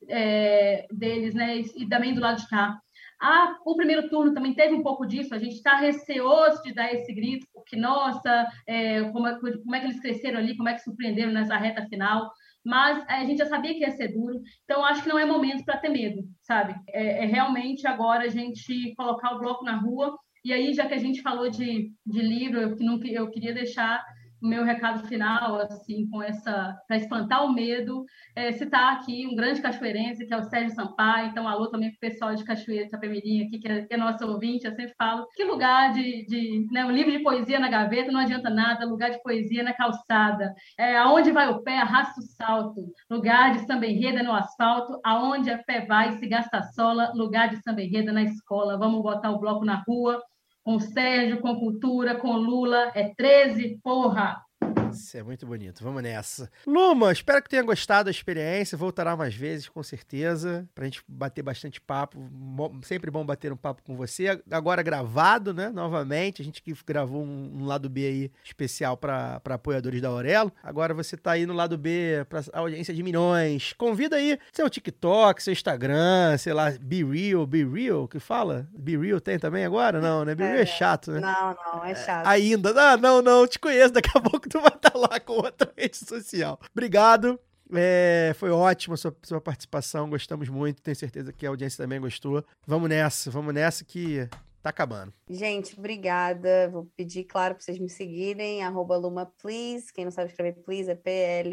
S6: né, e também do lado de cá. O primeiro turno também teve um pouco disso, a gente está receoso de dar esse grito, porque, nossa, como é que eles cresceram ali, como é que surpreenderam nessa reta final, mas a gente já sabia que ia ser duro, então acho que não é momento para ter medo, sabe? Realmente agora a gente colocar o bloco na rua. E aí, já que a gente falou de livro, eu queria deixar o meu recado final, assim, para espantar o medo, citar aqui um grande cachoeirense, que é o Sérgio Sampaio. Então, alô também para o pessoal de Cachoeira, de Itapemirim, aqui, que é nosso ouvinte. Eu sempre falo que lugar né, um livro de poesia na gaveta não adianta nada, lugar de poesia na calçada. Aonde vai o pé, arrasta o salto. Lugar de samba enredo no asfalto, aonde a fé vai, se gasta a sola. Lugar de samba enredo na escola. Vamos botar o bloco na rua. Com Sérgio, com Cultura, com Lula, 13, porra!
S4: Isso é muito bonito, vamos nessa. Luma, espero que tenha gostado da experiência, voltará mais vezes, com certeza, pra gente bater bastante papo, sempre bom bater um papo com você, agora gravado, né, novamente, a gente que gravou um lado B aí especial pra apoiadores da Aurelo, agora você tá aí no lado B pra audiência de milhões, convida aí seu TikTok, seu Instagram, sei lá, Be Real, que fala? Be Real tem também agora? Não, né, Be Real é chato, né?
S5: Não, é chato.
S4: Ainda, não, te conheço, daqui a pouco tu vai estar lá com outra rede social. Obrigado, foi ótima a sua participação, gostamos muito, tenho certeza que a audiência também gostou. Vamos nessa que tá acabando.
S5: Gente, obrigada, vou pedir, claro, para vocês me seguirem, @LumaPlease, quem não sabe escrever please é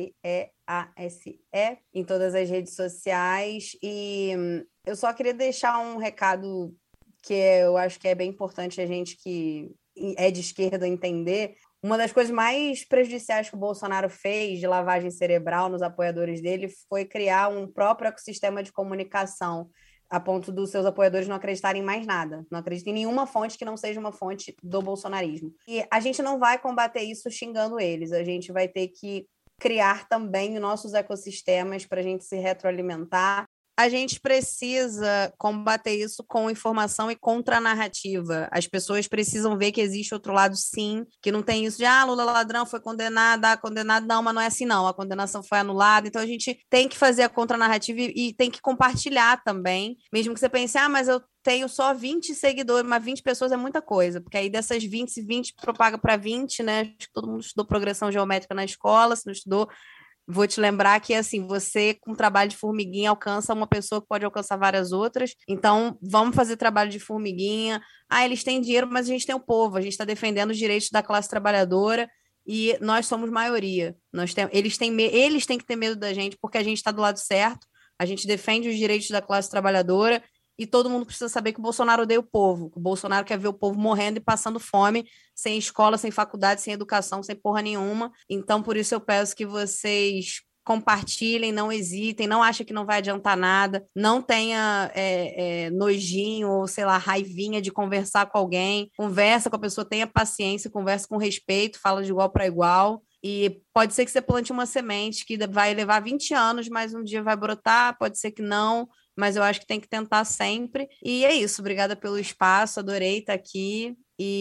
S5: PLEASE, em todas as redes sociais, e eu só queria deixar um recado que eu acho que é bem importante a gente que é de esquerda entender. Uma das coisas mais prejudiciais que o Bolsonaro fez de lavagem cerebral nos apoiadores dele foi criar um próprio ecossistema de comunicação, a ponto dos seus apoiadores não acreditarem em mais nada, não acreditam em nenhuma fonte que não seja uma fonte do bolsonarismo. E a gente não vai combater isso xingando eles, a gente vai ter que criar também nossos ecossistemas para a gente se retroalimentar. A gente precisa combater isso com informação e contra-narrativa. As pessoas precisam ver que existe outro lado, sim, que não tem isso de Lula ladrão, foi condenado, condenado. Não, mas não é assim, não. A condenação foi anulada. Então, a gente tem que fazer a contra-narrativa e tem que compartilhar também. Mesmo que você pense, mas eu tenho só 20 seguidores, mas 20 pessoas é muita coisa, porque aí dessas 20 propaga para 20, né? Acho que todo mundo estudou progressão geométrica na escola, se não estudou, vou te lembrar que, assim, você com trabalho de formiguinha alcança uma pessoa que pode alcançar várias outras. Então, vamos fazer trabalho de formiguinha. Eles têm dinheiro, mas a gente tem o povo. A gente está defendendo os direitos da classe trabalhadora e nós somos maioria. Eles têm que ter medo da gente porque a gente está do lado certo. A gente defende os direitos da classe trabalhadora e todo mundo precisa saber que o Bolsonaro odeia o povo. Que o Bolsonaro quer ver o povo morrendo e passando fome, sem escola, sem faculdade, sem educação, sem porra nenhuma. Então, por isso eu peço que vocês compartilhem, não hesitem, não achem que não vai adiantar nada, não tenha nojinho ou, sei lá, raivinha de conversar com alguém, conversa com a pessoa, tenha paciência, conversa com respeito, fala de igual para igual, e pode ser que você plante uma semente que vai levar 20 anos, mas um dia vai brotar, pode ser que não, mas eu acho que tem que tentar sempre, e é isso, obrigada pelo espaço, adorei estar aqui,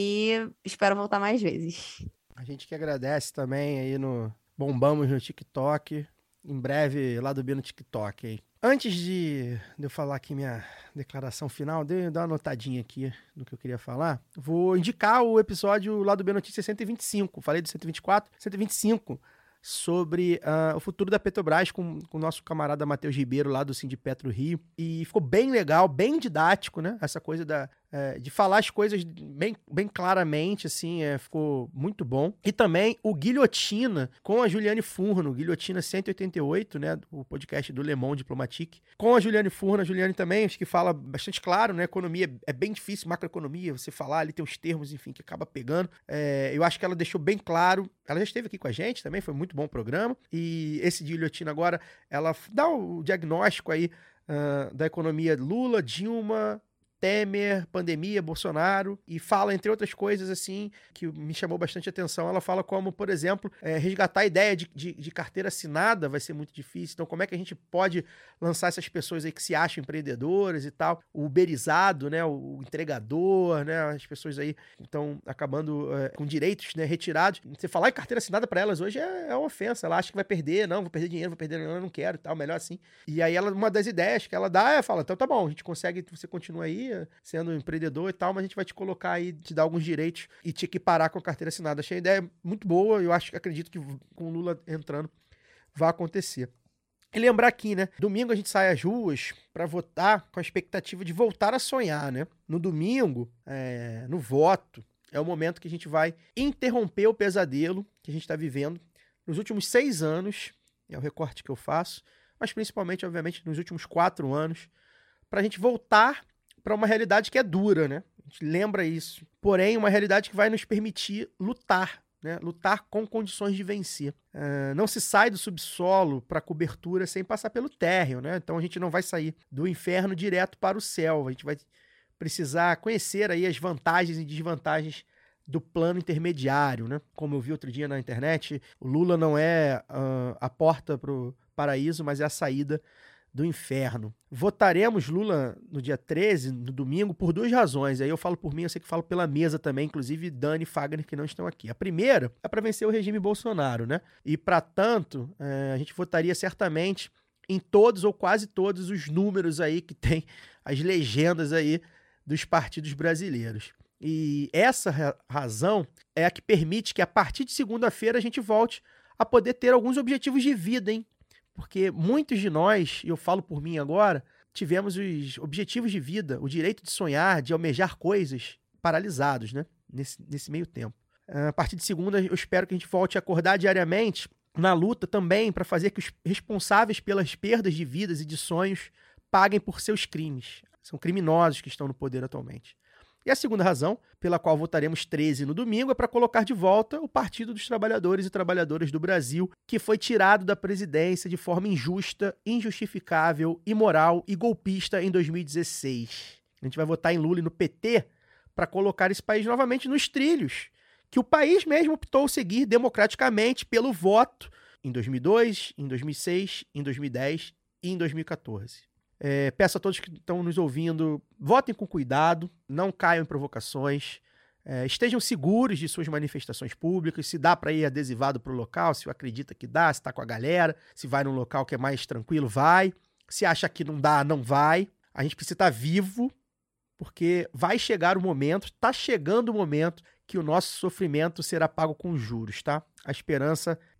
S5: e espero voltar mais vezes.
S4: A gente que agradece também aí Bombamos no TikTok. Em breve, lá do B no TikTok aí. Antes de eu falar aqui minha declaração final, de dar uma notadinha aqui do que eu queria falar, vou indicar o episódio lá do B Notícias 125. Falei do 124, 125, sobre o futuro da Petrobras com o nosso camarada Matheus Ribeiro lá do Sindipetro Rio. E ficou bem legal, bem didático, né? Essa coisa de falar as coisas bem claramente, assim, ficou muito bom. E também o Guilhotina com a Juliane Furno, Guilhotina 188, né, o podcast do Le Monde Diplomatique, com a Juliane Furno. A Juliane também, acho que fala bastante claro, né, economia é bem difícil, macroeconomia, você falar, ali tem os termos, enfim, que acaba pegando. Eu acho que ela deixou bem claro, ela já esteve aqui com a gente também, foi muito bom o programa, e esse Guilhotina agora, ela dá o diagnóstico aí da economia Lula, Dilma, Temer, pandemia, Bolsonaro, e fala, entre outras coisas, assim, que me chamou bastante atenção. Ela fala como, por exemplo, resgatar a ideia de carteira assinada vai ser muito difícil. Então, como é que a gente pode lançar essas pessoas aí que se acham empreendedoras e tal? O uberizado, né? O entregador, né? As pessoas aí estão acabando com direitos, né, retirados. Você falar em carteira assinada para elas hoje é uma ofensa. Ela acha que vai perder, não, vou perder dinheiro, eu não quero e tal, melhor assim. E aí, uma das ideias que ela dá fala, então tá bom, a gente consegue, você continua aí sendo empreendedor e tal, mas a gente vai te colocar aí, te dar alguns direitos e te equiparar com a carteira assinada. Achei a ideia muito boa, eu acredito que com o Lula entrando vai acontecer. E lembrar aqui, né, domingo a gente sai às ruas para votar com a expectativa de voltar a sonhar, né? No domingo, no voto, é o momento que a gente vai interromper o pesadelo que a gente está vivendo nos últimos 6 anos, é o recorte que eu faço, mas principalmente, obviamente, nos últimos 4 anos, para a gente voltar para uma realidade que é dura, né? A gente lembra isso. Porém, uma realidade que vai nos permitir lutar, né? Lutar com condições de vencer. Não se sai do subsolo para cobertura sem passar pelo térreo, né? Então a gente não vai sair do inferno direto para o céu. A gente vai precisar conhecer aí as vantagens e desvantagens do plano intermediário, né? Como eu vi outro dia na internet, o Lula não é a porta para o paraíso, mas é a saída do inferno. Votaremos Lula no dia 13, no domingo, por 2 razões. Aí eu falo por mim, eu sei que falo pela mesa também, inclusive Dani e Fagner, que não estão aqui. A primeira é para vencer o regime Bolsonaro, né? E, para tanto, a gente votaria certamente em todos ou quase todos os números aí que tem as legendas aí dos partidos brasileiros. E essa razão é a que permite que, a partir de segunda-feira, a gente volte a poder ter alguns objetivos de vida, hein? Porque muitos de nós, e eu falo por mim agora, tivemos os objetivos de vida, o direito de sonhar, de almejar coisas, paralisados, né? Nesse meio tempo. A partir de segunda, eu espero que a gente volte a acordar diariamente na luta também para fazer que os responsáveis pelas perdas de vidas e de sonhos paguem por seus crimes. São criminosos que estão no poder atualmente. E a segunda razão, pela qual votaremos 13 no domingo, é para colocar de volta o Partido dos Trabalhadores e Trabalhadoras do Brasil, que foi tirado da presidência de forma injusta, injustificável, imoral e golpista em 2016. A gente vai votar em Lula e no PT para colocar esse país novamente nos trilhos, que o país mesmo optou seguir democraticamente pelo voto em 2002, em 2006, em 2010 e em 2014. Peço a todos que estão nos ouvindo, votem com cuidado, não caiam em provocações, estejam seguros de suas manifestações públicas, se dá para ir adesivado para o local, se acredita que dá, se está com a galera, se vai num local que é mais tranquilo, vai, se acha que não dá, não vai. A gente precisa estar vivo, porque vai chegar o momento, está chegando o momento que o nosso sofrimento será pago com juros, tá? A esperança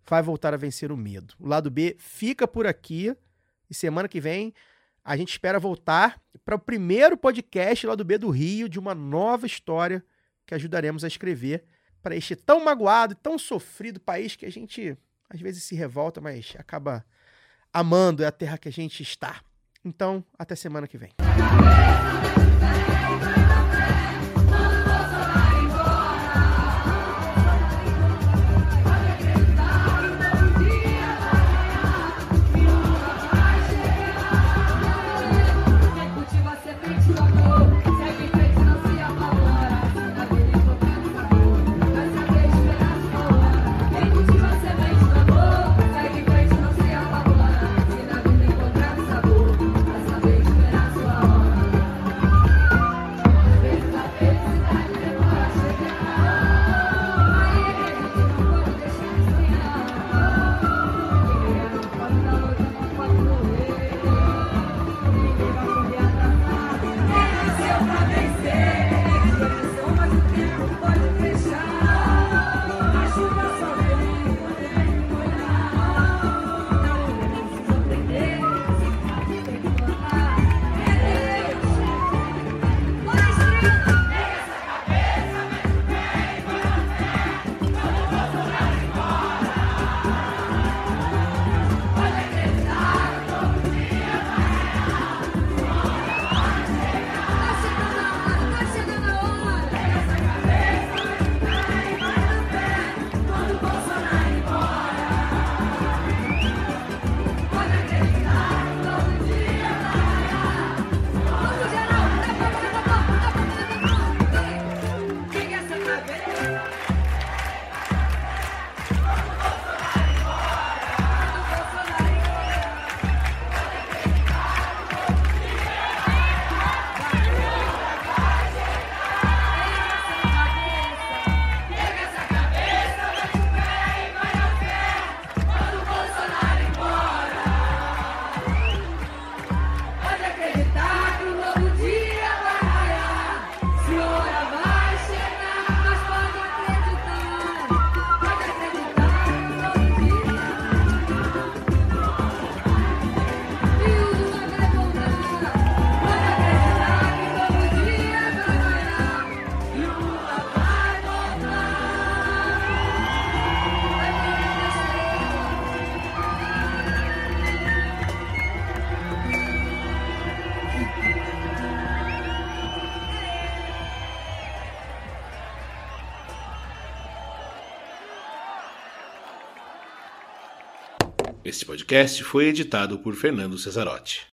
S4: vai voltar a vencer o medo. O Lado B fica por aqui e semana que vem a gente espera voltar para o primeiro podcast Lado B do Rio de uma nova história que ajudaremos a escrever para este tão magoado e tão sofrido país que a gente às vezes se revolta, mas acaba amando, é a terra que a gente está. Então, até semana que vem.
S2: Este podcast foi editado por Fernando Cesarotti.